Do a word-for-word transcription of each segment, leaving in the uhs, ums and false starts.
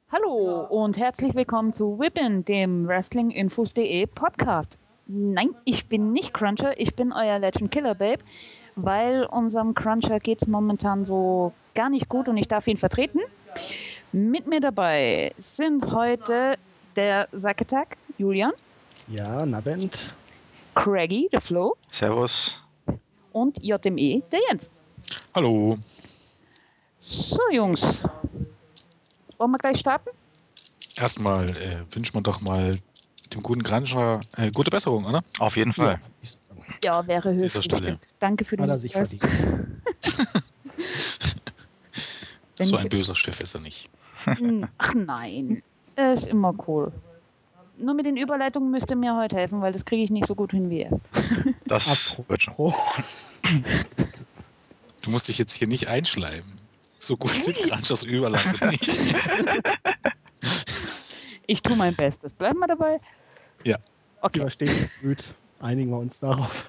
Hallo und herzlich willkommen zu Whippin, dem Wrestlinginfos.de Podcast. Nein, ich bin nicht Cruncher, ich bin euer Legend Killer Babe, weil unserem Cruncher geht es momentan so gar nicht gut und ich darf ihn vertreten. Mit mir dabei sind heute der Sack-Attack, Julian. Ja, Nabend. Craigie, der Flo. Servus. Und J M E, der Jens. Hallo. So, Jungs. Wollen wir gleich starten? Erstmal äh, wünscht man doch mal dem guten Cruncher äh, gute Besserung, oder? Auf jeden Fall. Ja, wäre höchst Dieser Stelle. wichtig. Danke für den Hat er sich Hinweis. verdient. So Wenn ein böser Chef ist er nicht. Ach nein, er ist immer cool. Nur mit den Überleitungen müsst ihr mir heute helfen, weil das kriege ich nicht so gut hin wie er. Das wird schon. Apropos, Du musst dich jetzt hier nicht einschleimen. So gut sind Crunchers Überleitung nicht. Ich tue mein Bestes. Bleiben wir dabei? Ja. Okay. übersteht blöd. Einigen wir uns darauf.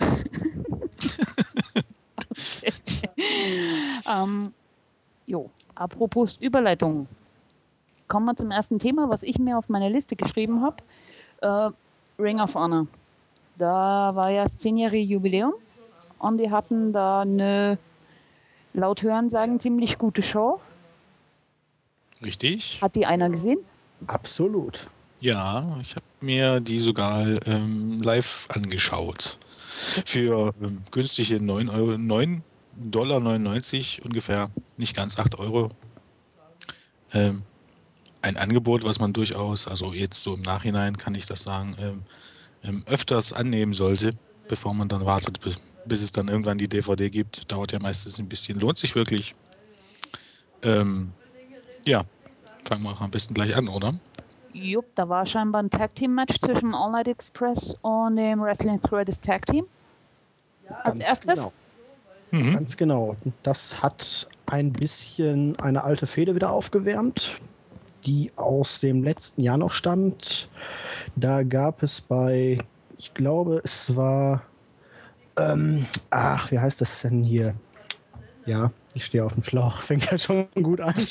ähm, jo, apropos Überleitung. Kommen wir zum ersten Thema, was ich mir auf meine Liste geschrieben habe. Äh, Ring of Honor. Da war ja das zehnjährige Jubiläum und die hatten da eine, laut Hörensagen, ziemlich gute Show. Richtig? Hat die einer gesehen? Absolut. Ja, ich habe mir die sogar ähm, live angeschaut. Für ähm, günstige neun Euro, neun Dollar neunundneunzig ungefähr, nicht ganz acht Euro. Ähm, ein Angebot, was man durchaus, also jetzt so im Nachhinein kann ich das sagen, ähm, ähm, öfters annehmen sollte, bevor man dann wartet, bis, bis es dann irgendwann die D V D gibt. Dauert ja meistens ein bisschen, lohnt sich wirklich. Ähm, ja, fangen wir auch am besten gleich an, oder? Jupp, da war scheinbar ein Tag-Team-Match zwischen All Night Express und dem Wrestling Express Tag Team. Als Ganz erstes. Genau. Mhm. Ganz genau. Das hat ein bisschen eine alte Fehde wieder aufgewärmt, die aus dem letzten Jahr noch stammt. Da gab es bei, ich glaube, es war, ähm, ach, wie heißt das denn hier? Ja, ich stehe auf dem Schlauch, fängt ja schon gut an.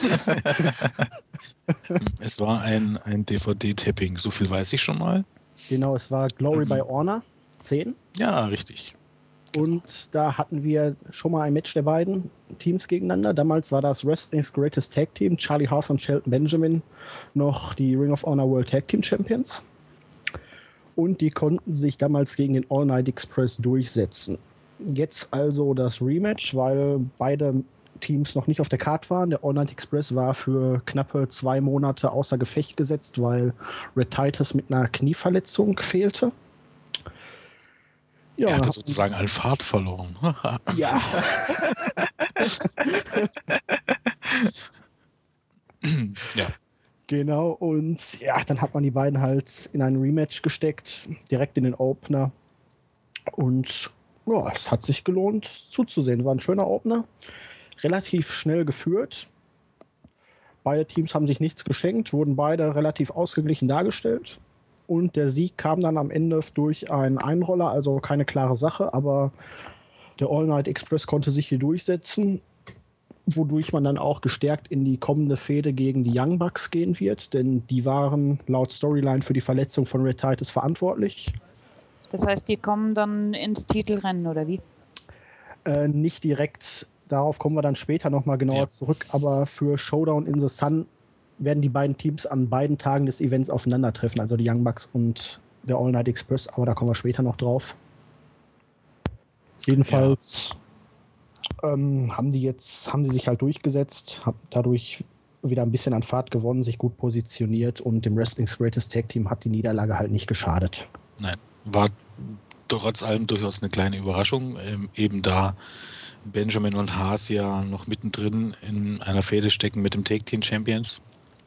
Es war ein, ein D V D-Tapping, so viel weiß ich schon mal. Genau, es war Glory Mhm. by Honor zehn. Ja, richtig. Und da hatten wir schon mal ein Match der beiden Teams gegeneinander. Damals war das Wrestling's Greatest Tag Team, Charlie Haas und Shelton Benjamin, noch die Ring of Honor World Tag Team Champions. Und die konnten sich damals gegen den All Night Express durchsetzen. Jetzt also das Rematch, weil beide Teams noch nicht auf der Card waren. Der All Night Express war für knappe zwei Monate außer Gefecht gesetzt, weil Red Titus mit einer Knieverletzung fehlte. Ja, Er hatte und- sozusagen an Fahrt verloren. ja. Ja. Genau, und ja, dann hat man die beiden halt in ein Rematch gesteckt, direkt in den Opener. Und ja, es hat sich gelohnt zuzusehen. War ein schöner Opener, relativ schnell geführt. Beide Teams haben sich nichts geschenkt, wurden beide relativ ausgeglichen dargestellt. Und der Sieg kam dann am Ende durch einen Einroller, also keine klare Sache, aber der All Night Express konnte sich hier durchsetzen, wodurch man dann auch gestärkt in die kommende Fehde gegen die Young Bucks gehen wird, denn die waren laut Storyline für die Verletzung von Red Titus verantwortlich. Das heißt, die kommen dann ins Titelrennen, oder wie? Äh, nicht direkt, darauf kommen wir dann später nochmal genauer Ja. zurück, aber für Showdown in the Sun werden die beiden Teams an beiden Tagen des Events aufeinandertreffen, also die Young Bucks und der All Night Express, aber da kommen wir später noch drauf. Jedenfalls ähm, haben die jetzt, haben die sich halt durchgesetzt, haben dadurch wieder ein bisschen an Fahrt gewonnen, sich gut positioniert und dem Wrestling's Greatest Tag Team hat die Niederlage halt nicht geschadet. Nein, war trotz allem durchaus eine kleine Überraschung, ähm, eben da Benjamin und Haas ja noch mittendrin in einer Fehde stecken mit dem Tag Team Champions.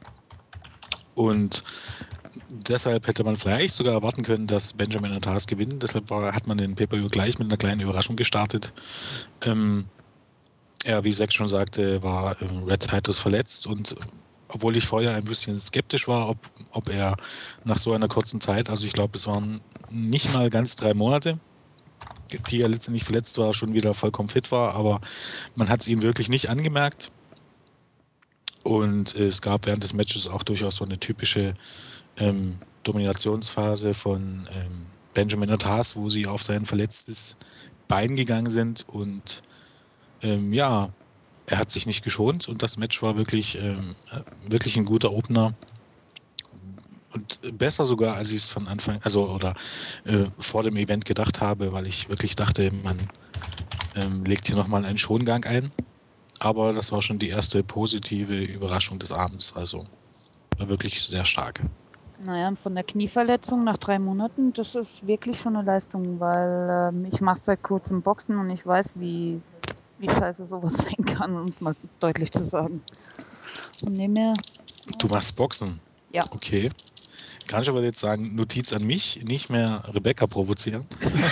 Und deshalb hätte man vielleicht sogar erwarten können, dass Benjamin und Haas gewinnen. Deshalb war, hat man den Pay-Per-View gleich mit einer kleinen Überraschung gestartet. Ähm, ja, wie Zack schon sagte, war ähm, Red Titus verletzt und obwohl ich vorher ein bisschen skeptisch war, ob, ob er nach so einer kurzen Zeit, also ich glaube, es waren nicht mal ganz drei Monate, die er letztendlich verletzt war, schon wieder vollkommen fit war, aber man hat es ihm wirklich nicht angemerkt. Und äh, es gab während des Matches auch durchaus so eine typische ähm, Dominationsphase von ähm, Benjamin und Haas, wo sie auf sein verletztes Bein gegangen sind. Und ähm, ja, er hat sich nicht geschont und das Match war wirklich, ähm, wirklich ein guter Opener. Und besser sogar, als ich es von Anfang, also oder äh, vor dem Event gedacht habe, weil ich wirklich dachte, man ähm, legt hier nochmal einen Schongang ein. Aber das war schon die erste positive Überraschung des Abends. Also war wirklich sehr stark. Naja, von der Knieverletzung nach drei Monaten, das ist wirklich schon eine Leistung, weil ähm, ich mache seit kurzem Boxen und ich weiß, wie, wie scheiße sowas sein kann, um es mal deutlich zu sagen. Von dem her. Du machst Boxen? Ja. Okay. Kann ich aber jetzt sagen, Notiz an mich, nicht mehr Rebecca provozieren.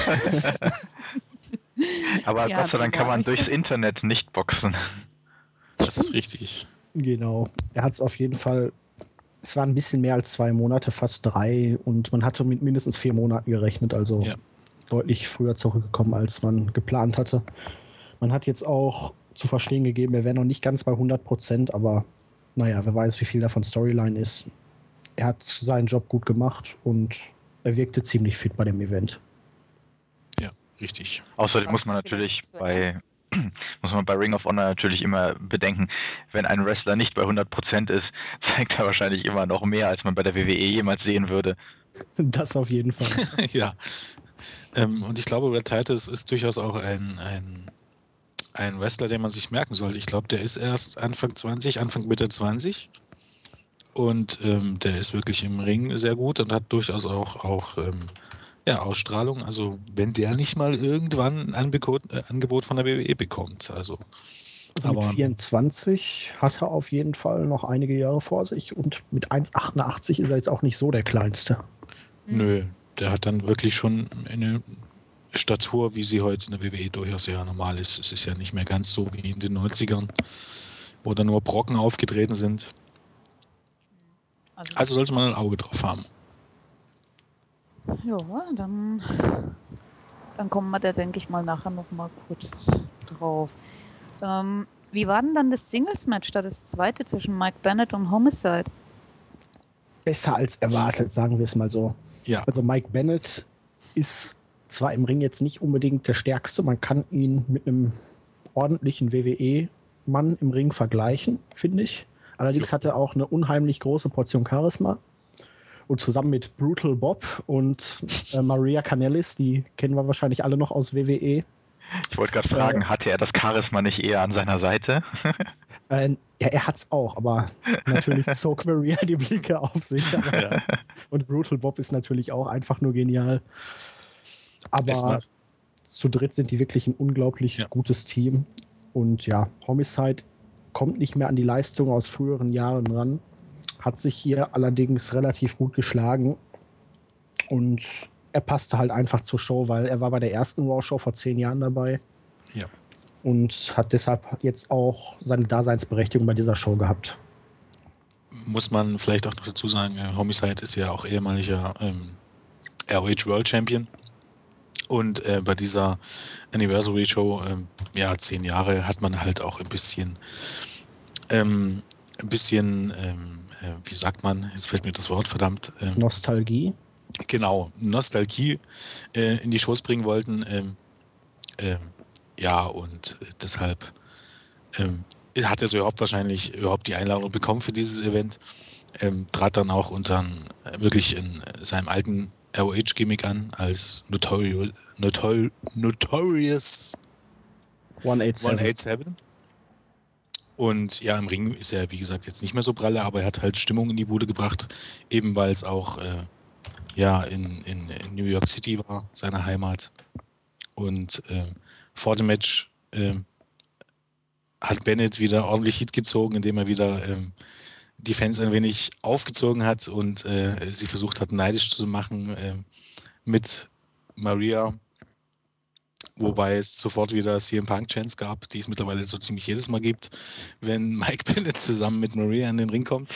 Aber Ja, Gott sei Dank kann man ich- durchs Internet nicht boxen. Das ist richtig. Genau. Er hat es auf jeden Fall. Es waren ein bisschen mehr als zwei Monate, fast drei. Und man hatte mit mindestens vier Monaten gerechnet. Also Ja. deutlich früher zurückgekommen, als man geplant hatte. Man hat jetzt auch zu verstehen gegeben, er wäre noch nicht ganz bei hundert Prozent. Aber naja, wer weiß, wie viel davon Storyline ist. Er hat seinen Job gut gemacht und er wirkte ziemlich fit bei dem Event. Ja, richtig. Außerdem Was muss man vielleicht natürlich nicht so bei muss man bei Ring of Honor natürlich immer bedenken, wenn ein Wrestler nicht bei hundert Prozent ist, zeigt er wahrscheinlich immer noch mehr, als man bei der W W E jemals sehen würde. Das auf jeden Fall. Ja. Ähm, und ich glaube, Red Titus ist durchaus auch ein, ein, ein Wrestler, den man sich merken sollte. Ich glaube, der ist erst Anfang zwanzig, Anfang Mitte zwanzig. Und ähm, der ist wirklich im Ring sehr gut und hat durchaus auch, auch ähm, ja, Ausstrahlung. Also wenn der nicht mal irgendwann ein Angebot, äh, Angebot von der W W E bekommt. Also, Also mit aber vierundzwanzig hat er auf jeden Fall noch einige Jahre vor sich und mit eins Komma achtundachtzig ist er jetzt auch nicht so der Kleinste. nö, der hat dann wirklich schon eine Statur, wie sie heute in der W W E durchaus ja normal ist. Es ist ja nicht mehr ganz so wie in den neunzigern, wo da nur Brocken aufgetreten sind. Also, Also sollte man ein Auge drauf haben. ja, dann, dann kommen wir da, denke ich mal, nachher noch mal kurz drauf. Ähm, wie war denn dann das Singles-Match, da das zweite zwischen Mike Bennett und Homicide? Besser als erwartet, sagen wir es mal so. Ja, Also Mike Bennett ist zwar im Ring jetzt nicht unbedingt der Stärkste, man kann ihn mit einem ordentlichen W W E-Mann im Ring vergleichen, finde ich. Allerdings Jo. hat er auch eine unheimlich große Portion Charisma. Und zusammen mit Brutal Bob und äh, Maria Kanellis, die kennen wir wahrscheinlich alle noch aus W W E. Ich wollte gerade fragen, hatte er das Charisma nicht eher an seiner Seite? Äh, ja, er hat's auch, aber natürlich zog Maria die Blicke auf sich. Aber, Ja. und Brutal Bob ist natürlich auch einfach nur genial. Es Aber macht, zu dritt sind die wirklich ein unglaublich Ja. gutes Team. Und ja, Homicide kommt nicht mehr an die Leistung aus früheren Jahren ran, hat sich hier allerdings relativ gut geschlagen. Und er passte halt einfach zur Show, weil er war bei der ersten Raw-Show vor zehn Jahren dabei. Ja. Und hat deshalb jetzt auch seine Daseinsberechtigung bei dieser Show gehabt. muss man vielleicht auch noch dazu sagen, äh, Homicide ist ja auch ehemaliger ähm, R O H World Champion. Und äh, bei dieser Anniversary Show, ähm, ja, zehn Jahre, hat man halt auch ein bisschen, ähm, ein bisschen, ähm, äh, wie sagt man, jetzt fällt mir das Wort verdammt, ähm, Nostalgie. genau, Nostalgie äh, in die Shows bringen wollten. Ähm, ähm, ja, und äh, deshalb ähm, hat er so überhaupt wahrscheinlich überhaupt die Einladung bekommen für dieses Event. Ähm, trat dann auch unter äh, wirklich in seinem alten R O H-Gimmick an, als Notorious, Notor Notorious hundertsiebenundachtzig. hundertsiebenundachtzig. Und ja, im Ring ist er, wie gesagt, jetzt nicht mehr so pralle, aber er hat halt Stimmung in die Bude gebracht, eben weil es auch äh, ja, in, in, in New York City war, seine Heimat. Und äh, vor dem Match äh, hat Bennett wieder ordentlich Heat gezogen, indem er wieder ähm, die Fans ein wenig aufgezogen hat und äh, sie versucht hat, neidisch zu machen äh, mit Maria. Wobei es sofort wieder C M Punk-Chants gab, die es mittlerweile so ziemlich jedes Mal gibt, wenn Mike Bennett zusammen mit Maria in den Ring kommt.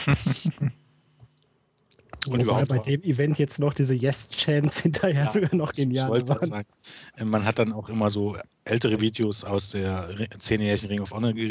Und Wobei überhaupt bei war, dem Event jetzt noch diese Yes-Chants hinterher ja, sogar noch ich, ich genialer wollte gerade waren. sagen, äh, man hat dann auch immer so ältere Videos aus der re- zehnjährigen Ring of Honor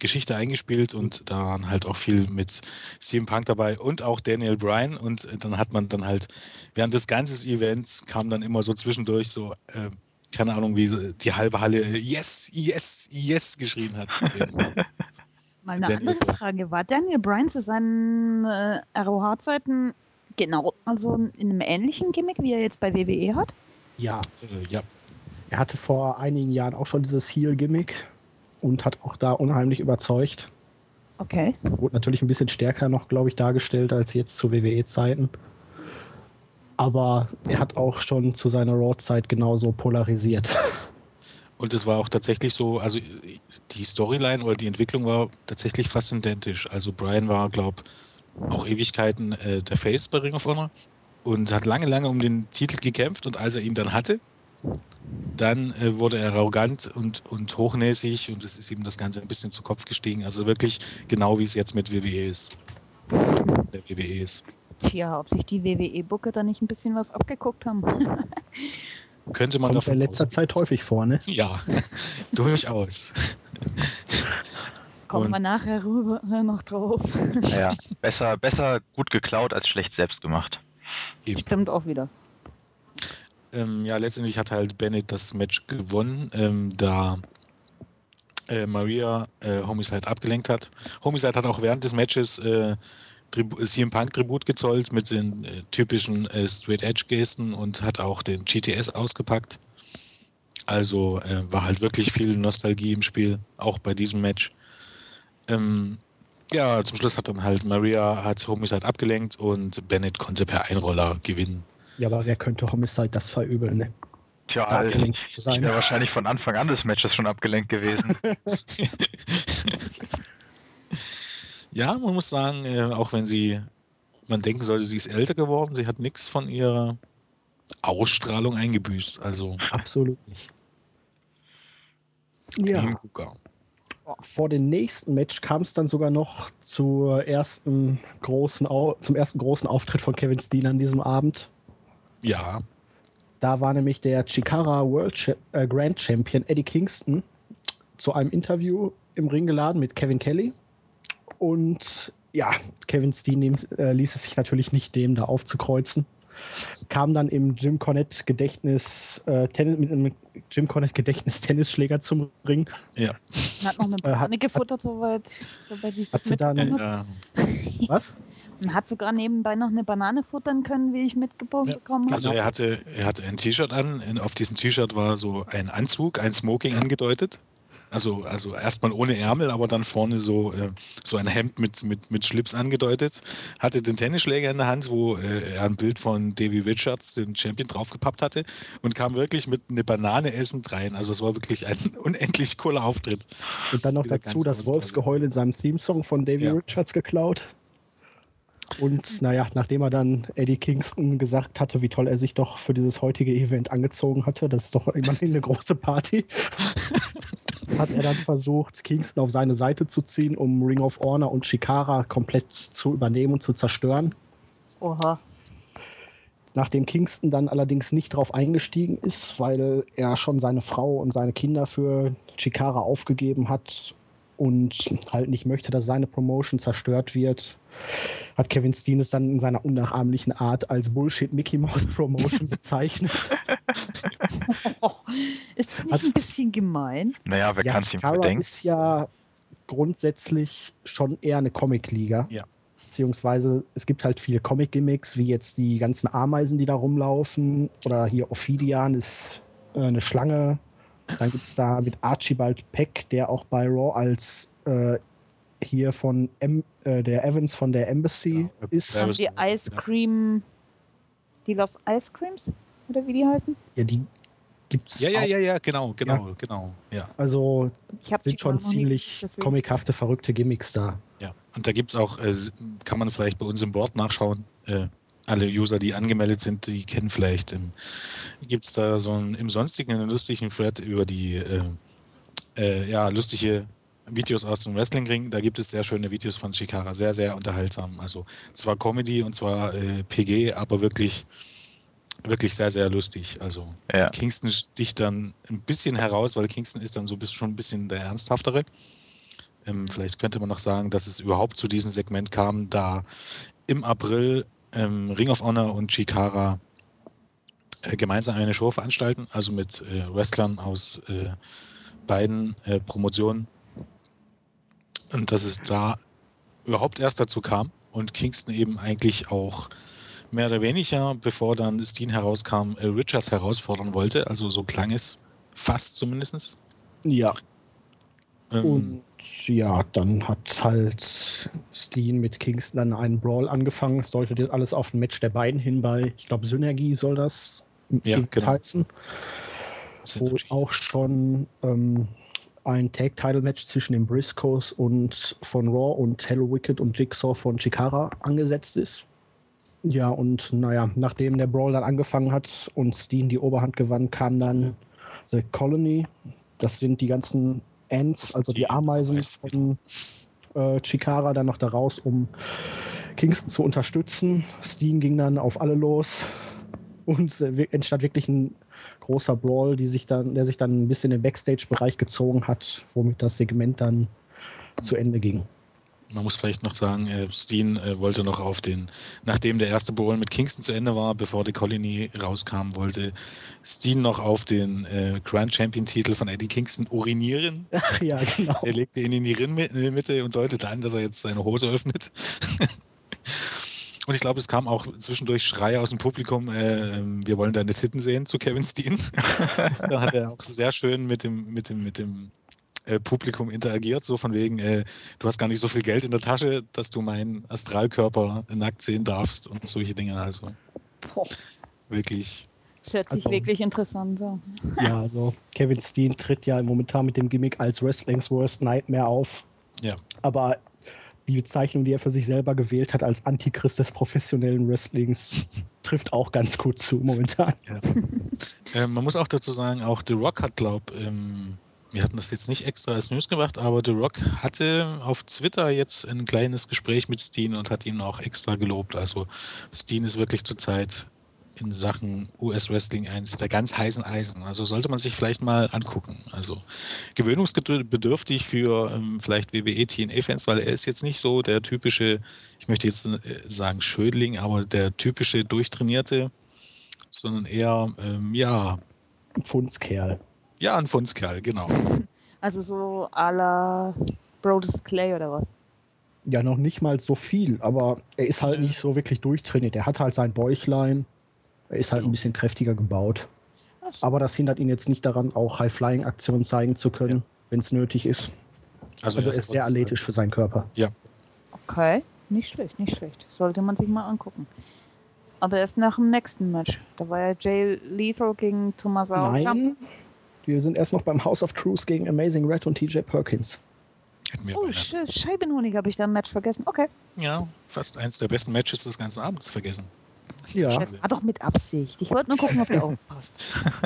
Geschichte eingespielt und da waren halt auch viel mit C M Punk dabei und auch Daniel Bryan und dann hat man dann halt während des ganzen Events kam dann immer so zwischendurch so, äh, keine Ahnung, wie so die halbe Halle Yes, Yes, Yes geschrien hat. Mal eine Daniel andere Bryan. Frage. War Daniel Bryan zu seinen äh, R O H-Zeiten genau, also in einem ähnlichen Gimmick, wie er jetzt bei W W E hat? Ja, Äh, ja, er hatte vor einigen Jahren auch schon dieses Heel-Gimmick und hat auch da unheimlich überzeugt. Okay. Wurde natürlich ein bisschen stärker noch, glaube ich, dargestellt als jetzt zu W W E-Zeiten. Aber er hat auch schon zu seiner Raw-Zeit genauso polarisiert. und es war auch tatsächlich so, also die Storyline oder die Entwicklung war tatsächlich fast identisch. Also Bryan war, glaube auch Ewigkeiten äh, der Face bei Ring of Honor und hat lange, lange um den Titel gekämpft und als er ihn dann hatte, dann äh, wurde er arrogant und, und hochnäsig und es ist ihm das Ganze ein bisschen zu Kopf gestiegen. Also wirklich genau wie es jetzt mit W W E ist. Der W W E ist. Tja, ob sich die W W E-Booker da nicht ein bisschen was abgeguckt haben. Könnte man Kommt davon in letzter ausgehen. Zeit häufig vor, ne? Ja, durchaus. Kommen Und- wir nachher rüber äh, noch drauf. Naja, besser, besser gut geklaut als schlecht selbst gemacht. Eben. Stimmt auch wieder. Ähm, ja, letztendlich hat halt Bennett das Match gewonnen, ähm, da äh, Maria äh, Homicide abgelenkt hat. Homicide hat auch während des Matches äh, Tribu- C M Punk Tribut gezollt mit den äh, typischen äh, Straight Edge Gesten und hat auch den G T S ausgepackt. Also äh, war halt wirklich viel Nostalgie im Spiel, auch bei diesem Match. Ähm, ja, zum Schluss hat dann halt Maria hat Homicide abgelenkt und Bennett konnte per Einroller gewinnen. Ja, aber wer könnte Homicide das verübeln, ne? Tja, Da ich, abgelenkt zu ich sein. wäre wahrscheinlich von Anfang an des Matches schon abgelenkt gewesen. Ja, man muss sagen, äh, auch wenn sie, man denken sollte, sie ist älter geworden, sie hat nichts von ihrer Ausstrahlung eingebüßt. Also Absolut nicht. Ja, Hingucker. vor dem nächsten Match kam es dann sogar noch zur ersten großen Au zum ersten großen Auftritt von Kevin Steen an diesem Abend. Ja, Da war nämlich der Chikara World Cha äh, Grand Champion Eddie Kingston zu einem Interview im Ring geladen mit Kevin Kelly. Und ja, Kevin Steen nehm, äh, ließ es sich natürlich nicht dem da aufzukreuzen. Kam dann im Jim Cornette Gedächtnis äh, Tennis, mit einem Jim Cornette Gedächtnis Tennisschläger zum Ring. ja. Und hat noch eine Äh, hat- Banane gefuttert, soweit, soweit ich das Hat sie dann- mitbekommen habe. Äh, Was? Und hat sogar nebenbei noch eine Banane futtern können, wie ich mitbekommen habe. also er hatte, er hatte ein T-Shirt an. In- Auf diesem T-Shirt war so ein Anzug, ein Smoking angedeutet. Also, also erstmal ohne Ärmel, aber dann vorne so, äh, so ein Hemd mit, mit, mit Schlips angedeutet. Hatte den Tennisschläger in der Hand, wo äh, er ein Bild von Davey Richards, den Champion, draufgepappt hatte und kam wirklich mit einer Banane essend rein. Also es war wirklich ein unendlich cooler Auftritt. Und dann noch Dieser dazu ganze das Wolfsgeheul in seinem Theme-Song von Davey Ja. Richards geklaut. Und naja, nachdem er dann Eddie Kingston gesagt hatte, wie toll er sich doch für dieses heutige Event angezogen hatte, das ist doch immerhin eine große Party, hat er dann versucht, Kingston auf seine Seite zu ziehen, um Ring of Honor und Chikara komplett zu übernehmen und zu zerstören. Oha. Nachdem Kingston dann allerdings nicht drauf eingestiegen ist, weil er schon seine Frau und seine Kinder für Chikara aufgegeben hat und halt nicht möchte, dass seine Promotion zerstört wird, hat Kevin Steen es dann in seiner unnachahmlichen Art als Bullshit Mickey Mouse Promotion bezeichnet. Ist das nicht Hat- ein bisschen gemein? Naja, wer Ja, kann es ihm Chikara verdenken? ist ja grundsätzlich schon eher eine Comic-Liga. Ja. Beziehungsweise es gibt halt viele Comic-Gimmicks, wie jetzt die ganzen Ameisen, die da rumlaufen. Oder hier Ophidian ist äh, eine Schlange. Dann gibt es da mit Archibald Peck, der auch bei Raw als äh, hier von em äh, der Evans von der Embassy Genau. ist. Ja, Und die Ice Cream. Die Los Ice Creams? Oder wie die heißen? Ja, die gibt's Ja, ja, auch. ja, ja, genau, genau, genau. Ja. Also Ich habe sind schon ziemlich comichafte, verrückte Gimmicks da. Ja, und da gibt es auch, äh, kann man vielleicht bei uns im Board nachschauen. Äh, alle User, die angemeldet sind, die kennen vielleicht. Ähm, gibt es da so einen, im Sonstigen einen lustigen Thread über die äh, äh, ja, lustige Videos aus dem Wrestlingring. Da gibt es sehr schöne Videos von Chikara, sehr, sehr unterhaltsam. Also zwar Comedy und zwar äh, P G, aber wirklich, wirklich sehr, sehr lustig. Also Ja. Kingston sticht dann ein bisschen heraus, weil Kingston ist dann so bis, schon ein bisschen der Ernsthaftere. Ähm, vielleicht könnte man noch sagen, dass es überhaupt zu diesem Segment kam, da im April ähm, Ring of Honor und Chikara äh, gemeinsam eine Show veranstalten, also mit äh, Wrestlern aus äh, beiden äh, Promotionen. Und dass es da überhaupt erst dazu kam und Kingston eben eigentlich auch mehr oder weniger, bevor dann Steen herauskam, äh, Richards herausfordern wollte. Also so klang es fast zumindest. Ja. Ähm, Und ja, dann hat halt Steen mit Kingston dann einen Brawl angefangen. Es deutet jetzt alles auf ein Match der beiden hin bei, ich glaube, Synergie soll das im Ja, Event genau. heißen. Wo Synergy. auch schon ähm, ein Tag-Title-Match zwischen den Briscoes und von Raw und Hello Wicked und Jigsaw von Chikara angesetzt ist. Ja, und naja, nachdem der Brawl dann angefangen hat und Steen die Oberhand gewann, kam dann The Colony. Das sind die ganzen Ants, also die Ameisen von äh, Chikara, dann noch da raus, um Kingston zu unterstützen. Steen ging dann auf alle los und äh, entstand wirklich ein großer Brawl, die sich dann, der sich dann ein bisschen in den Backstage-Bereich gezogen hat, womit das Segment dann zu Ende ging. Man muss vielleicht noch sagen, äh, Steen äh, wollte noch auf den, nachdem der erste Brawl mit Kingston zu Ende war, bevor die Colony rauskam, wollte Steen noch auf den äh, Grand Champion-Titel von Eddie Kingston urinieren. Ach ja, genau. Er legte ihn in die Ringmitte und deutete an, dass er jetzt seine Hose öffnet. Und ich glaube, es kam auch zwischendurch Schreie aus dem Publikum, äh, wir wollen deine Titten sehen, zu Kevin Steen. Dann hat er auch sehr schön mit dem, mit dem, mit dem äh, Publikum interagiert, so von wegen, äh, du hast gar nicht so viel Geld in der Tasche, dass du meinen Astralkörper nackt sehen darfst und solche Dinge. Also Boah, wirklich. das hört sich Also- wirklich interessant an. Ja, also Kevin Steen tritt ja momentan mit dem Gimmick als Wrestling's Worst Nightmare auf. Ja. Aber die Bezeichnung, die er für sich selber gewählt hat als Antichrist des professionellen Wrestlings, trifft auch ganz gut zu momentan. Ja. ähm, man muss auch dazu sagen, auch The Rock hat, glaube ähm, wir hatten das jetzt nicht extra als News gemacht, aber The Rock hatte auf Twitter jetzt ein kleines Gespräch mit Steen und hat ihn auch extra gelobt. Also Steen ist wirklich zurzeit in Sachen U S-Wrestling eins der ganz heißen Eisen. Also sollte man sich vielleicht mal angucken. Also gewöhnungsbedürftig für ähm, vielleicht W W E-T N A-Fans, weil er ist jetzt nicht so der typische, ich möchte jetzt äh, sagen Schödling, aber der typische Durchtrainierte, sondern eher, ähm, ja, Pfundskerl. ja, ein Fundskerl, genau. Also so à la Brodus Clay oder was? Ja, noch nicht mal so viel, aber er ist halt Ja. nicht so wirklich durchtrainiert. Er hat halt sein Bäuchlein. Er ist halt Ja. ein bisschen kräftiger gebaut. Ach so. Aber das hindert ihn jetzt nicht daran, auch High-Flying-Aktionen zeigen zu können, Ja. wenn es nötig ist. Also, Also er er ist sehr trotz, athletisch für seinen Körper. Ja, Okay, nicht schlecht, nicht schlecht. Sollte man sich mal angucken. Aber erst nach dem nächsten Match. Da war ja Jay Lethal gegen Tommaso Ciampa. Nein, wir sind erst noch beim House of Truth gegen Amazing Red und T J Perkins. hätten wir Oh, beinahe. Sch Scheibenhonig habe ich da ein Match vergessen. Okay. Ja, fast eins der besten Matches des ganzen Abends vergessen. Ja, Das war doch mit Absicht. Ich wollte nur gucken, ob der aufpasst.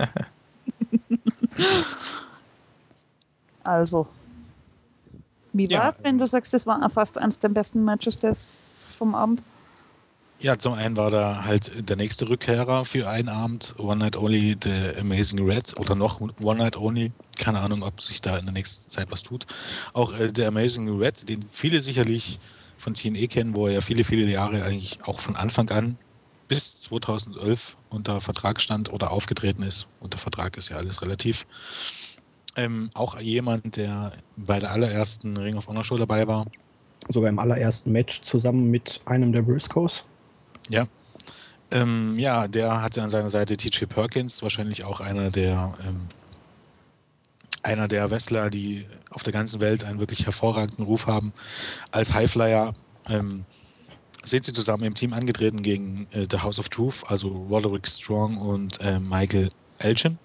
Also. Wie Ja, war's, wenn ähm, du sagst, das war fast eines der besten Matches des vom Abend? Ja, zum einen war da halt der nächste Rückkehrer für einen Abend, One Night Only, The Amazing Red oder noch One Night Only. Keine Ahnung, ob sich da in der nächsten Zeit was tut. Auch äh, The Amazing Red, den viele sicherlich von T N A kennen, wo er ja viele, viele Jahre eigentlich auch von Anfang an bis zweitausendelf unter Vertrag stand oder aufgetreten ist. Unter Vertrag ist ja alles relativ. Ähm, auch jemand, der bei der allerersten Ring of Honor Show dabei war. sogar im allerersten Match zusammen mit einem der Briscoes. Ja. Ähm, ja, der hatte an seiner Seite T J Perkins, wahrscheinlich auch einer der ähm, einer der Wrestler, die auf der ganzen Welt einen wirklich hervorragenden Ruf haben. Als Highflyer ähm, sind sie zusammen im Team angetreten gegen äh, The House of Truth, also Roderick Strong und äh, Michael Elgin.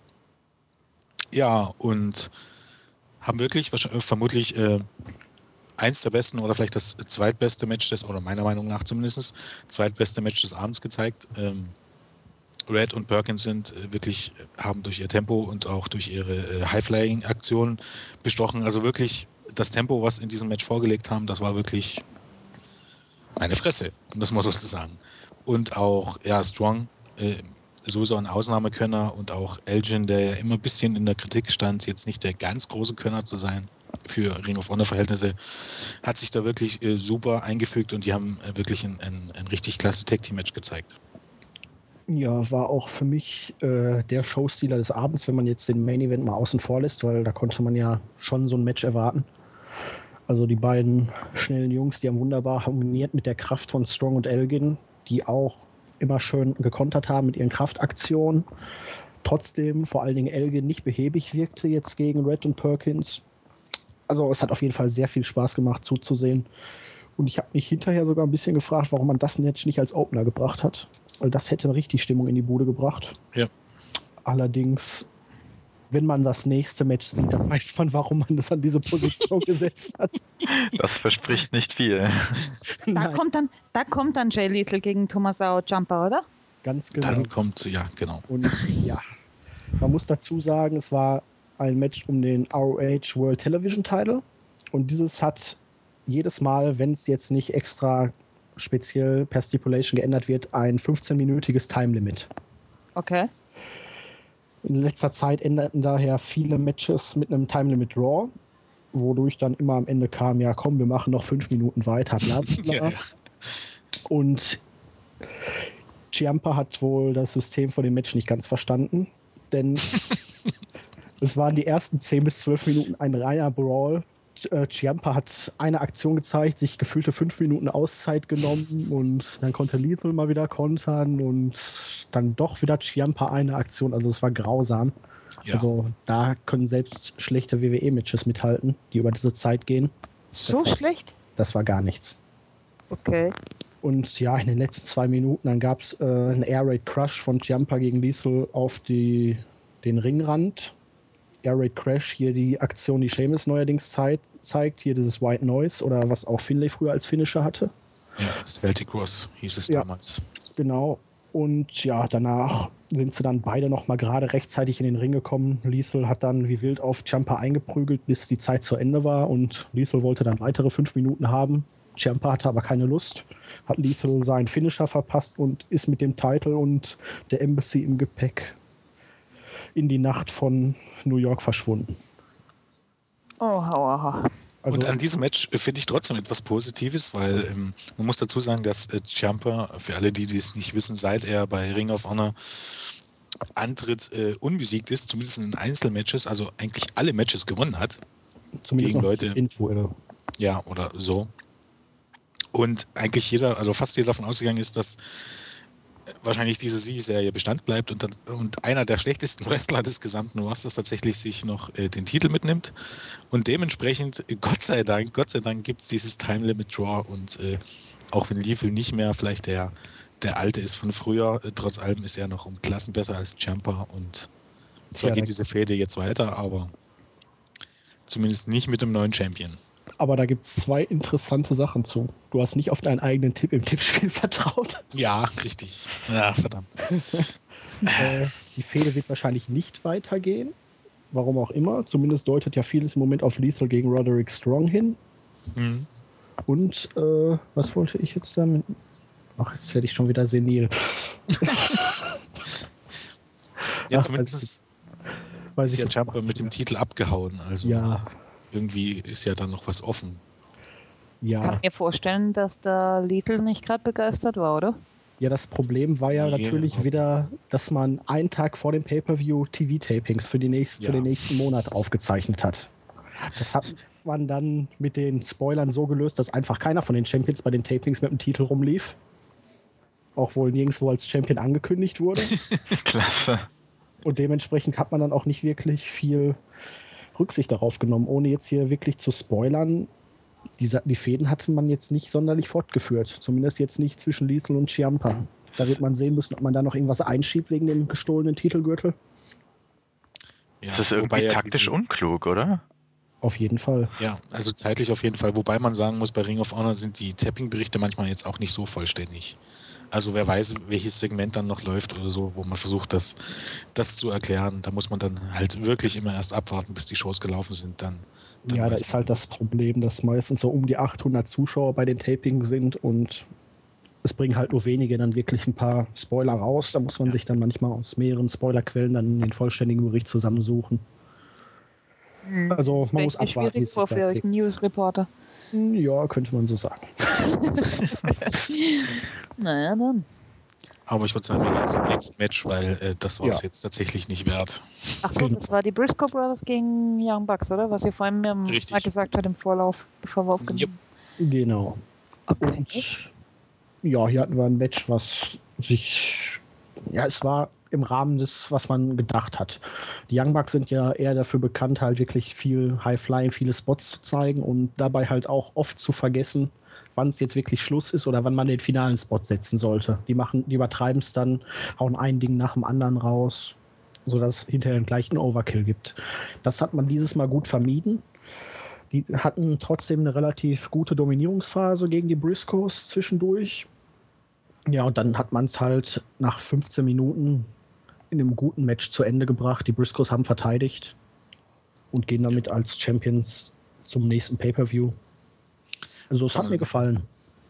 Ja, und haben wirklich wahrscheinlich, vermutlich äh, eins der besten oder vielleicht das zweitbeste Match des, oder meiner Meinung nach zumindest, zweitbeste Match des Abends gezeigt. Ähm, Red und Perkins sind äh, wirklich, äh, haben durch ihr Tempo und auch durch ihre äh, High-Flying-Aktionen bestochen. Also wirklich das Tempo, was in diesem Match vorgelegt haben, das war wirklich meine Fresse, um das mal so zu sagen. Und auch, ja, Strong, äh, sowieso ein Ausnahmekönner und auch Elgin, der ja immer ein bisschen in der Kritik stand, jetzt nicht der ganz große Könner zu sein. für Ring of Honor Verhältnisse, hat sich da wirklich äh, super eingefügt und die haben äh, wirklich ein, ein, ein richtig klasse Tag Team Match gezeigt. Ja, war auch für mich äh, der Showstealer des Abends, wenn man jetzt den Main Event mal außen vor lässt, weil da konnte man ja schon so ein Match erwarten. Also die beiden schnellen Jungs, die haben wunderbar harmoniert mit der Kraft von Strong und Elgin, die auch immer schön gekontert haben mit ihren Kraftaktionen. Trotzdem vor allen Dingen Elgin nicht behäbig wirkte jetzt gegen Red und Perkins. Also es hat auf jeden Fall sehr viel Spaß gemacht zuzusehen. Und ich habe mich hinterher sogar ein bisschen gefragt, warum man das Match nicht als Opener gebracht hat. Weil das hätte richtig Stimmung in die Bude gebracht. Ja. Allerdings, wenn man das nächste Match sieht, dann weiß man, warum man das an diese Position gesetzt hat. Das verspricht nicht viel. Da kommt, dann, da kommt dann Jay Lethal gegen Tommaso Ciampa, oder? Ganz genau. Dann kommt, ja, genau. Und ja, man muss dazu sagen, es war ein Match um den R O H World Television Title. Und dieses hat jedes Mal, wenn es jetzt nicht extra speziell per Stipulation geändert wird, ein fünfzehn-minütiges Time Limit. Okay. In letzter Zeit änderten daher viele Matches mit einem Time Limit Draw, wodurch dann immer am Ende kam, ja komm, wir machen noch fünf Minuten weiter, bla bla bla. Ja, ja. Und Ciampa hat wohl das System von dem Match nicht ganz verstanden, denn es waren die ersten zehn bis zwölf Minuten ein reiner Brawl. Äh, Ciampa hat eine Aktion gezeigt, sich gefühlte fünf Minuten Auszeit genommen und dann konnte Lethal mal wieder kontern und dann doch wieder Ciampa eine Aktion. Also es war grausam. Ja. Also da können selbst schlechte W W E-Matches mithalten, die über diese Zeit gehen. So Das war, schlecht? Das war gar nichts. Okay. Und ja, in den letzten zwei Minuten, dann gab es äh, einen Air Raid Crush von Ciampa gegen Lethal auf die, den Ringrand. Air Raid Crash, hier die Aktion, die Sheamus neuerdings zeigt, zeigt, hier dieses White Noise oder was auch Finlay früher als Finisher hatte. Ja, Celtic Cross hieß es Ja. damals. Genau. Und ja, danach sind sie dann beide noch mal gerade rechtzeitig in den Ring gekommen. Lethal hat dann wie wild auf Ciampa eingeprügelt, bis die Zeit zu Ende war. Und Lethal wollte dann weitere fünf Minuten haben. Ciampa hatte aber keine Lust, hat Lethal seinen Finisher verpasst und ist mit dem Title und der Embassy im Gepäck in die Nacht von New York verschwunden. Oha, oha. Also, und an diesem Match finde ich trotzdem etwas Positives, weil ähm, man muss dazu sagen, dass äh, Ciampa, für alle, die es nicht wissen, seit er bei Ring of Honor antritt, äh, unbesiegt ist, zumindest in Einzelmatches, also eigentlich alle Matches gewonnen hat. zumindest gegen noch Leute, nicht wurde. Ja, oder so. Und eigentlich jeder, also fast jeder davon ausgegangen ist, dass wahrscheinlich diese Siegesserie Bestand bleibt und, dann, und einer der schlechtesten Wrestler des gesamten Rosters tatsächlich sich noch äh, den Titel mitnimmt. Und dementsprechend, Gott sei Dank, Gott sei Dank gibt es dieses Time Limit Draw und äh, auch wenn Lethal nicht mehr vielleicht der, der Alte ist von früher, äh, trotz allem ist er noch um Klassen besser als Ciampa und zwar Tja, geht da- diese Fehde jetzt weiter, aber zumindest nicht mit dem neuen Champion. Aber da gibt es zwei interessante Sachen zu. Du hast nicht auf deinen eigenen Tipp im Tippspiel vertraut. Ja, richtig. Ja, verdammt. äh, die Fehde wird wahrscheinlich nicht weitergehen. Warum auch immer. Zumindest deutet ja vieles im Moment auf Lethal gegen Roderick Strong hin. Mhm. Und äh, was wollte ich jetzt damit? Ach, jetzt werde ich schon wieder senil. Ja, Ach, zumindest weiß ist ich ja jetzt Ciampa auch mit dem wieder. Titel abgehauen. Also Ja, irgendwie ist ja dann noch was offen. Ich kann ja. mir vorstellen, dass der Lethal nicht gerade begeistert war, oder? Ja, das Problem war ja Nee, natürlich überhaupt wieder, dass man einen Tag vor dem Pay-Per-View T V-Tapings für, die nächst, Ja. für den nächsten Monat aufgezeichnet hat. Das hat man dann mit den Spoilern so gelöst, dass einfach keiner von den Champions bei den Tapings mit dem Titel rumlief. Auch wohl nirgendwo als Champion angekündigt wurde. Klasse. Und dementsprechend hat man dann auch nicht wirklich viel Rücksicht darauf genommen, ohne jetzt hier wirklich zu spoilern. Die, die Fäden hatte man jetzt nicht sonderlich fortgeführt. Zumindest jetzt nicht zwischen Lethal und Ciampa. Da wird man sehen müssen, ob man da noch irgendwas einschiebt wegen dem gestohlenen Titelgürtel. Ja, Das ist irgendwie wobei ja taktisch diese, unklug, oder? Auf jeden Fall. ja, also zeitlich auf jeden Fall. Wobei man sagen muss, bei Ring of Honor sind die Tapping-Berichte manchmal jetzt auch nicht so vollständig. Also wer weiß, welches Segment dann noch läuft oder so, wo man versucht, das, das zu erklären. Da muss man dann halt wirklich immer erst abwarten, bis die Shows gelaufen sind. Dann, dann Ja, da weiß ist man halt das nicht. Problem, dass meistens so um die achthundert Zuschauer bei den Tapings sind und es bringen halt nur wenige dann wirklich ein paar Spoiler raus. Da muss man Ja. sich dann manchmal aus mehreren Spoilerquellen dann den vollständigen Bericht zusammensuchen. Also man muss Vielleicht abwarten, wie schwierig es vor sich für da euch News-Reporter. entwickelt. Ja, könnte man so sagen. Naja, dann. Aber ich würde sagen, wir gehen zum nächsten Match, weil äh, das war es Ja. jetzt tatsächlich nicht wert. Ach so, das war die Briscoe Brothers gegen Young Bucks, oder? Was ihr vorhin mir mal Richtig. gesagt habt im Vorlauf, bevor wir aufgenommen Yep. Genau. Okay. Und ja, hier hatten wir ein Match, was sich, ja, es war im Rahmen des, was man gedacht hat. Die Young Bucks sind ja eher dafür bekannt, halt wirklich viel High-Flying, viele Spots zu zeigen und dabei halt auch oft zu vergessen, wann es jetzt wirklich Schluss ist oder wann man den finalen Spot setzen sollte. Die machen, die übertreiben es dann, hauen ein Ding nach dem anderen raus, sodass es hinterher gleich einen Overkill gibt. Das hat man dieses Mal gut vermieden. Die hatten trotzdem eine relativ gute Dominierungsphase gegen die Briscoes zwischendurch. Ja, und dann hat man es halt nach fünfzehn Minuten in einem guten Match zu Ende gebracht. Die Briscoes haben verteidigt und gehen damit als Champions zum nächsten Pay-Per-View. Also es hat mir gefallen.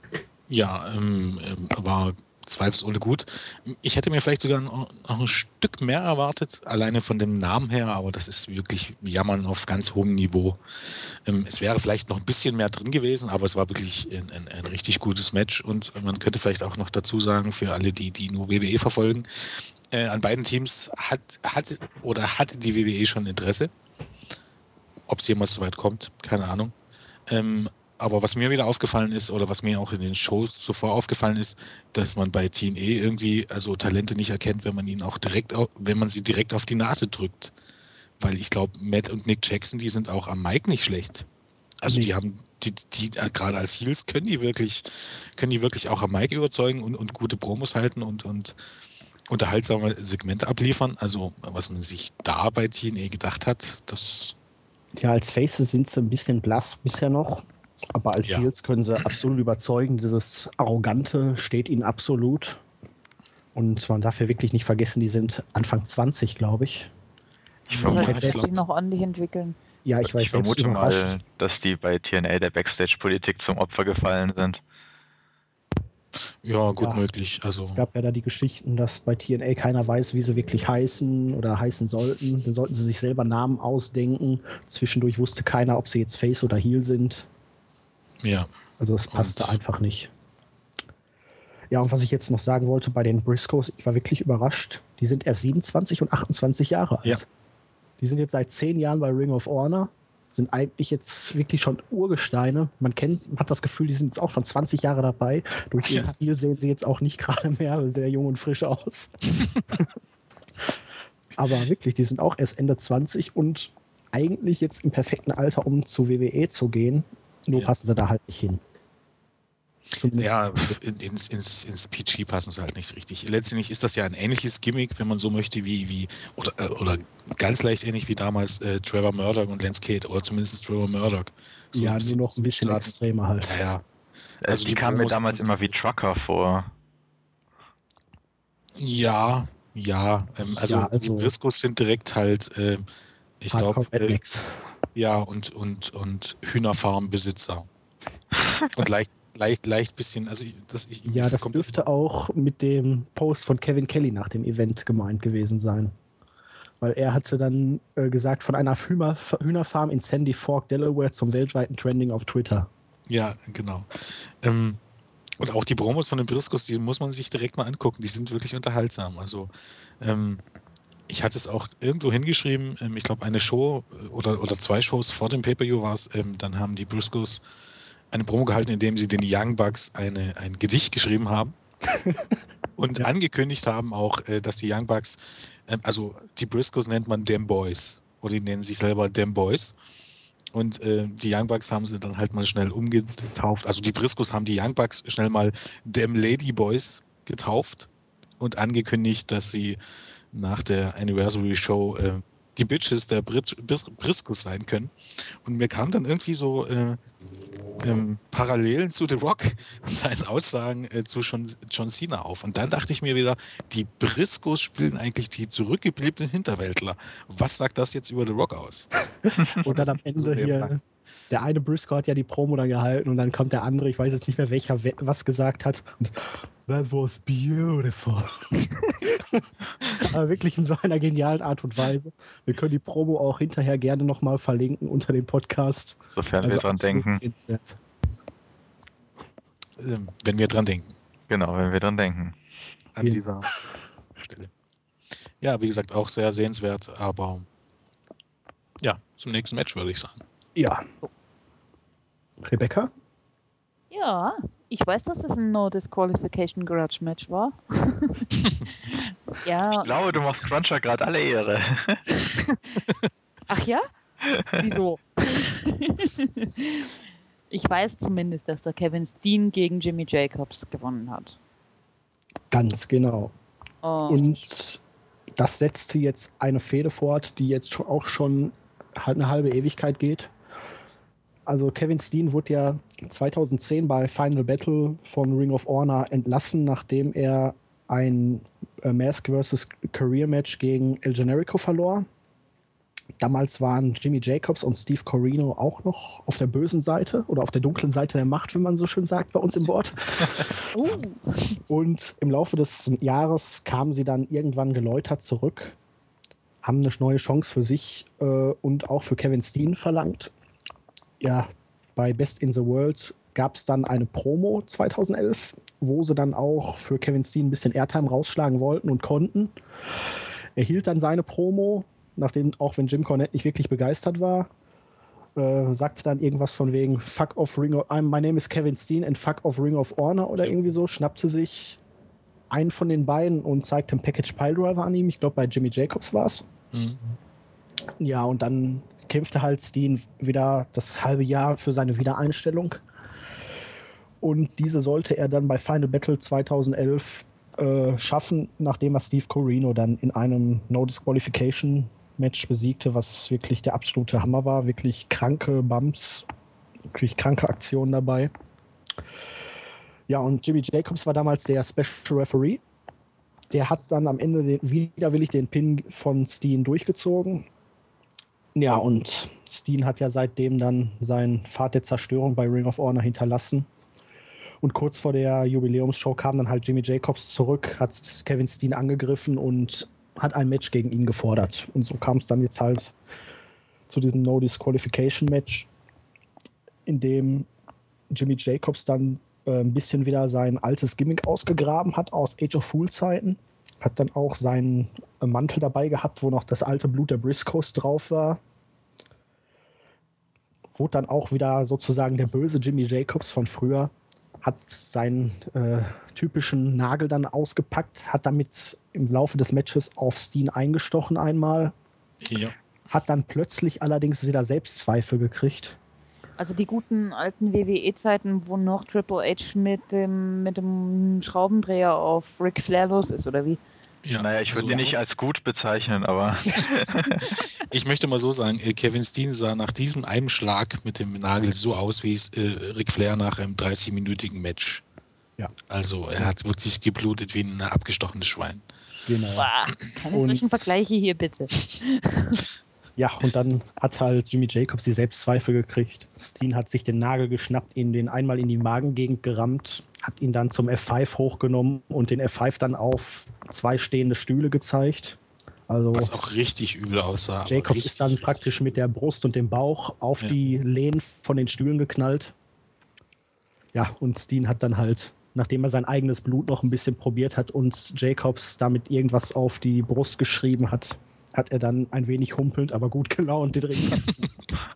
Ja, ähm, ähm, war zweifelsohne gut. Ich hätte mir vielleicht sogar noch ein Stück mehr erwartet, alleine von dem Namen her, aber das ist wirklich Jammern auf ganz hohem Niveau. Ähm, es wäre vielleicht noch ein bisschen mehr drin gewesen, aber es war wirklich ein, ein, ein richtig gutes Match und man könnte vielleicht auch noch dazu sagen, für alle, die, die nur W W E verfolgen, äh, an beiden Teams hat, hat oder hatte die W W E schon Interesse. Ob es jemals so weit kommt, keine Ahnung. Ähm, aber was mir wieder aufgefallen ist, oder was mir auch in den Shows zuvor aufgefallen ist, dass man bei T N A irgendwie also Talente nicht erkennt, wenn man ihnen auch direkt, wenn man sie direkt auf die Nase drückt. Weil ich glaube, Matt und Nick Jackson, die sind auch am Mic nicht schlecht. Also Nee. die haben, die, die äh, gerade als Heels können die wirklich, können die wirklich auch am Mic überzeugen und, und gute Promos halten und, und unterhaltsame Segmente abliefern. Also was man sich da bei T N A gedacht hat, das Ja, als Faces sind sie ein bisschen blass bisher noch. Aber als Ja. Heels können sie absolut überzeugen. Dieses Arrogante steht ihnen absolut. Und man darf ja wirklich nicht vergessen, die sind Anfang zwanzig, glaube ich. Ich Das heißt, vermute, die werden sich noch ordentlich entwickeln. Ja, ich war ich selbst vermute überrascht. mal, dass die bei T N A der Backstage-Politik zum Opfer gefallen sind. Ja, gut Ja. möglich. Also Es gab ja da die Geschichten, dass bei T N A keiner weiß, wie sie wirklich heißen oder heißen sollten. Dann sollten sie sich selber Namen ausdenken. Zwischendurch wusste keiner, ob sie jetzt Face oder Heel sind. ja. Also es passte Und- einfach nicht. Ja, und was ich jetzt noch sagen wollte bei den Briscoes, ich war wirklich überrascht. Die sind erst siebenundzwanzig und achtundzwanzig Jahre alt. Ja. Die sind jetzt seit zehn Jahren bei Ring of Honor, sind eigentlich jetzt wirklich schon Urgesteine. Man kennt, man hat das Gefühl, die sind jetzt auch schon zwanzig Jahre dabei. Durch ihren Ja. Stil sehen sie jetzt auch nicht gerade mehr sehr jung und frisch aus. Aber wirklich, die sind auch erst Ende zwanzig und eigentlich jetzt im perfekten Alter, um zu W W E zu gehen. Nur Ja. passen sie da halt nicht hin. Zumindest Ja, in, ins, ins, ins P G passen sie halt nicht richtig. Letztendlich ist das ja ein ähnliches Gimmick, wenn man so möchte, wie, wie oder, äh, oder ganz leicht ähnlich wie damals äh, Trevor Murdoch und Lance Cade oder zumindest Trevor Murdoch. So ja, ein nur bisschen noch ein bisschen Zwischenladen. extremer halt. Ja, ja. Also Also die, die kamen mir Promos damals haben immer wie sie- Trucker vor. Ja, ja. Ähm, also, Ja, also- die Briscoes sind direkt halt, äh, ich glaube, Hardcore äh, Rednecks. ja, und, und, und Hühnerfarmbesitzer. Und leicht, leicht, leicht bisschen, also ich- das, ich, Ja, mir das kommt dürfte auch mit dem Post von Kevin Kelly nach dem Event gemeint gewesen sein. Weil er hatte dann äh, gesagt, von einer Hühner, Hühnerfarm in Sandy Fork, Delaware zum weltweiten Trending auf Twitter. Ja, genau. Ähm, und auch die Promos von den Briscoes, die muss man sich direkt mal angucken. Die sind wirklich unterhaltsam. Also ähm, ich hatte es auch irgendwo hingeschrieben, ähm, ich glaube eine Show äh, oder, oder zwei Shows vor dem Pay-Per-View war es, ähm, dann haben die Briscoes eine Promo gehalten, in dem sie den Young Bucks eine, ein Gedicht geschrieben haben und Ja. angekündigt haben auch, äh, dass die Young Bucks, äh, also die Briscoes nennt man Dem Boys oder die nennen sich selber Dem Boys. Und äh, die Young Bucks haben sie dann halt mal schnell umgetauft. Also die Briscoes haben die Young Bucks schnell mal Dem Lady Boys getauft und angekündigt, dass sie nach der Anniversary Show äh, die Bitches der Brit Bris Briscoes sein können. Und mir kam dann irgendwie so äh, ähm, Parallelen zu The Rock und seinen Aussagen äh, zu John, John Cena auf. Und dann dachte ich mir wieder, die Briscoes spielen eigentlich die zurückgebliebenen Hinterwäldler. Was sagt das jetzt über The Rock aus? Und dann am Ende hier, der eine Briscoe hat ja die Promo dann gehalten und dann kommt der andere, ich weiß jetzt nicht mehr welcher we- was gesagt hat. Und That was beautiful. Aber wirklich in so einer genialen Art und Weise. Wir können die Promo auch hinterher gerne nochmal verlinken unter dem Podcast. Sofern Also wir dran absolut denken. sehenswert. Ähm, wenn wir dran denken. Genau, wenn wir dran denken. An Ja. dieser Stelle. Ja, wie gesagt, auch sehr sehenswert, aber ja, zum nächsten Match würde ich sagen. Ja. Rebecca? Ja, ich weiß, dass das ein No Disqualification Grudge Match war. Ja. Ich glaube, du machst Cruncher gerade alle Ehre. Ach ja? Wieso? Ich weiß zumindest, dass der Kevin Steen gegen Jimmy Jacobs gewonnen hat. Ganz genau. Oh. Und das setzte jetzt eine Fehde fort, die jetzt schon auch schon halt eine halbe Ewigkeit geht. Also Kevin Steen wurde ja zweitausendzehn bei Final Battle von Ring of Honor entlassen, nachdem er ein äh, Mask versus. Career Match gegen El Generico verlor. Damals waren Jimmy Jacobs und Steve Corino auch noch auf der bösen Seite oder auf der dunklen Seite der Macht, wie man so schön sagt bei uns im Wort. Uh. Und im Laufe des Jahres kamen sie dann irgendwann geläutert zurück, haben eine neue Chance für sich äh, und auch für Kevin Steen verlangt. Ja, bei Best in the World gab es dann eine Promo zweitausendelf, wo sie dann auch für Kevin Steen ein bisschen Airtime rausschlagen wollten und konnten. Er hielt dann seine Promo, nachdem, auch wenn Jim Cornette nicht wirklich begeistert war, äh, sagte dann irgendwas von wegen Fuck off Ring of, I'm, my name is Kevin Steen and fuck off Ring of Honor oder irgendwie so, schnappte sich einen von den beiden und zeigte einen Package Piledriver an ihm. Ich glaube, bei Jimmy Jacobs war es. Mhm. Ja, und dann kämpfte halt Steen wieder das halbe Jahr für seine Wiedereinstellung. Und diese sollte er dann bei Final Battle zweitausendelf äh, schaffen, nachdem er Steve Corino dann in einem No Disqualification Match besiegte, was wirklich der absolute Hammer war. Wirklich kranke Bumps, wirklich kranke Aktionen dabei. Ja, und Jimmy Jacobs war damals der Special Referee. Der hat dann am Ende den, widerwillig den Pin von Steen durchgezogen. Ja, und Steen hat ja seitdem dann seinen Pfad der Zerstörung bei Ring of Honor hinterlassen. Und kurz vor der Jubiläumsshow kam dann halt Jimmy Jacobs zurück, hat Kevin Steen angegriffen und hat ein Match gegen ihn gefordert. Und so kam es dann jetzt halt zu diesem No Disqualification Match, in dem Jimmy Jacobs dann äh, ein bisschen wieder sein altes Gimmick ausgegraben hat aus Age of Fool Zeiten. Hat dann auch seinen äh, Mantel dabei gehabt, wo noch das alte Blut der Briscoes drauf war. Wurde dann auch wieder sozusagen der böse Jimmy Jacobs von früher. Hat seinen äh, typischen Nagel dann ausgepackt, hat damit im Laufe des Matches auf Steen eingestochen einmal. Ja. Hat dann plötzlich allerdings wieder Selbstzweifel gekriegt. Also die guten alten W W E-Zeiten, wo noch Triple H mit dem, mit dem Schraubendreher auf Ric Flair los ist, oder wie? Ja, Naja, ich würde also, ihn nicht als gut bezeichnen, aber ich möchte mal so sagen, äh, Kevin Steen sah nach diesem einen Schlag mit dem Nagel so aus wie es äh, Ric Flair nach einem dreißig-minütigen Match. Ja. Also er hat wirklich geblutet wie ein abgestochenes Schwein. Genau. Boah, keine Und- solchen Vergleiche hier, bitte. Ja, und dann hat halt Jimmy Jacobs die Selbstzweifel gekriegt. Steen hat sich den Nagel geschnappt, ihn den einmal in die Magengegend gerammt, hat ihn dann zum F fünf hochgenommen und den F fünf dann auf zwei stehende Stühle gezeigt. Also Was auch richtig übel aussah. aber Jacobs richtig, ist dann richtig praktisch mit der Brust und dem Bauch auf Ja. die Lehnen von den Stühlen geknallt. Ja, und Steen hat dann halt, nachdem er sein eigenes Blut noch ein bisschen probiert hat und Jacobs damit irgendwas auf die Brust geschrieben hat, hat er dann ein wenig humpelnd, aber gut gelaunt den Ring verlassen.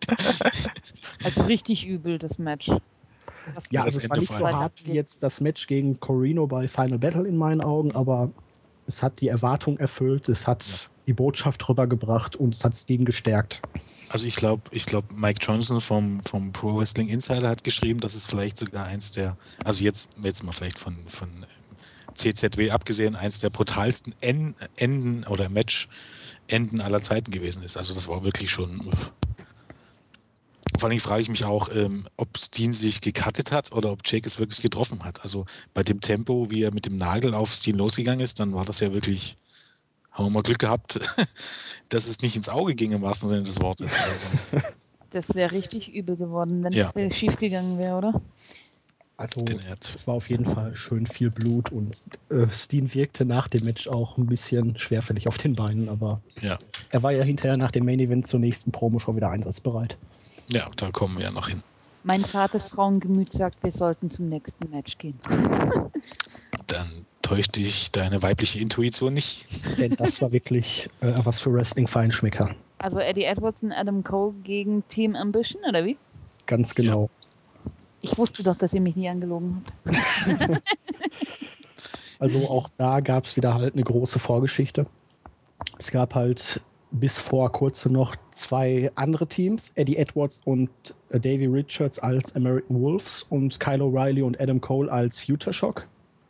Also richtig übel, das Match. Was Ja, das also es war Ende nicht vor so allem. hart wie jetzt das Match gegen Corino bei Final Battle in meinen Augen, aber es hat die Erwartung erfüllt, es hat Ja. die Botschaft rübergebracht und es hat Steen gestärkt. Also ich glaube, ich glaube, Mike Johnson vom, vom Pro Wrestling Insider hat geschrieben, dass es vielleicht sogar eins der, also jetzt, jetzt mal vielleicht von, von C Z W abgesehen, eins der brutalsten En- Enden oder Match-Enden aller Zeiten gewesen ist. Also das war wirklich schon. Vor allem frage ich mich auch, ähm, ob Steen sich gecuttet hat oder ob Jake es wirklich getroffen hat. Also bei dem Tempo, wie er mit dem Nagel auf Steen losgegangen ist, dann war das ja wirklich, haben wir mal Glück gehabt, dass es nicht ins Auge ging im wahrsten Sinne des Wortes. Also, Das wäre richtig übel geworden, wenn Ja. es schief gegangen wäre, oder? Also den Erd. es war auf jeden Fall schön viel Blut und äh, Steen wirkte nach dem Match auch ein bisschen schwerfällig auf den Beinen, aber Ja. er war ja hinterher nach dem Main Event zur nächsten Promo schon wieder einsatzbereit. Ja, da kommen wir ja noch hin. Mein zartes Frauengemüt sagt, wir sollten zum nächsten Match gehen. Dann täuscht dich deine weibliche Intuition nicht. Denn das war wirklich äh, was für Wrestling-Feinschmecker. Also Eddie Edwards und Adam Cole gegen Team Ambition, oder wie? Ganz genau. Ich wusste doch, dass ihr mich nie angelogen habt. Also auch da gab es wieder halt eine große Vorgeschichte. Es gab halt bis vor kurzem noch zwei andere Teams, Eddie Edwards und äh, Davey Richards als American Wolves und Kyle O'Reilly und Adam Cole als Future Shock.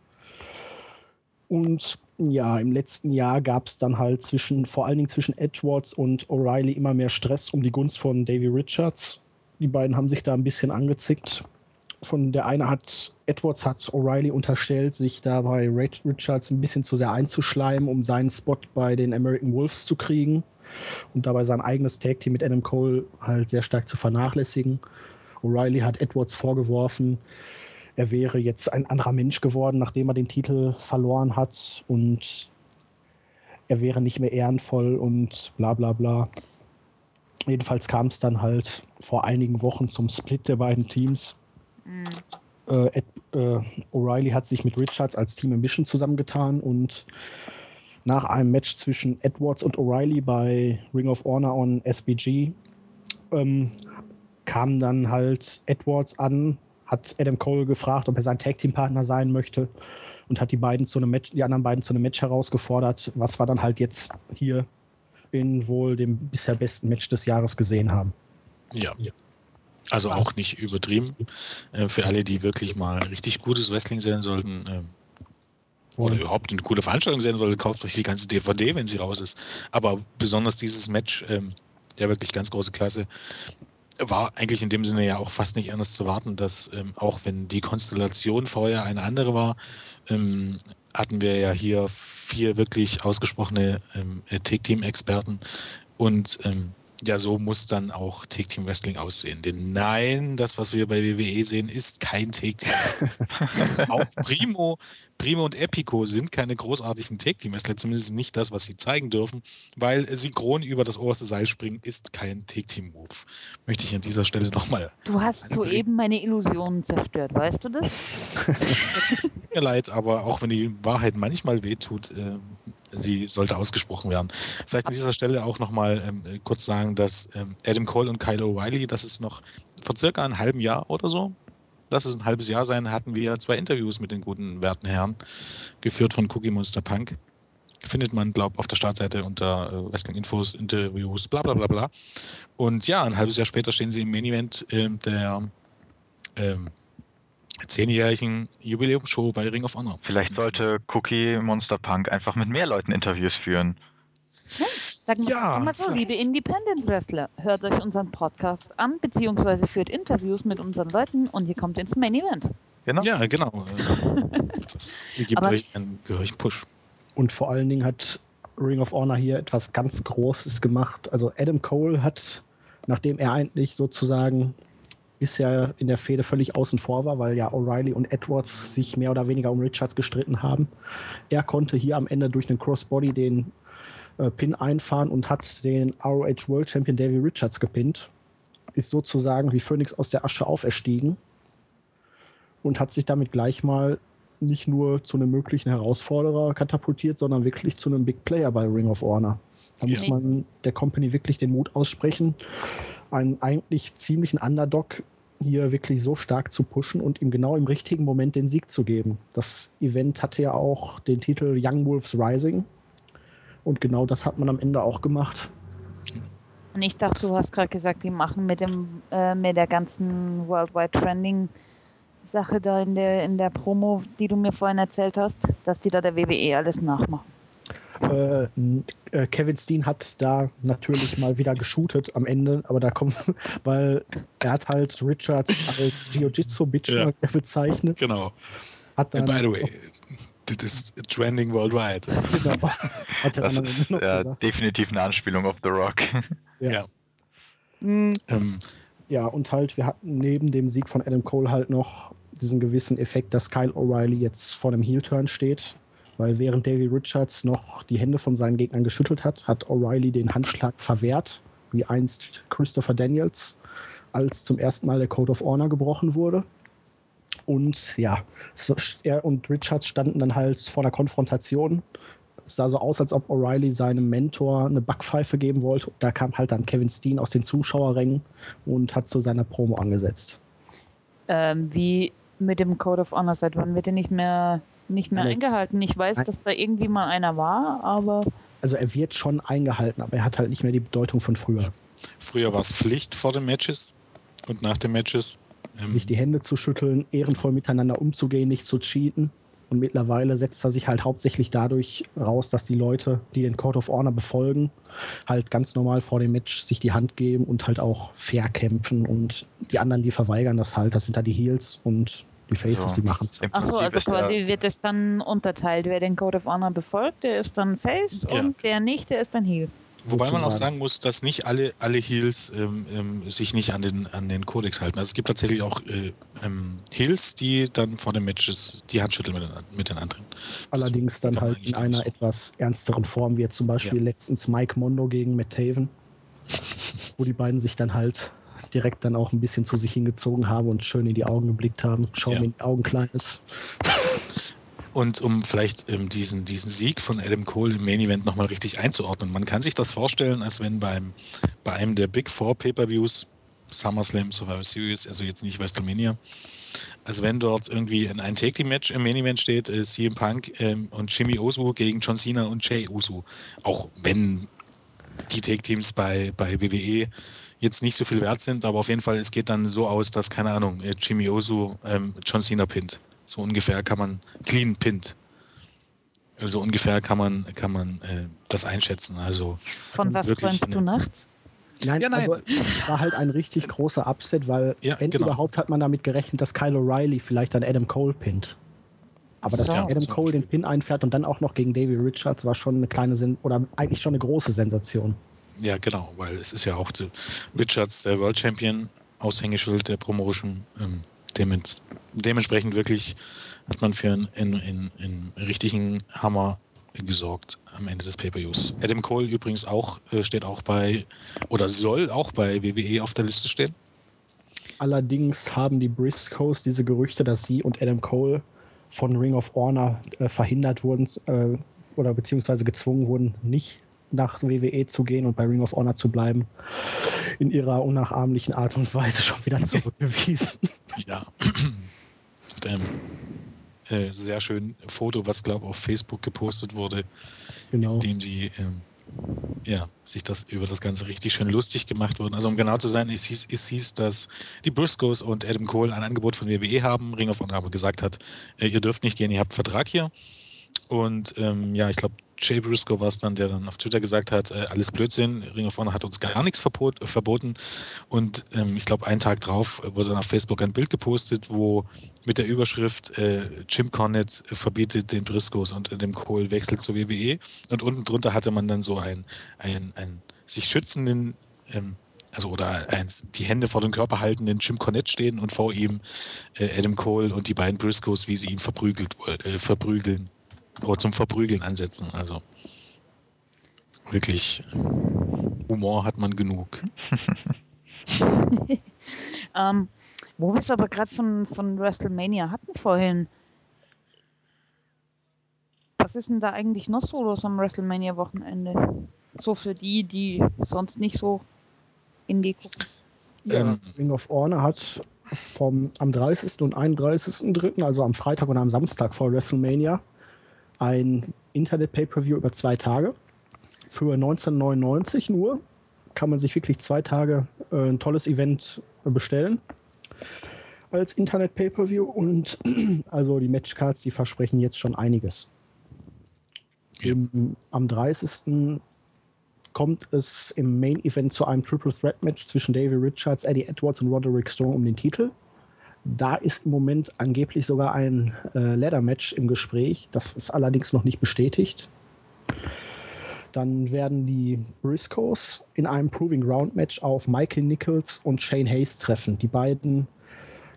Und ja, im letzten Jahr gab es dann halt zwischen, vor allen Dingen zwischen Edwards und O'Reilly immer mehr Stress um die Gunst von Davey Richards. Die beiden haben sich da ein bisschen angezickt. Von der eine hat, Edwards hat O'Reilly unterstellt, sich da bei Richards ein bisschen zu sehr einzuschleimen, um seinen Spot bei den American Wolves zu kriegen und dabei sein eigenes Tag-Team mit Adam Cole halt sehr stark zu vernachlässigen. O'Reilly hat Edwards vorgeworfen, er wäre jetzt ein anderer Mensch geworden, nachdem er den Titel verloren hat und er wäre nicht mehr ehrenvoll und bla bla bla. Jedenfalls kam es dann halt vor einigen Wochen zum Split der beiden Teams. Mhm. Äh, Ed, äh, O'Reilly hat sich mit Richards als Team Ambition zusammengetan und nach einem Match zwischen Edwards und O'Reilly bei Ring of Honor on S B G ähm, kam dann halt Edwards an, hat Adam Cole gefragt, ob er sein Tag-Team-Partner sein möchte und hat die beiden zu einem Match, die anderen beiden zu einem Match herausgefordert, was wir dann halt jetzt hier in wohl dem bisher besten Match des Jahres gesehen haben. Ja. Also auch nicht übertrieben. Äh, für alle, die wirklich mal richtig gutes Wrestling sehen sollten, äh, oder überhaupt eine coole Veranstaltung sehen sollten, kauft euch die ganze D V D, wenn sie raus ist. Aber besonders dieses Match, ähm, ja wirklich ganz große Klasse, war eigentlich in dem Sinne ja auch fast nicht anders zu warten, dass ähm, auch wenn die Konstellation vorher eine andere war, ähm, hatten wir ja hier vier wirklich ausgesprochene ähm, Tag-Team-Experten und ähm, ja, so muss dann auch Tag-Team-Wrestling aussehen. Denn nein, das, was wir bei W W E sehen, ist kein Tag-Team-Wrestling. Auch Primo, Primo und Epico sind keine großartigen Tag-Team-Wrestler, zumindest nicht das, was sie zeigen dürfen, weil synchron über das oberste Seil springen ist kein Tag-Team-Move. Möchte ich an dieser Stelle nochmal. Du hast soeben meine Illusionen zerstört, weißt du das? Es tut mir leid, aber auch wenn die Wahrheit manchmal wehtut, äh, sie sollte ausgesprochen werden. Vielleicht an dieser Stelle auch nochmal ähm, kurz sagen, dass ähm, Adam Cole und Kyle O'Reilly, das ist noch vor circa einem halben Jahr oder so, lass es ein halbes Jahr sein, hatten wir zwei Interviews mit den guten werten Herren, geführt von Cookie Monster Punk. Findet man, glaube ich, auf der Startseite unter äh, Wrestling Infos, Interviews, bla bla bla bla. Und ja, ein halbes Jahr später stehen sie im Main Event äh, der ähm, zehnjährigen Jubiläumsshow bei Ring of Honor. Vielleicht sollte Cookie Monster Punk einfach mit mehr Leuten Interviews führen. Hm? Sag mal, Ja, sag mal so, vielleicht. liebe Independent-Wrestler, hört euch unseren Podcast an, beziehungsweise führt Interviews mit unseren Leuten und ihr kommt ins Main Event. Genau. Ja, genau. Das gibt Aber euch einen gehörigen Push. Und vor allen Dingen hat Ring of Honor hier etwas ganz Großes gemacht. Also Adam Cole hat, nachdem er eigentlich sozusagen bisher in der Fehde völlig außen vor war, weil ja O'Reilly und Edwards sich mehr oder weniger um Richards gestritten haben, er konnte hier am Ende durch einen Crossbody den äh, Pin einfahren und hat den R O H World Champion Davey Richards gepinnt. Ist sozusagen wie Phönix aus der Asche auferstiegen und hat sich damit gleich mal nicht nur zu einem möglichen Herausforderer katapultiert, sondern wirklich zu einem Big Player bei Ring of Honor. Da muss Ja. man der Company wirklich den Mut aussprechen, einen eigentlich ziemlichen Underdog hier wirklich so stark zu pushen und ihm genau im richtigen Moment den Sieg zu geben. Das Event hatte ja auch den Titel Young Wolves Rising und genau das hat man am Ende auch gemacht. Und ich dachte, du hast gerade gesagt, die machen mit dem äh, mit der ganzen Worldwide Trending Sache da in der in der Promo, die du mir vorhin erzählt hast, dass die da der W W E alles nachmachen. Äh, äh, Kevin Steen hat da natürlich mal wieder geshootet am Ende, aber da kommt, weil er hat halt Richards als Jiu-Jitsu-Bitch Ja. bezeichnet. Genau. Hat dann, And by the way, das ist trending worldwide. Genau. Hat er Das dann am Ende ist noch äh, gesagt. definitiv eine Anspielung auf The Rock. Ja. Ja. Mhm. Ähm, Ja, und halt, wir hatten neben dem Sieg von Adam Cole halt noch diesen gewissen Effekt, dass Kyle O'Reilly jetzt vor einem Heel-Turn steht. Weil während Davey Richards noch die Hände von seinen Gegnern geschüttelt hat, hat O'Reilly den Handschlag verwehrt, wie einst Christopher Daniels, als zum ersten Mal der Code of Honor gebrochen wurde. Und ja, er und Richards standen dann halt vor einer Konfrontation. Es sah so aus, als ob O'Reilly seinem Mentor eine Backpfeife geben wollte. Da kam halt dann Kevin Steen aus den Zuschauerrängen und hat zu seiner Promo angesetzt. Ähm, wie mit dem Code of Honor, seit wann wird er nicht mehr, nicht mehr Nein. eingehalten? Ich weiß, Nein. dass da irgendwie mal einer war, aber... Also er wird schon eingehalten, aber er hat halt nicht mehr die Bedeutung von früher. Früher war es Pflicht vor den Matches und nach den Matches. Ähm, Sich die Hände zu schütteln, ehrenvoll miteinander umzugehen, nicht zu cheaten. Und mittlerweile setzt er sich halt hauptsächlich dadurch raus, dass die Leute, die den Code of Honor befolgen, halt ganz normal vor dem Match sich die Hand geben und halt auch fair kämpfen. Und die anderen, die verweigern das halt, das sind da die Heels und die Faces, Also, die machen es. im Ach so, Prinzip also ist der- quasi wird es dann unterteilt. Wer den Code of Honor befolgt, der ist dann Face Ja. und der nicht, der ist dann Heel. Wobei man auch sozusagen. sagen muss, dass nicht alle, alle Heels ähm, ähm, sich nicht an den, an den Kodex halten. Also es gibt tatsächlich auch äh, ähm, Heels, die dann vor den Matches die Hand schütteln mit den, mit den anderen. Das Allerdings dann kann man halt eigentlich in gar nicht einer so. etwas ernsteren Form, wie jetzt zum Beispiel Ja. letztens Mike Mondo gegen Matt Taven, wo die beiden sich dann halt direkt dann auch ein bisschen zu sich hingezogen haben und schön in die Augen geblickt haben. Schau Ja. mir in die Augen, Kleines. Und um vielleicht ähm, diesen, diesen Sieg von Adam Cole im Main Event nochmal richtig einzuordnen. Man kann sich das vorstellen, als wenn beim, bei einem der Big Four Pay-Per-Views, SummerSlam, Survivor Series, also jetzt nicht WrestleMania, als wenn dort irgendwie ein, ein Take-Team-Match im Main Event steht, äh, C M Punk ähm, und Jimmy Uso gegen John Cena und Jey Uso. Auch wenn die Take-Teams bei, bei W W E jetzt nicht so viel wert sind, aber auf jeden Fall, es geht dann so aus, dass, keine Ahnung, äh, Jimmy Uso ähm, John Cena pinnt. So ungefähr kann man clean pinnt. So ungefähr kann man, kann man äh, das einschätzen. Also Von was wirklich träumst du eine- nachts? Nein, Ja, nein. also es war halt ein richtig großer Upset, weil Ja, wenn genau. überhaupt hat man damit gerechnet, dass Kyle O'Reilly vielleicht dann Adam Cole pinnt. Aber dass So. Adam zum Cole den Beispiel. Pin einfährt und dann auch noch gegen Davey Richards war schon eine kleine Sen oder eigentlich schon eine große Sensation. Ja, genau, weil es ist ja auch der Richards, der World Champion, Aushängeschild der Promotion. Ähm, dements dementsprechend wirklich hat man für einen, einen, einen, einen richtigen Hammer gesorgt am Ende des Pay-Per-Views. Adam Cole übrigens auch, äh, steht auch bei, oder soll auch bei W W E auf der Liste stehen. Allerdings haben die Briscoes diese Gerüchte, dass sie und Adam Cole von Ring of Honor äh, verhindert wurden äh, oder beziehungsweise gezwungen wurden, nicht nach W W E zu gehen und bei Ring of Honor zu bleiben, in ihrer unnachahmlichen Art und Weise schon wieder zurückgewiesen. Ja. Und, ähm, äh, sehr schön Foto, was glaube ich auf Facebook gepostet wurde, Genau. in dem sie ähm, ja, sich das über das Ganze richtig schön lustig gemacht wurden. Also um genau zu sein, es hieß, es hieß, dass die Briscoes und Adam Cole ein Angebot von W W E haben. Ring of Honor aber gesagt hat, äh, ihr dürft nicht gehen, ihr habt Vertrag hier. Und ähm, ja, ich glaube, Jay Briscoe war es dann, der dann auf Twitter gesagt hat, äh, alles Blödsinn, Ring of Honor hat uns gar nichts verbot, äh, verboten. Und ähm, ich glaube, einen Tag drauf wurde dann auf Facebook ein Bild gepostet, wo mit der Überschrift äh, Jim Cornette verbietet den Briscoes und äh, dem Cole Wechsel zur W W E. Und unten drunter hatte man dann so ein, ein, ein sich schützenden, ähm, also oder eins, die Hände vor dem Körper haltenden Jim Cornette stehen und vor ihm äh, Adam Cole und die beiden Briscoes, wie sie ihn verprügelt, äh, verprügeln. Oder zum Verprügeln ansetzen. Also wirklich Humor hat man genug. Ähm, wo wir es aber gerade von, von WrestleMania hatten vorhin. Was ist denn da eigentlich noch so los am WrestleMania-Wochenende? So für die, die sonst nicht so Indie gucken. Ja, Ähm, Ring of Honor hat vom, am dreißigsten und einunddreißigsten dritten, also am Freitag und am Samstag vor WrestleMania, ein Internet-Pay-Per-View über zwei Tage. Für neunzehnhundertneunundneunzig nur kann man sich wirklich zwei Tage äh, ein tolles Event äh, bestellen als Internet-Pay-Per-View. Und also die Matchcards, die versprechen jetzt schon einiges. Ja. Im, am dreißigsten kommt es im Main-Event zu einem Triple-Threat-Match zwischen Davey Richards, Eddie Edwards und Roderick Strong um den Titel. Da ist im Moment angeblich sogar ein äh, Ladder-Match im Gespräch. Das ist allerdings noch nicht bestätigt. Dann werden die Briscoes in einem Proving Ground Match auf Michael Nichols und Shane Hayes treffen. Die beiden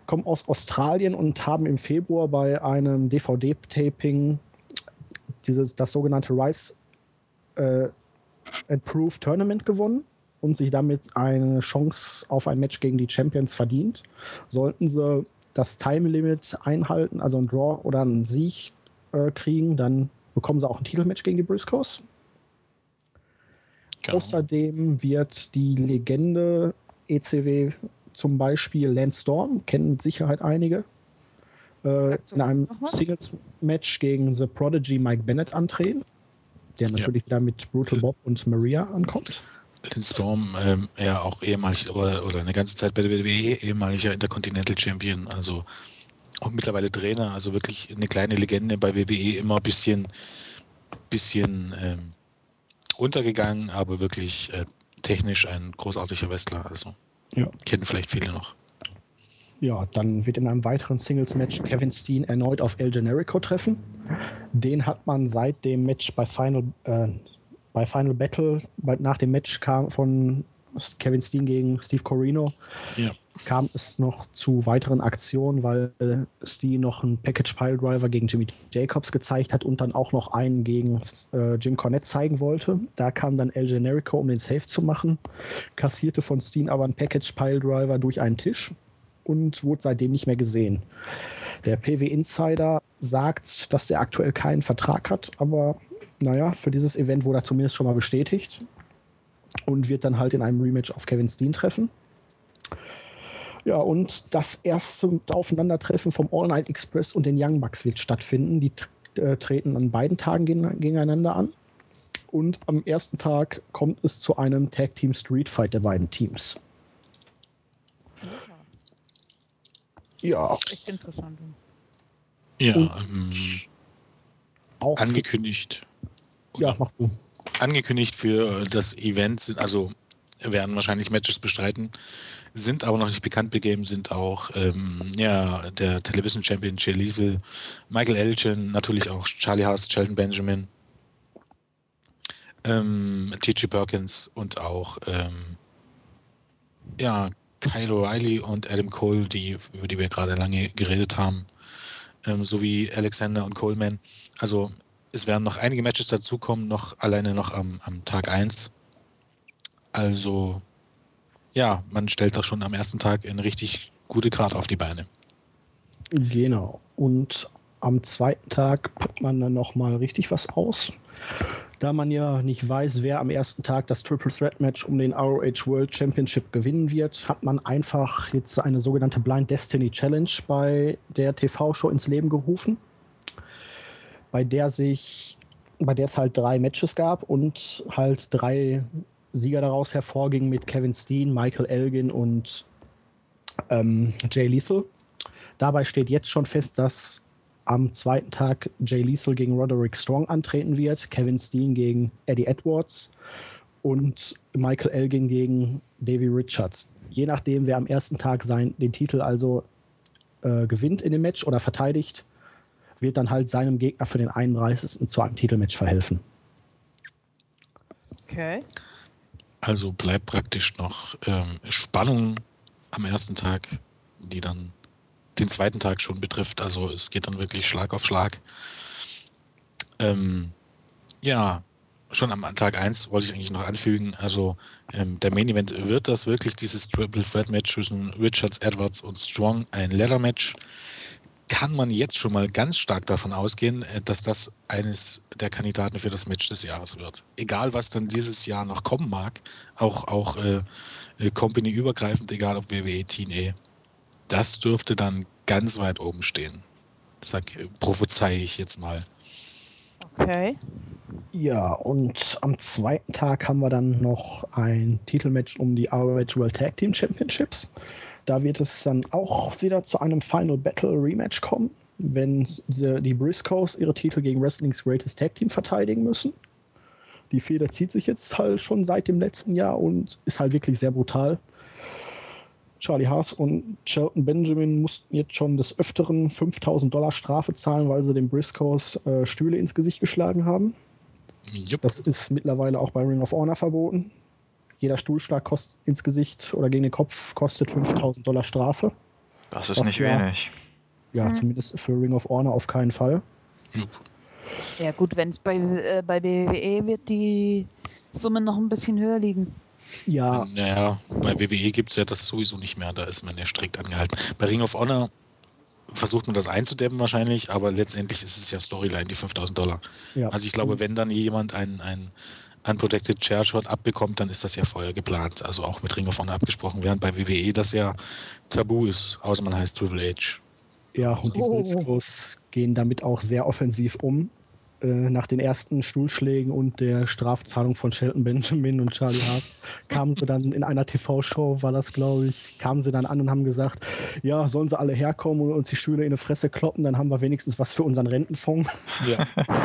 kommen aus Australien und haben im Februar bei einem D V D-Taping dieses, das sogenannte Rise äh, Approved Tournament gewonnen und sich damit eine Chance auf ein Match gegen die Champions verdient. Sollten sie das Time-Limit einhalten, also ein Draw oder einen Sieg äh, kriegen, dann bekommen sie auch ein Titelmatch gegen die Briscoes. Genau. Außerdem wird die Legende E C W zum Beispiel Lance Storm, kennen mit Sicherheit einige, äh, in einem Singles-Match gegen The Prodigy Mike Bennett antreten, der natürlich ja. da mit Brutal Bob und Maria ankommt. Lance Storm, ähm, ja auch ehemalig oder, oder eine ganze Zeit bei der W W E, ehemaliger Intercontinental Champion, also auch mittlerweile Trainer, also wirklich eine kleine Legende bei W W E, immer ein bisschen, bisschen ähm, untergegangen, aber wirklich äh, technisch ein großartiger Wrestler, also ja. Kennen vielleicht viele noch. Ja, dann wird in einem weiteren Singles-Match Kevin Steen erneut auf El Generico treffen. Den hat man seit dem Match bei Final, äh, bei Final Battle, nach dem Match kam von Kevin Steen gegen Steve Corino, ja. kam es noch zu weiteren Aktionen, weil Steen noch einen Package Piledriver gegen Jimmy Jacobs gezeigt hat und dann auch noch einen gegen äh, Jim Cornette zeigen wollte. Da kam dann El Generico, um den Save zu machen, kassierte von Steen aber einen Package Piledriver durch einen Tisch und wurde seitdem nicht mehr gesehen. Der P W Insider sagt, dass der aktuell keinen Vertrag hat, aber naja, für dieses Event wurde er zumindest schon mal bestätigt und wird dann halt in einem Rematch auf Kevin Steen treffen. Ja, und das erste Aufeinandertreffen vom All Night Express und den Young Bucks wird stattfinden. Die äh, treten an beiden Tagen gegen, gegeneinander an. Und am ersten Tag kommt es zu einem Tag Team Street Fight der beiden Teams. Ja. Das ist echt interessant. Ja, ähm, auch angekündigt. Ja, mach du. Angekündigt für das Event sind, also werden wahrscheinlich Matches bestreiten, sind aber noch nicht bekannt begeben, sind auch ähm, ja, der Television Champion Jay Lethal, Michael Elgin, natürlich auch Charlie Haas, Shelton Benjamin, ähm, T J Perkins und auch ähm, ja, Kyle O'Reilly und Adam Cole, die, über die wir gerade lange geredet haben, ähm, sowie Alexander und Coleman. Also es werden noch einige Matches dazukommen, noch alleine noch am, am Tag eins. Also ja, man stellt da schon am ersten Tag eine richtig gute Karte auf die Beine. Genau. Und am zweiten Tag packt man dann nochmal richtig was aus. Da man ja nicht weiß, wer am ersten Tag das Triple Threat Match um den R O H World Championship gewinnen wird, hat man einfach jetzt eine sogenannte Blind Destiny Challenge bei der T V-Show ins Leben gerufen, bei der sich, bei der es halt drei Matches gab und halt drei Sieger daraus hervorgingen mit Kevin Steen, Michael Elgin und ähm, Jay Lethal. Dabei steht jetzt schon fest, dass am zweiten Tag Jay Lethal gegen Roderick Strong antreten wird, Kevin Steen gegen Eddie Edwards und Michael Elgin gegen Davey Richards. Je nachdem, wer am ersten Tag sein, den Titel also äh, gewinnt in dem Match oder verteidigt, wird dann halt seinem Gegner für den einunddreißigsten zu einem Titelmatch verhelfen. Okay. Also bleibt praktisch noch ähm, Spannung am ersten Tag, die dann den zweiten Tag schon betrifft. Also es geht dann wirklich Schlag auf Schlag. Ähm, ja, schon am Tag eins wollte ich eigentlich noch anfügen, also ähm, der Main Event wird das wirklich, dieses Triple Threat Match zwischen Richards, Edwards und Strong, ein Ladder Match. Kann man jetzt schon mal ganz stark davon ausgehen, dass das eines der Kandidaten für das Match des Jahres wird. Egal, was dann dieses Jahr noch kommen mag, auch, auch äh, Company-übergreifend, egal ob W W E, T N A, das dürfte dann ganz weit oben stehen. Sag, prophezei ich jetzt mal. Okay. Ja, und am zweiten Tag haben wir dann noch ein Titelmatch um die R O H World Tag Team Championships. Da wird es dann auch wieder zu einem Final Battle Rematch kommen, wenn die Briscoes ihre Titel gegen Wrestling's Greatest Tag Team verteidigen müssen. Die Feder zieht sich jetzt halt schon seit dem letzten Jahr und ist halt wirklich sehr brutal. Charlie Haas und Shelton Benjamin mussten jetzt schon des Öfteren fünftausend Dollar Strafe zahlen, weil sie den Briscoes äh, Stühle ins Gesicht geschlagen haben. Jupp. Das ist mittlerweile auch bei Ring of Honor verboten. Jeder Stuhlschlag kostet ins Gesicht oder gegen den Kopf kostet fünftausend Dollar Strafe. Das ist Was nicht ja- wenig. Ja, Hm. zumindest für Ring of Honor auf keinen Fall. Ja gut, wenn es bei, äh, bei W W E wird die Summe noch ein bisschen höher liegen. Ja, Naja, bei W W E gibt es ja das sowieso nicht mehr, da ist man ja strikt angehalten. Bei Ring of Honor versucht man das einzudämmen wahrscheinlich, aber letztendlich ist es ja Storyline, die fünftausend Dollar. ja. Also ich glaube, wenn dann jemand einen, einen Unprotected Chair Shot abbekommt, dann ist das ja vorher geplant, also auch mit Ring of Honor abgesprochen, während bei W W E das ja tabu ist, außer man heißt Triple H. Ja, Also, und die Oh. Briscoes gehen damit auch sehr offensiv um. Äh, nach den ersten Stuhlschlägen und der Strafzahlung von Shelton Benjamin und Charlie Hart kamen sie dann in einer T V-Show, war das, glaube ich, kamen sie dann an und haben gesagt, ja, sollen sie alle herkommen und uns die Stühle in die Fresse kloppen, dann haben wir wenigstens was für unseren Rentenfonds. ja.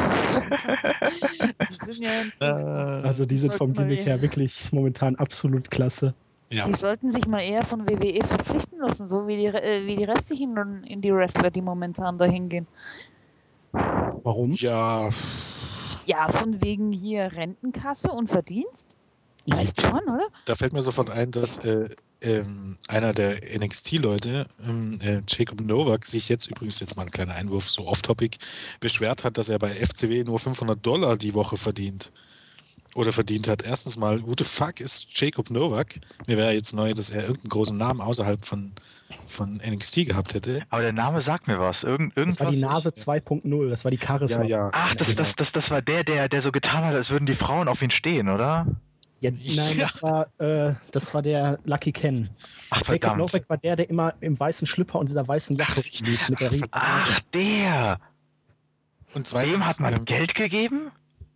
Die sind ja ein Äh, Also die Die sind vom sollten mal Gimmick her wirklich momentan absolut klasse. ja. Die sollten sich mal eher von W W E verpflichten lassen, so wie die, äh, wie die restlichen Indie-Wrestler, die momentan dahin gehen. Warum? Ja, Ja, von wegen hier Rentenkasse und Verdienst? Weißt Ja. schon, oder? da fällt mir sofort ein, dass äh, ähm, einer der N X T-Leute, ähm, äh, Jacob Novak, sich jetzt übrigens jetzt mal ein kleiner Einwurf, so off-topic, beschwert hat, dass er bei F C W nur fünfhundert Dollar die Woche verdient. Oder verdient hat. Erstens mal, who the fuck ist Jacob Novak? Mir wäre jetzt neu, dass er irgendeinen großen Namen außerhalb von, von N X T gehabt hätte. Aber der Name sagt mir was. Irgend, Das war die irgendwas. Nase zwei Punkt null, das war die Charisma. Ja, ja. Ach, das, Genau. das, das, das war der, der, der so getan hat, als würden die Frauen auf ihn stehen, oder? Ja, nein, Ja. das war, äh, das war der Lucky Ken. Ach, Jacob verdammt. Novak war der, der immer im weißen Schlüpper und dieser weißen Jacke Ach, richtig. lief mit der Ach, riesigen verdammt. Nase. Ach, der. Und Dem hat zweitens, man ähm, Geld gegeben?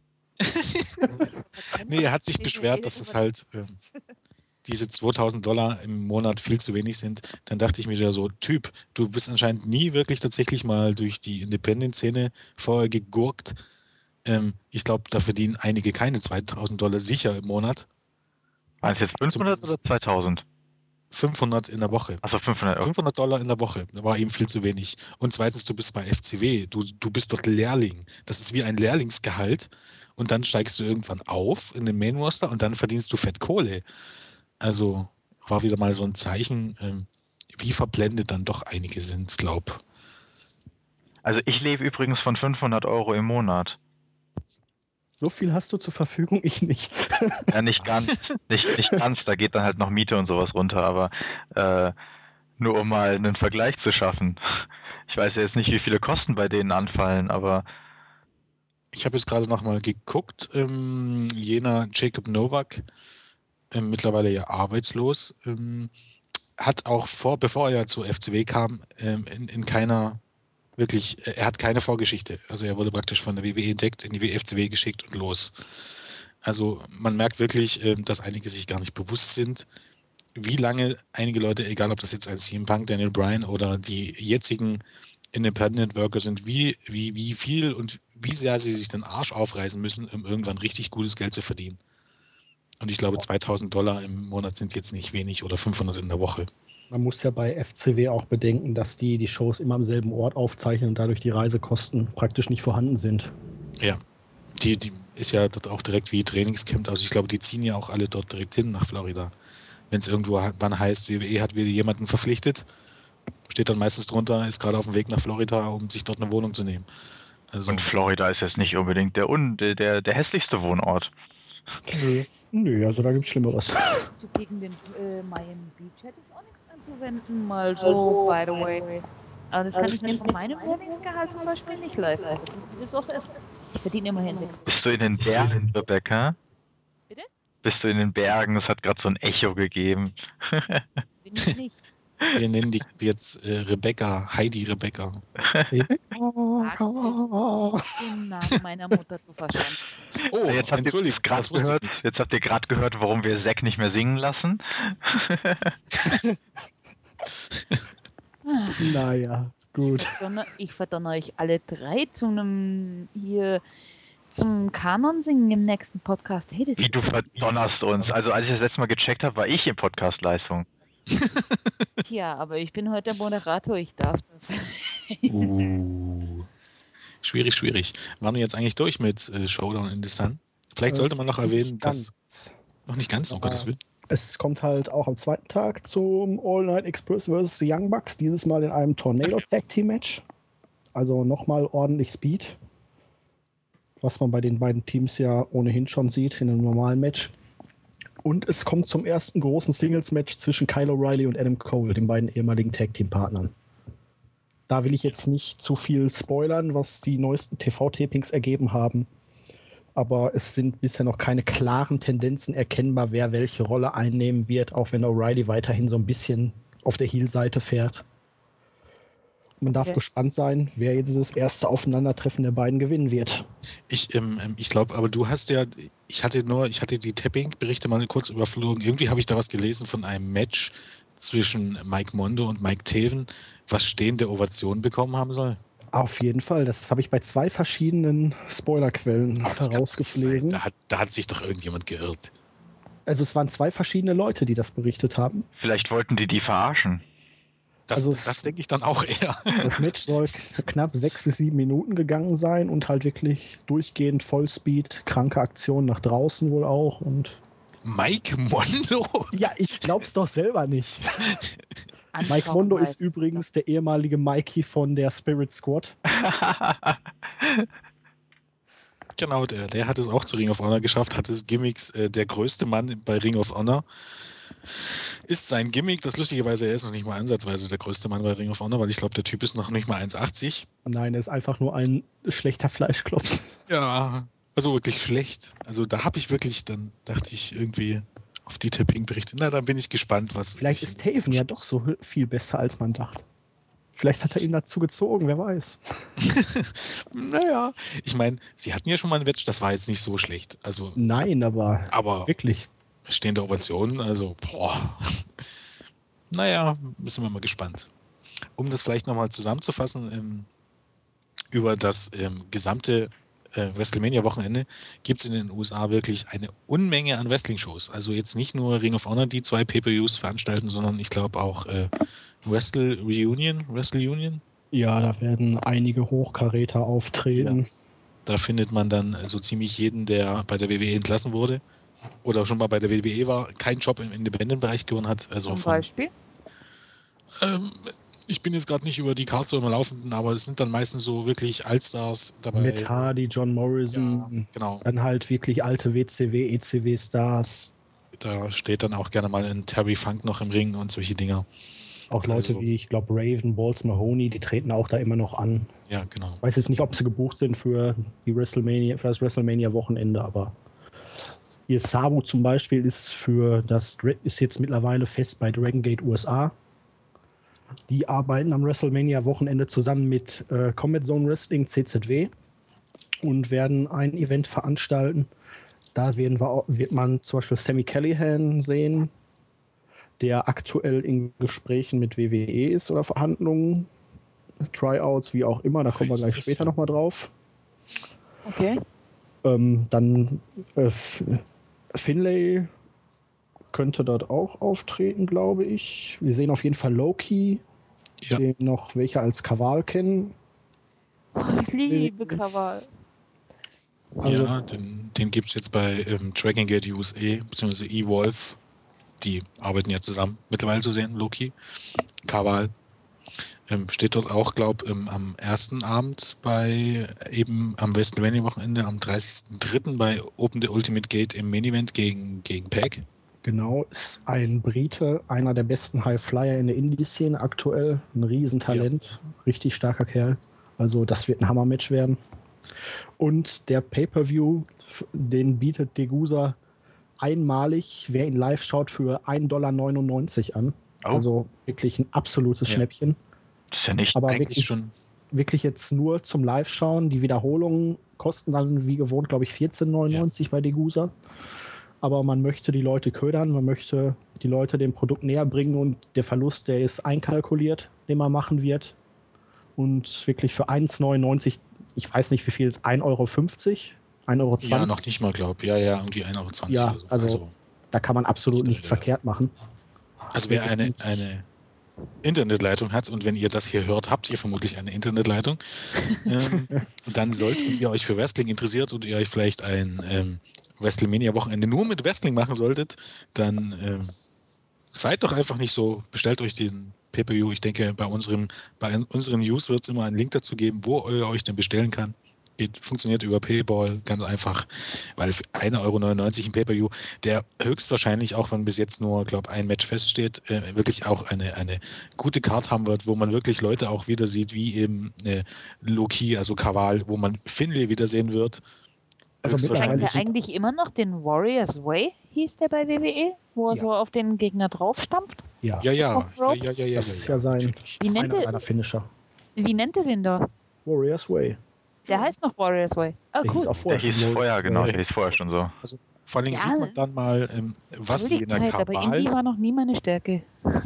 nee, er hat sich beschwert, dass es halt ähm, diese zweitausend Dollar im Monat viel zu wenig sind. Dann dachte ich mir wieder so, Typ, du bist anscheinend nie wirklich tatsächlich mal durch die Independent-Szene vorher gegurkt. Ähm, ich glaube, da verdienen einige keine zweitausend Dollar sicher im Monat. Waren es jetzt fünfhundert oder Zumindest zweitausend? fünfhundert in der Woche. Achso, fünfhundert. Okay. fünfhundert Dollar in der Woche, da war ihm viel zu wenig. Und zweitens, du bist bei F C W, du, du bist dort Lehrling. Das ist wie ein Lehrlingsgehalt. Und dann steigst du irgendwann auf in den Main Roster und dann verdienst du fett Kohle. Also war wieder mal so ein Zeichen, ähm, wie verblendet dann doch einige sind, glaub. Also ich lebe übrigens von fünfhundert Euro im Monat. So viel hast du zur Verfügung, ich nicht. Ja, nicht ganz. Nicht, nicht ganz, da geht dann halt noch Miete und sowas runter, aber äh, nur um mal einen Vergleich zu schaffen. Ich weiß ja jetzt nicht, wie viele Kosten bei denen anfallen, aber Ich habe jetzt gerade noch mal geguckt, ähm, jener Jacob Novak, ähm, mittlerweile ja arbeitslos, ähm, hat auch vor, bevor er zu F C W kam, ähm, in, in keiner wirklich, er hat keine Vorgeschichte. Also er wurde praktisch von der W W E entdeckt, in die F C W geschickt und los. Also man merkt wirklich, ähm, dass einige sich gar nicht bewusst sind, wie lange einige Leute, egal ob das jetzt ein C M Punk, Daniel Bryan oder die jetzigen Independent Worker sind, wie, wie, wie viel und wie sehr sie sich den Arsch aufreißen müssen, um irgendwann richtig gutes Geld zu verdienen. Und ich glaube, zweitausend Dollar im Monat sind jetzt nicht wenig oder fünfhundert in der Woche. Man muss ja bei F C W auch bedenken, dass die die Shows immer am selben Ort aufzeichnen und dadurch die Reisekosten praktisch nicht vorhanden sind. Ja, die, die ist ja dort auch direkt wie Trainingscamp. Also ich glaube, die ziehen ja auch alle dort direkt hin nach Florida. Wenn es irgendwo wann heißt, W W E hat wieder jemanden verpflichtet, steht dann meistens drunter, ist gerade auf dem Weg nach Florida, um sich dort eine Wohnung zu nehmen. Also, und Florida ist jetzt nicht unbedingt der, un der, der hässlichste Wohnort. Nö. Nö, also da gibt's Schlimmeres. So gegen den äh, Miami Beach hätte ich auch nichts anzuwenden, mal so, by the way. Aber das kann ich mir von meinem Lehrlingsgehalt zum Beispiel nicht leisten, so gut wie das auch ist. Ich verdiene immerhin sechs. Bist du in den Bergen, Rebecca? Bitte? Bist du in den Bergen? Es hat gerade so ein Echo gegeben. Bin ich nicht. wir nennen dich jetzt äh, Rebecca, Heidi Rebecca. Den Namen meiner Mutter zu verstanden. Oh, Jetzt habt ihr Entschuldigung, gerade das wusste ich gehört, nicht. jetzt habt ihr gerade gehört, warum wir Zack nicht mehr singen lassen. Ah, Naja, gut. Ich verdonner, ich verdonner euch alle drei zu einem hier zum Kanon singen im nächsten Podcast. Hey, das Wie du verdonnerst uns. Also als ich das letzte Mal gecheckt habe, war ich in Podcast-Leistung. Tja, aber ich bin heute der Moderator, ich darf das. Uh, schwierig, schwierig. Waren wir jetzt eigentlich durch mit äh, Showdown in the Sun? Vielleicht sollte man noch Äh, erwähnen, nicht dass ganz. noch nicht ganz, um Ja. Gottes Willen. Es kommt halt auch am zweiten Tag zum All Night Express versus. The Young Bucks, dieses Mal in einem Tornado Tag Team Match. Also nochmal ordentlich Speed, was man bei den beiden Teams ja ohnehin schon sieht in einem normalen Match. Und es kommt zum ersten großen Singles-Match zwischen Kyle O'Reilly und Adam Cole, den beiden ehemaligen Tag-Team-Partnern. Da will ich jetzt nicht zu viel spoilern, was die neuesten T V-Tapings ergeben haben. Aber es sind bisher noch keine klaren Tendenzen erkennbar, wer welche Rolle einnehmen wird, auch wenn O'Reilly weiterhin so ein bisschen auf der Heel-Seite fährt. Man darf Okay. gespannt sein, wer jetzt das erste Aufeinandertreffen der beiden gewinnen wird. Ich, ähm, ich glaube, aber du hast ja, ich hatte nur, ich hatte die Tapping-Berichte mal kurz überflogen. Irgendwie habe ich da was gelesen von einem Match zwischen Mike Mondo und Mike Taven, was stehende Ovationen bekommen haben soll. Auf jeden Fall, das habe ich bei zwei verschiedenen Spoilerquellen Aber das kann doch nicht sein. herausgelesen. Da hat, da hat sich doch irgendjemand geirrt. Also es waren zwei verschiedene Leute, die das berichtet haben. Vielleicht wollten die die verarschen. Das, Also das denke ich dann auch eher. Das Match soll knapp sechs bis sieben Minuten gegangen sein und halt wirklich durchgehend Vollspeed, kranke Aktion nach draußen wohl auch. Und Mike Mondo? ja, ich glaub's doch selber nicht. Anschauen Mike Mondo ist heißt übrigens der ehemalige Mikey von der Spirit Squad. Genau, der, der hat es auch zu Ring of Honor geschafft, hat es Gimmicks, äh, der größte Mann bei Ring of Honor. Ist sein Gimmick, das lustigerweise, er ist noch nicht mal ansatzweise der größte Mann bei Ring of Honor, weil ich glaube, der Typ ist noch nicht mal eins achtzig. Nein, er ist einfach nur ein schlechter Fleischklops. Ja, also wirklich schlecht. Also da habe ich wirklich, dann dachte ich irgendwie auf die Tapping-Berichte, na, dann bin ich gespannt, was Vielleicht sich ist in- Taven ja doch so viel besser, als man dachte. Vielleicht hat er ihn dazu gezogen, wer weiß. Naja, ich meine, sie hatten ja schon mal ein Match, das war jetzt nicht so schlecht. Also, Nein, aber, aber wirklich. stehende Ovationen, also, boah. Naja, sind wir mal gespannt. Um das vielleicht nochmal zusammenzufassen, ähm, über das ähm, gesamte äh, WrestleMania-Wochenende gibt es in den U S A wirklich eine Unmenge an Wrestling-Shows. Also jetzt nicht nur Ring of Honor, die zwei Pay-Per-Views veranstalten, sondern ich glaube auch äh, Wrestle Reunion, Wrestle Union. Ja, da werden einige Hochkaräter auftreten. Da findet man dann äh, so ziemlich jeden, der bei der W W E entlassen wurde oder schon mal bei der W W E war, keinen Job im Independent-Bereich gewonnen hat. Also Zum von, Beispiel? ähm, ich bin jetzt gerade nicht über die Karte so im Laufenden, aber es sind dann meistens so wirklich Allstars dabei. Mit Hardy, John Morrison, Ja, genau. dann halt wirklich alte W C W, E C W-Stars. Da steht dann auch gerne mal ein Terry Funk noch im Ring und solche Dinger. Auch Leute Also, wie, ich glaube, Raven, Balls Mahoney, die treten auch da immer noch an. ja, genau. Ich weiß jetzt nicht, ob sie gebucht sind für, die WrestleMania, für das WrestleMania-Wochenende, aber ihr Sabu zum Beispiel ist für das ist jetzt mittlerweile fest bei Dragon Gate U S A. Die arbeiten am WrestleMania-Wochenende zusammen mit äh, Combat Zone Wrestling, C Z W, und werden ein Event veranstalten. Da werden wir, wird man zum Beispiel Sami Callihan sehen, der aktuell in Gesprächen mit W W E ist oder Verhandlungen, Tryouts, wie auch immer. Da kommen wir Heißt gleich das, später ja. nochmal drauf. Okay. Ähm, dann äh, Finlay könnte dort auch auftreten, glaube ich. Wir sehen auf jeden Fall Loki, Ja. den noch welche als Kaval kennen. Oh, ich liebe Kaval. Also, Ja, den, den gibt es jetzt bei ähm, Dragon Gate U S A, beziehungsweise Evolve. Die arbeiten ja zusammen mittlerweile zu sehen, Loki. Kaval. Ähm, steht dort auch, glaube ich, ähm, am ersten Abend bei eben am WrestleMania-Wochenende, am dreißigsten dritten bei Open the Ultimate Gate im Main-Event gegen, gegen Pac. genau, ist ein Brite, einer der besten High-Flyer in der Indie-Szene aktuell. Ein Riesentalent, richtig starker Kerl. Also das wird ein Hammer-Match werden. Und der Pay-Per-View, den bietet Degusa einmalig, wer ihn live schaut, für ein Dollar neunundneunzig an. Oh. Also wirklich ein absolutes Ja. Schnäppchen. Das ist ja nicht. Aber Eigentlich wirklich, schon. wirklich jetzt nur zum Live-Schauen. Die Wiederholungen kosten dann wie gewohnt, glaube ich, vierzehn neunundneunzig bei Degusa. Aber man möchte die Leute ködern, man möchte die Leute dem Produkt näher bringen und der Verlust, der ist einkalkuliert, den man machen wird. Und wirklich für eins neunundneunzig, ich weiß nicht wie viel, ein Euro fünfzig, ein Euro zwanzig. Ja, noch nicht mal, glaube ich. Ja, ja, irgendwie ein Euro zwanzig Ja, oder so. also, Also, da kann man absolut nicht nichts Rede wert. verkehrt machen. Also Wird wer jetzt eine, nicht- eine Internetleitung hat und wenn ihr das hier hört, habt ihr vermutlich eine Internetleitung. ähm, dann solltet ihr euch für Wrestling interessiert und ihr euch vielleicht ein ähm, WrestleMania-Wochenende nur mit Wrestling machen solltet, dann ähm, seid doch einfach nicht so. Bestellt euch den Pay-Per-View. Ich denke, bei unseren, bei unseren News wird es immer einen Link dazu geben, wo ihr euch denn bestellen kann. Geht, funktioniert über PayPal, ganz einfach, weil für ein Euro neunundneunzig ein Pay-Per-View, der höchstwahrscheinlich, auch wenn bis jetzt nur, glaube ein Match feststeht, äh, wirklich auch eine, eine gute Card haben wird, wo man wirklich Leute auch wieder sieht, wie eben äh, Loki, also Kaval, wo man Finlay wiedersehen wird. Also Zeigt mittlerweile der sind eigentlich immer noch den Warriors Way, hieß der bei W W E, wo er Ja. so auf den Gegner draufstampft? ja, Ja, ja, Auf ja, Rope? ja, ja, ja, das ja, ist ja, ja sein natürlich. Wie nennt einer er- seiner Finisher. Wie nennt er den da? Warriors Way. Der heißt noch Warriors Way. Ah, Der hieß cool. auch vorher Der hieß schon vorher, Warriors genau, Way. der hieß vorher schon so. Also vor allen Dingen Ja, sieht man dann mal, ähm, was jener Fröhlichkeit, aber Indie Kaval, war noch nie meine Stärke.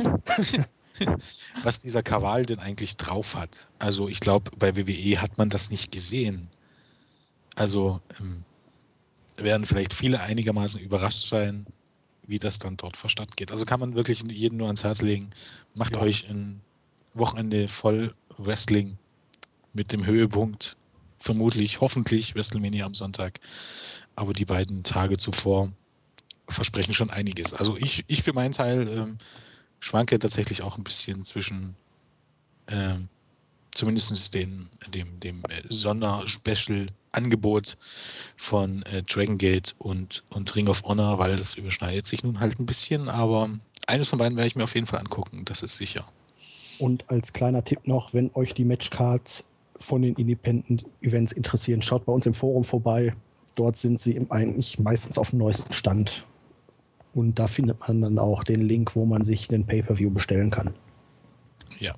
was dieser Kaval denn eigentlich drauf hat. Also ich glaube, bei W W E hat man das nicht gesehen. Also ähm, werden vielleicht viele einigermaßen überrascht sein, wie das dann dort verstanden geht. Also kann man wirklich jedem nur ans Herz legen. Macht Ja. euch ein Wochenende voll Wrestling mit dem Höhepunkt, vermutlich, hoffentlich WrestleMania am Sonntag. Aber die beiden Tage zuvor versprechen schon einiges. Also ich, ich für meinen Teil ähm, schwanke tatsächlich auch ein bisschen zwischen ähm, zumindest den, dem, dem äh, Sonder-Special-Angebot von äh, Dragon Gate und, und Ring of Honor, weil das überschneidet sich nun halt ein bisschen, aber eines von beiden werde ich mir auf jeden Fall angucken, das ist sicher. Und als kleiner Tipp noch, wenn euch die Matchcards von den Independent Events interessieren, schaut bei uns im Forum vorbei. Dort sind sie im- eigentlich meistens auf dem neuesten Stand. Und da findet man dann auch den Link, wo man sich den Pay-Per-View bestellen kann. Ja.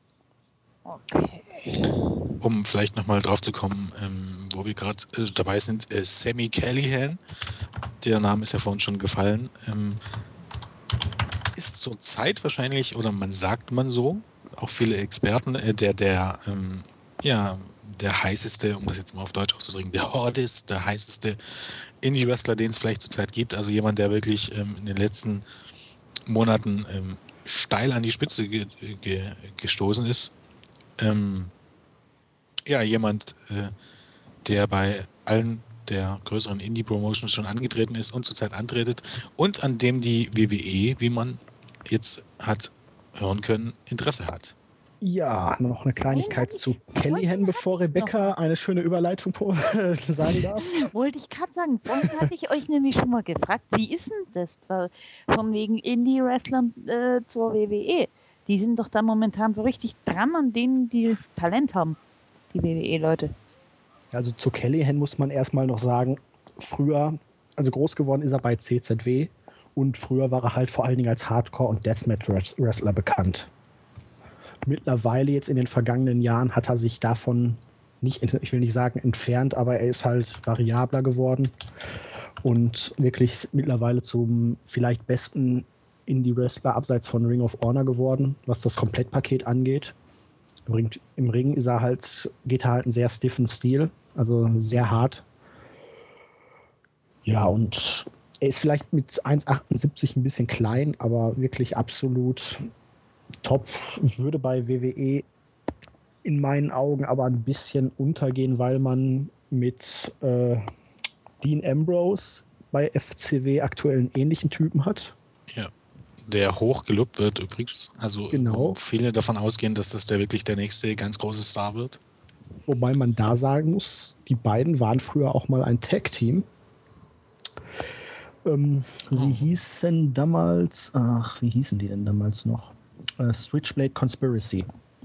Okay. Um vielleicht nochmal drauf zu kommen, ähm, wo wir gerade äh, dabei sind, äh, Sami Callihan, der Name ist ja vorhin schon gefallen, ähm, ist zurzeit wahrscheinlich, oder man sagt man so, auch viele Experten, äh, der, der, ähm, ja, der heißeste, um das jetzt mal auf Deutsch auszudrücken, der Hordist, der heißeste Indie-Wrestler, den es vielleicht zurzeit gibt. Also jemand, der wirklich ähm, in den letzten Monaten ähm, steil an die Spitze ge ge gestoßen ist. Ähm, ja, jemand, äh, der bei allen der größeren Indie-Promotions schon angetreten ist und zurzeit antretet und an dem die W W E, wie man jetzt hat hören können, Interesse hat. Ja, noch eine Kleinigkeit hab ich- zu vorhin Callahan, hatte bevor ich's Rebecca noch. eine schöne Überleitung sagen darf. Wollte ich gerade sagen, vorhin hatte ich euch nämlich schon mal gefragt, wie ist denn das da von wegen Indie-Wrestlern äh, zur W W E? Die sind doch da momentan so richtig dran an denen, die Talent haben, die W W E-Leute. Also zu Callahan muss man erstmal noch sagen, früher, also groß geworden ist er bei C Z W und früher war er halt vor allen Dingen als Hardcore- und Deathmatch-Wrestler bekannt. Mittlerweile jetzt in den vergangenen Jahren hat er sich davon nicht, ich will nicht sagen entfernt, aber er ist halt variabler geworden und wirklich mittlerweile zum vielleicht besten Indie-Wrestler abseits von Ring of Honor geworden, was das Komplettpaket angeht. Im Ring, Im Ring ist er halt, geht er halt einen sehr stiffen Stil, also sehr hart. Ja, und er ist vielleicht mit eins Komma achtundsiebzig ein bisschen klein, aber wirklich absolut top. Würde bei W W E in meinen Augen aber ein bisschen untergehen, weil man mit äh, Dean Ambrose bei F C W aktuell einen ähnlichen Typen hat. Ja. Der hoch gelobt wird übrigens. Also Genau. wo viele davon ausgehen, dass das der wirklich der nächste ganz große Star wird. Wobei man da sagen muss, die beiden waren früher auch mal ein Tag-Team. Ähm, Oh. Sie hießen damals, ach, wie hießen die denn damals noch? Äh, Switchblade Conspiracy.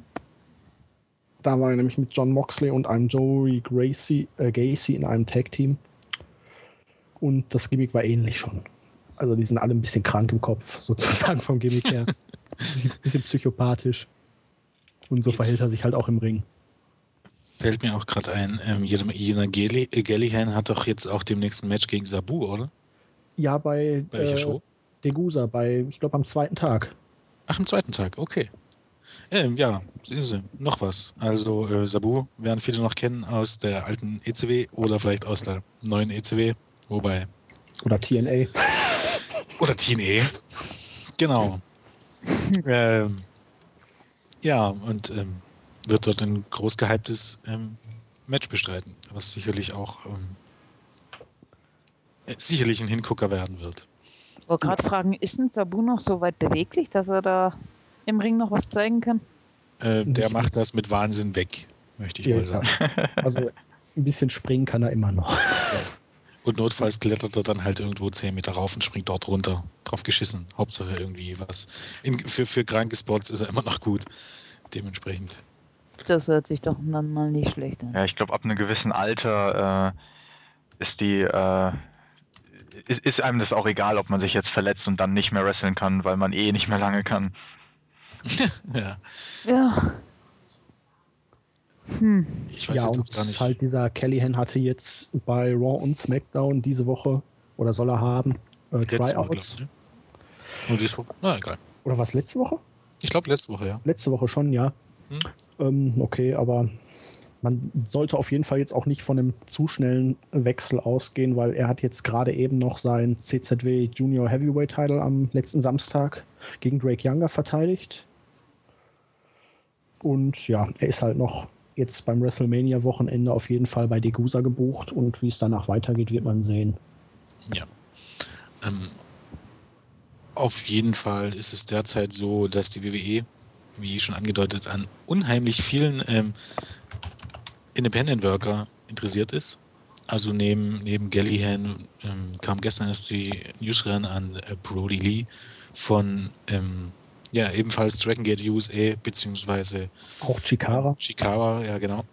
Da war er nämlich mit John Moxley und einem Joey Gracie, äh, Gacy in einem Tag-Team. Und das Gimmick war ähnlich schon. Also die sind alle ein bisschen krank im Kopf, sozusagen vom Gimmick her. Ein bisschen psychopathisch. Und so Jetzt verhält er sich halt auch im Ring. fällt mir auch gerade ein, ähm, Jena Gellihan hat doch jetzt auch dem nächsten Match gegen Sabu, oder? Ja, bei, Bei welcher äh, Show? Degusa, bei, ich glaube, am zweiten Tag. Ach, am zweiten Tag, okay. Ähm, ja, sehen Sie, noch was. Also äh, Sabu werden viele noch kennen aus der alten E C W oder vielleicht aus der neuen E C W, wobei... Oder T N A. Oder T N A. Genau. ähm, ja, und ähm, wird dort ein groß gehyptes ähm, Match bestreiten, was sicherlich auch ähm, sicherlich ein Hingucker werden wird. Ich wollte gerade fragen, ist ein Sabu noch so weit beweglich, dass er da im Ring noch was zeigen kann? Äh, der Nicht macht das mit Wahnsinn weg, möchte ich Ja, mal sagen. Also ein bisschen springen kann er immer noch. Und notfalls klettert er dann halt irgendwo zehn Meter rauf und springt dort runter. Drauf geschissen. Hauptsache irgendwie was. In, für, für kranke Spots ist er immer noch gut. Dementsprechend. Das hört sich doch dann mal nicht schlecht an. Ja, ich glaube, ab einem gewissen Alter äh, ist die äh, ist, ist einem das auch egal, ob man sich jetzt verletzt und dann nicht mehr wresteln kann, weil man eh nicht mehr lange kann. Ja. Ja. Hm. Ich weiß Ja, jetzt und auch gar nicht. halt dieser Callahan hatte jetzt bei Raw und SmackDown diese Woche, oder soll er haben, äh, Letzte Woche, Tryouts. glaube ich. Ne? Und diese Woche? Na, egal. Oder was, letzte Woche? Ich glaube, letzte Woche, ja. Letzte Woche schon, ja. Hm? Ähm, okay, aber man sollte auf jeden Fall jetzt auch nicht von einem zu schnellen Wechsel ausgehen, weil er hat jetzt gerade eben noch sein C Z W Junior Heavyweight Title am letzten Samstag gegen Drake Younger verteidigt. Und ja, er ist halt noch jetzt beim WrestleMania-Wochenende auf jeden Fall bei Degusa gebucht und wie es danach weitergeht, wird man sehen. Ja. Ähm, auf jeden Fall ist es derzeit so, dass die W W E, wie schon angedeutet, an unheimlich vielen ähm, Independent Worker interessiert ist. Also neben, neben Gallihan ähm, kam gestern erst die News ran an äh, Brody Lee von ähm, ja, ebenfalls Dragon Gate U S A, beziehungsweise Auch ähm, Chikara. Chikara, ja genau.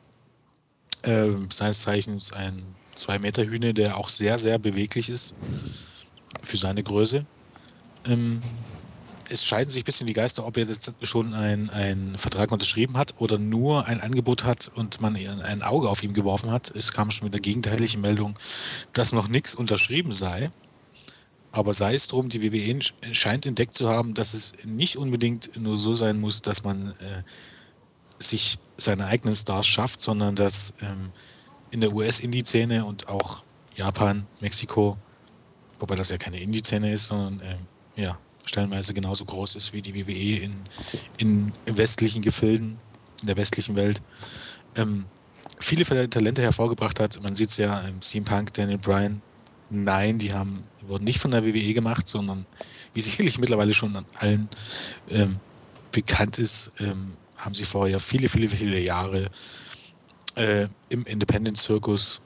Ähm, seines Zeichens ein zwei Meter Hühner, der auch sehr, sehr beweglich ist für seine Größe. Ähm, es scheiden sich ein bisschen die Geister, ob er jetzt schon einen Vertrag unterschrieben hat oder nur ein Angebot hat und man ein Auge auf ihn geworfen hat. Es kam schon mit der gegenteilige Meldung, dass noch nichts unterschrieben sei. Aber sei es drum, die W W E scheint entdeckt zu haben, dass es nicht unbedingt nur so sein muss, dass man äh, sich seine eigenen Stars schafft, sondern dass ähm, in der U S-Indie-Szene und auch Japan, Mexiko, wobei das ja keine Indie-Szene ist, sondern ähm, ja, stellenweise genauso groß ist wie die W W E in, in westlichen Gefilden, in der westlichen Welt, ähm, viele Talente hervorgebracht hat. Man sieht es ja, ähm, C M Punk, Daniel Bryan, nein, die haben, die wurden nicht von der W W E gemacht, sondern wie sicherlich mittlerweile schon an allen ähm, bekannt ist, ähm, haben sie vorher viele, viele, viele Jahre äh, im Independent-Zirkus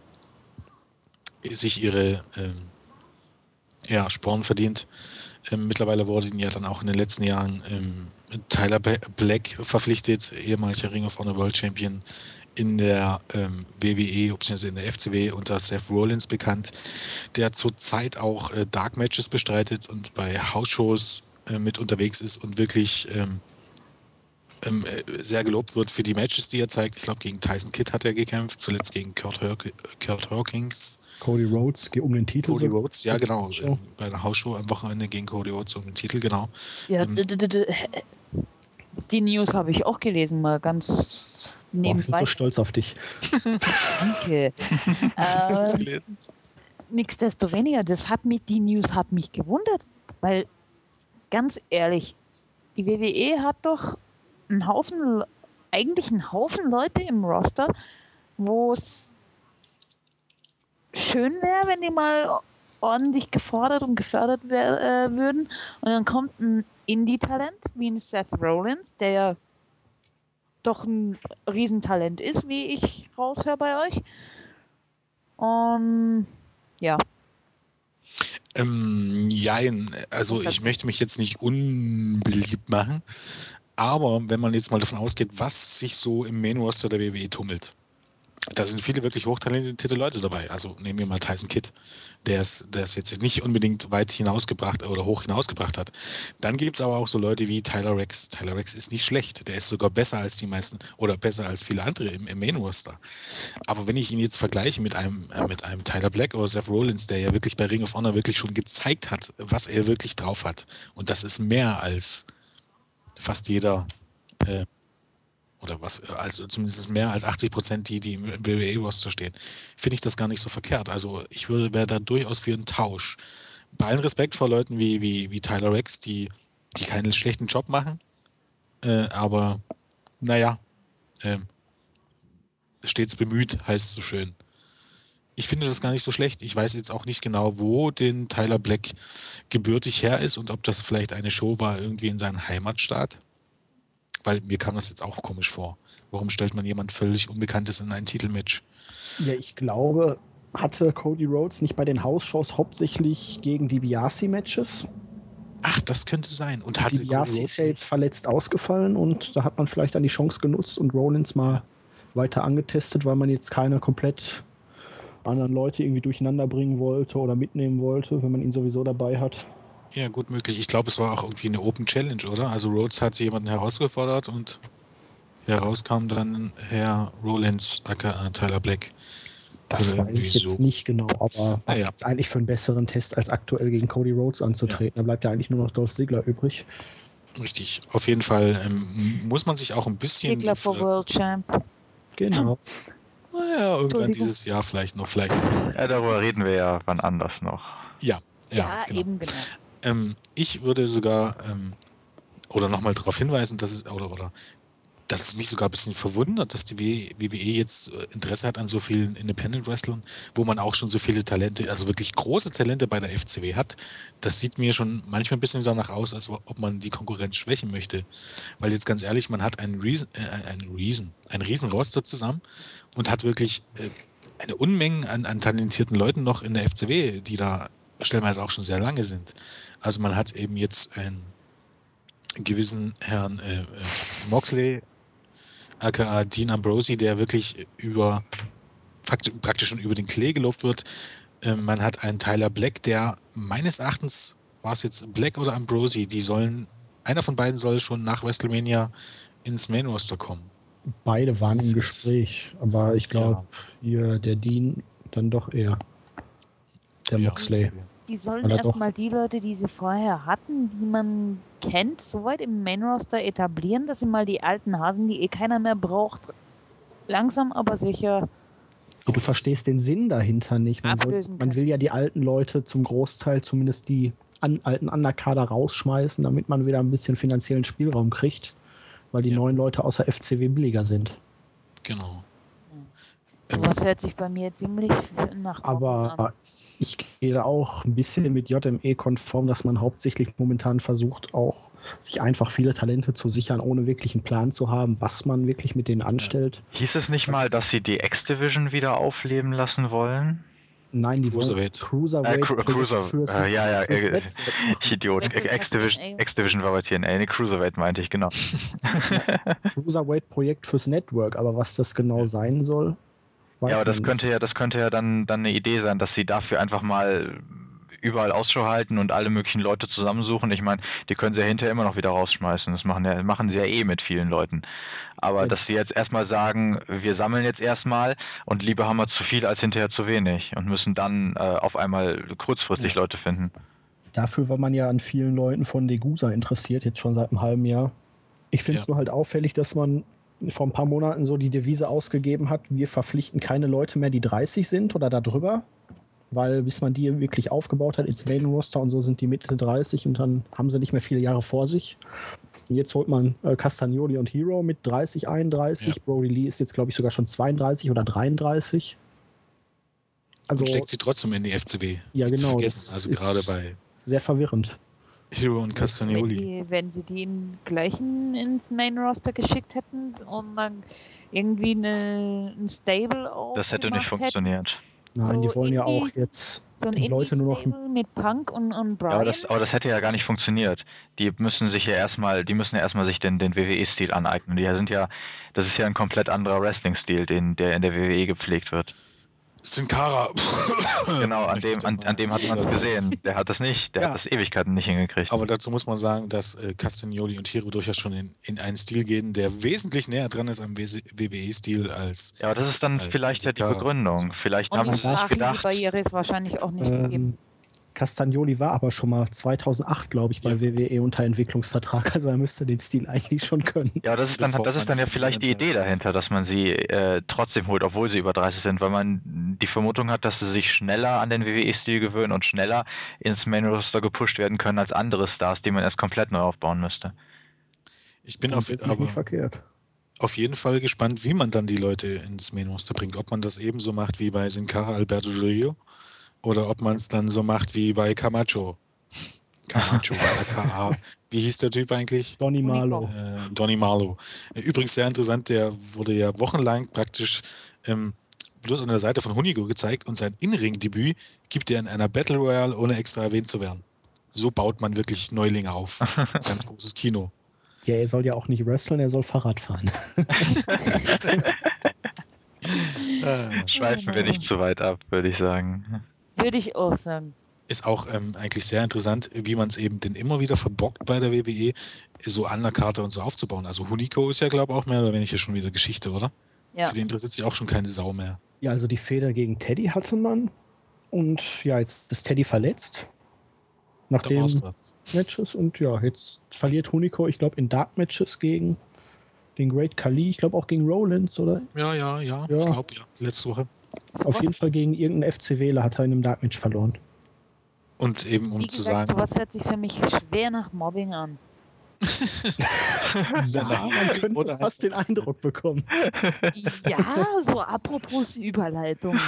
sich ihre ähm, ja, Sporen verdient. Ähm, mittlerweile wurde ihn ja dann auch in den letzten Jahren ähm, Tyler Black verpflichtet, ehemaliger Ring of Honor World Champion in der ähm, W W E bzw. in der F C W unter Seth Rollins bekannt, der zurzeit auch äh, Dark Matches bestreitet und bei House-Shows äh, mit unterwegs ist und wirklich ähm, ähm, äh, sehr gelobt wird für die Matches, die er zeigt. Ich glaube, gegen Tyson Kidd hat er gekämpft, zuletzt gegen Kurt, Hur Kurt Hawkins. Cody Rhodes um den Titel. Cody so. Rhodes, ja genau, ähm, bei einer Hausshow am Wochenende gegen Cody Rhodes um den Titel, genau. Ja, Ähm, die News habe ich auch gelesen, mal ganz Boah, wir sind nebenbei. so stolz auf dich. Danke. ähm, nichtsdestoweniger, das hat mich, die News hat mich gewundert, weil ganz ehrlich, die W W E hat doch einen Haufen, eigentlich einen Haufen Leute im Roster, wo es schön wäre, wenn die mal ordentlich gefordert und gefördert wär, äh, würden. Und dann kommt ein Indie-Talent wie ein Seth Rollins, der ja doch ein Riesentalent ist, wie ich raushöre bei euch. Und ja. ähm, jein, also ich möchte mich jetzt nicht unbeliebt machen, aber wenn man jetzt mal davon ausgeht, was sich so im Main-Roster der W W E tummelt, da sind viele wirklich hochtalentierte Leute dabei. Also nehmen wir mal Tyson Kidd, der es, der es jetzt nicht unbedingt weit hinausgebracht oder hoch hinausgebracht hat. Dann gibt es aber auch so Leute wie Tyler Rex. Tyler Rex ist nicht schlecht. Der ist sogar besser als die meisten oder besser als viele andere im, im Main-Roster. Aber wenn ich ihn jetzt vergleiche mit einem, äh, mit einem Tyler Black oder Seth Rollins, der ja wirklich bei Ring of Honor wirklich schon gezeigt hat, was er wirklich drauf hat. Und das ist mehr als fast jeder äh, oder was, also zumindest mehr als achtzig Prozent, die, die im W W E-Roster stehen, finde ich das gar nicht so verkehrt. Also ich würde, wäre da durchaus für einen Tausch. Bei allem Respekt vor Leuten wie, wie, wie Tyler Rex, die, die keinen schlechten Job machen, äh, aber naja, äh, stets bemüht, heißt es so schön. ich finde das gar nicht so schlecht. Ich weiß jetzt auch nicht genau, wo den Tyler Black gebürtig her ist und ob das vielleicht eine Show war irgendwie in seinem Heimatstaat. Weil mir kam das jetzt auch komisch vor. Warum stellt man jemand völlig Unbekanntes in ein Titelmatch? Ja, ich glaube, hatte Cody Rhodes nicht bei den House-Shows hauptsächlich gegen DiBiase-Matches? Ach, das könnte sein. Und hatte Cody DiBiase Rhodes ist ja jetzt verletzt ausgefallen und da hat man vielleicht dann die Chance genutzt und Rollins mal Ja. weiter angetestet, weil man jetzt keine komplett anderen Leute irgendwie durcheinander bringen wollte oder mitnehmen wollte, wenn man ihn sowieso dabei hat. Ja, gut möglich. Ich glaube, es war auch irgendwie eine Open Challenge, oder? Also Rhodes hat jemanden herausgefordert und herauskam dann Herr Rollins, aka Tyler Black. Das Oder weiß ich irgendwie jetzt so. nicht genau, aber was Naja. gibt's eigentlich für einen besseren Test, als aktuell gegen Cody Rhodes anzutreten? Da bleibt ja eigentlich nur noch Dolph Ziggler übrig. Richtig. Auf jeden Fall ähm, muss man sich auch ein bisschen... Ziggler for die- World Champ. Genau. Naja, irgendwann Entschuldigung. dieses Jahr vielleicht noch, vielleicht. Ja, darüber reden wir ja wann anders noch. Ja, ja, Ja, genau. eben genau. Ähm, ich würde sogar ähm, oder nochmal darauf hinweisen, dass es oder oder dass es mich sogar ein bisschen verwundert, dass die W W E jetzt äh, Interesse hat an so vielen Independent-Wrestlern, wo man auch schon so viele Talente, also wirklich große Talente bei der F C W hat. Das sieht mir schon manchmal ein bisschen danach aus, als ob man die Konkurrenz schwächen möchte. Weil jetzt ganz ehrlich, man hat einen Reason, äh, einen Reason, einen riesen Roster zusammen und hat wirklich äh, eine Unmenge an, an talentierten Leuten noch in der F C W, die da stellenweise auch schon sehr lange sind. Also man hat eben jetzt einen gewissen Herrn äh, äh, Moxley, aka Dean Ambrosi, der wirklich über fakt- praktisch schon über den Klee gelobt wird. Äh, man hat einen Tyler Black, der meines Erachtens, war es jetzt Black oder Ambrosi, die sollen, einer von beiden soll schon nach WrestleMania ins Main Roster kommen. Beide waren im Das Gespräch, aber ich glaube, hier der Dean dann doch eher der Ja. Moxley. Die sollen Weil er doch- erstmal die Leute, die sie vorher hatten, die man kennt, soweit im Main-Roster etablieren, dass sie mal die alten Hasen, die eh keiner mehr braucht, langsam aber sicher Ja, du verstehst den Sinn dahinter nicht. Man, soll, ablösen man können. will ja die alten Leute zum Großteil zumindest die an, alten Underkader rausschmeißen, damit man wieder ein bisschen finanziellen Spielraum kriegt, weil die Ja. neuen Leute außer F C W billiger sind. Genau. Sowas hört sich bei mir ziemlich nach Mobbing an. Aber ich gehe da auch ein bisschen mit J M E-konform, dass man hauptsächlich momentan versucht, auch sich einfach viele Talente zu sichern, ohne wirklich einen Plan zu haben, was man wirklich mit denen anstellt. Hieß es nicht mal, dass sie die X-Division wieder aufleben lassen wollen? Nein, die wollen Cruiserweight. Äh, Cruiserweight Cru Projekt Cruiser, fürs, äh, ja, ja, fürs äh, Network ich machen. Idiot. Wechselt bei X-Division, T N A. X-Division war bei T N A, ne, Cruiserweight meinte ich, genau. Cruiserweight-Projekt fürs Network, aber was das genau sein soll, weiß Ja, aber das man könnte nicht. ja, das könnte ja dann, dann eine Idee sein, dass sie dafür einfach mal überall Ausschau halten und alle möglichen Leute zusammensuchen. Ich meine, die können sie ja hinterher immer noch wieder rausschmeißen. Das machen, ja, machen sie ja eh mit vielen Leuten. Aber Ja. dass sie jetzt erstmal sagen, wir sammeln jetzt erstmal und lieber haben wir zu viel als hinterher zu wenig und müssen dann äh, auf einmal kurzfristig Ja. Leute finden. Dafür war man ja an vielen Leuten von Degusa interessiert, jetzt schon seit einem halben Jahr. Ich finde es Ja. nur halt auffällig, dass man vor ein paar Monaten so die Devise ausgegeben hat, wir verpflichten keine Leute mehr, die dreißig sind oder darüber, weil bis man die wirklich aufgebaut hat ins Main Roster und so sind die Mitte dreißig und dann haben sie nicht mehr viele Jahre vor sich. Und jetzt holt man äh, Castagnoli und Hero mit dreißig, einunddreißig. Ja. Brody Lee ist jetzt, glaube ich, sogar schon zweiunddreißig oder dreiunddreißig. Also, Und steckt sie trotzdem in die F C W. ja, Nicht zu genau. vergessen. Das Also ist gerade bei sehr verwirrend. Hero und Wenn Castagnoli. die, wenn sie die in gleichen ins Main-Roster geschickt hätten und dann irgendwie eine, ein Stable Das hätte nicht aufgemacht funktioniert. Nein, So die wollen ja auch Indie- jetzt hätten, so ein die Leute nur noch. Indie-Stable mit Punk und, und Ja, aber Brian. das, aber das hätte ja gar nicht funktioniert. Die müssen sich ja erstmal, die müssen ja erstmal sich den, den W W E-Stil aneignen. Die sind ja, das ist ja ein komplett anderer Wrestling-Stil, den, der in der W W E gepflegt wird. Sin Cara. Genau, an Möchte ich dem, doch an, mal an dem hat man es sagen. gesehen. Der hat das nicht, der Ja. hat das Ewigkeiten nicht hingekriegt. Aber dazu muss man sagen, dass äh, Castagnoli und Hero durchaus schon in, in einen Stil gehen, der wesentlich näher dran ist am W W E-Stil als. Ja, aber das ist dann als vielleicht ja die Sin Cara. Begründung. Vielleicht Und haben die sie sich gedacht, Sprachenbarriere ist wahrscheinlich auch nicht gegeben. Ähm, Castagnoli war aber schon mal zweitausendacht, glaube ich, bei Ja. W W E unter Entwicklungsvertrag. Also er müsste den Stil eigentlich schon können. ja, das ist dann, Bevor das ist man dann ja die vielleicht die Idee Interesse hat. dahinter, dass man sie äh, trotzdem holt, obwohl sie über dreißig sind, weil man die Vermutung hat, dass sie sich schneller an den W W E-Stil gewöhnen und schneller ins Main-Roster gepusht werden können als andere Stars, die man erst komplett neu aufbauen müsste. Ich bin auf, Grundsätzlich aber nicht verkehrt. auf jeden Fall gespannt, wie man dann die Leute ins Main Roster bringt. Ob man das eben so macht wie bei Sin Cara Alberto Del Rio oder ob man es dann so macht wie bei Camacho. Camacho, aka, wie hieß der Typ eigentlich? Donny Marlow. Äh, Donny Marlow. Äh, Übrigens sehr interessant, der wurde ja wochenlang praktisch ähm, bloß an der Seite von Hunigo gezeigt und sein In-Ring-Debüt gibt er in einer Battle Royale, ohne extra erwähnt zu werden. So baut man wirklich Neulinge auf. Ganz großes Kino. Ja, er soll ja auch nicht wresteln, er soll Fahrrad fahren. Schweifen wir nicht zu weit ab, würde ich sagen. Würde ich auch sagen. Ist auch ähm, eigentlich sehr interessant, wie man es eben denn immer wieder verbockt bei der W W E, so Undercarter und so aufzubauen. Also Hunico ist ja, glaube ich, auch mehr oder weniger schon wieder Geschichte, oder? Ja. Für den interessiert sich auch schon keine Sau mehr. Ja, also die Fehde gegen Teddy hatte man. Und ja, jetzt ist Teddy verletzt. Nach Da den war's das. Matches. Und ja, jetzt verliert Hunico, ich glaube, in Dark Matches gegen den Great Khali. Ich glaube auch gegen Rollins, oder? Ja, ja, ja, Ja. ich glaube, ja. Letzte Woche. So Auf was, jeden Fall gegen irgendeinen F C Wähler hat er in einem Dark Match verloren. Und eben, um Wie zu gesagt, sagen, sowas hört sich für mich schwer nach Mobbing an. Ja, man könnte Oder fast den Eindruck bekommen. Ja, so apropos Überleitung.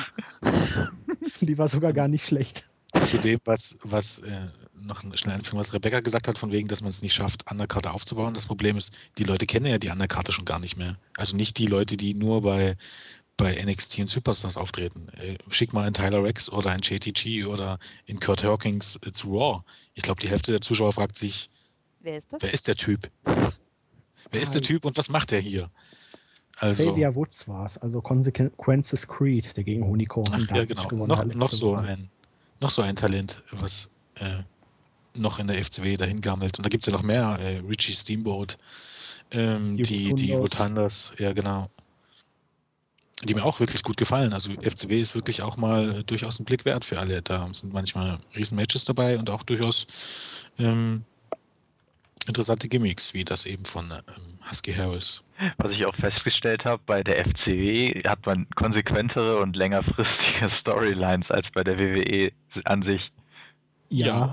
Die war sogar gar nicht schlecht. zu dem, was, was äh, noch schnell anfangen, was Rebecca gesagt hat, von wegen, dass man es nicht schafft, Underkarte aufzubauen. Das Problem ist, die Leute kennen ja die Underkarte schon gar nicht mehr. Also nicht die Leute, die nur bei, bei N X T und Superstars auftreten. Äh, schick mal einen Tyler Rex oder einen J T G oder in Kurt Hawkins äh, zu Raw. Ich glaube, die Hälfte der Zuschauer fragt sich, Wer ist das? wer ist der Typ? Wer ist der Typ und was macht der hier? Also, Xavier Woods war es, also Consequences Creed, der gegen Hunico ach im ja, Dark Match genau. gewonnen Noch, hat noch, letzte so Woche. ein, noch so ein Talent, was äh, noch in der F C W dahin gammelt. Und da gibt es ja noch mehr. Äh, Richie Steamboat, ähm, Die die, die Rotundos. Rotundas, ja genau. Die mir auch wirklich gut gefallen. Also F C W ist wirklich auch mal äh, durchaus ein Blick wert für alle. Da sind manchmal riesen Matches dabei und auch durchaus ähm, interessante Gimmicks, wie das eben von ähm, Husky Harris. Was ich auch festgestellt habe, bei der F C W hat man konsequentere und längerfristige Storylines als bei der W W E an sich. Ja,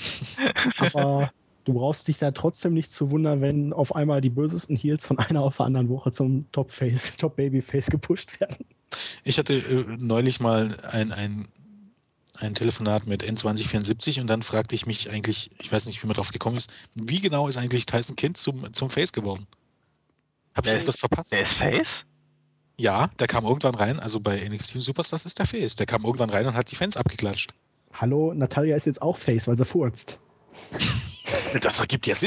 aber du brauchst dich da trotzdem nicht zu wundern, wenn auf einmal die bösesten Heels von einer auf der anderen Woche zum Top-Face, Top-Baby-Face gepusht werden. Ich hatte äh, neulich mal ein, ein, ein Telefonat mit N zwanzig vierundsiebzig und dann fragte ich mich eigentlich, ich weiß nicht, wie man drauf gekommen ist, wie genau ist eigentlich Tyson Kidd zum, zum Face geworden? Habe ich Der- irgendwas verpasst? Der ist Face? Ja, der kam irgendwann rein, also bei N X T Superstars ist der Face. Der kam irgendwann rein und hat die Fans abgeklatscht. Hallo, Natalia ist jetzt auch Face, weil sie furzt. Das ergibt ja Sinn.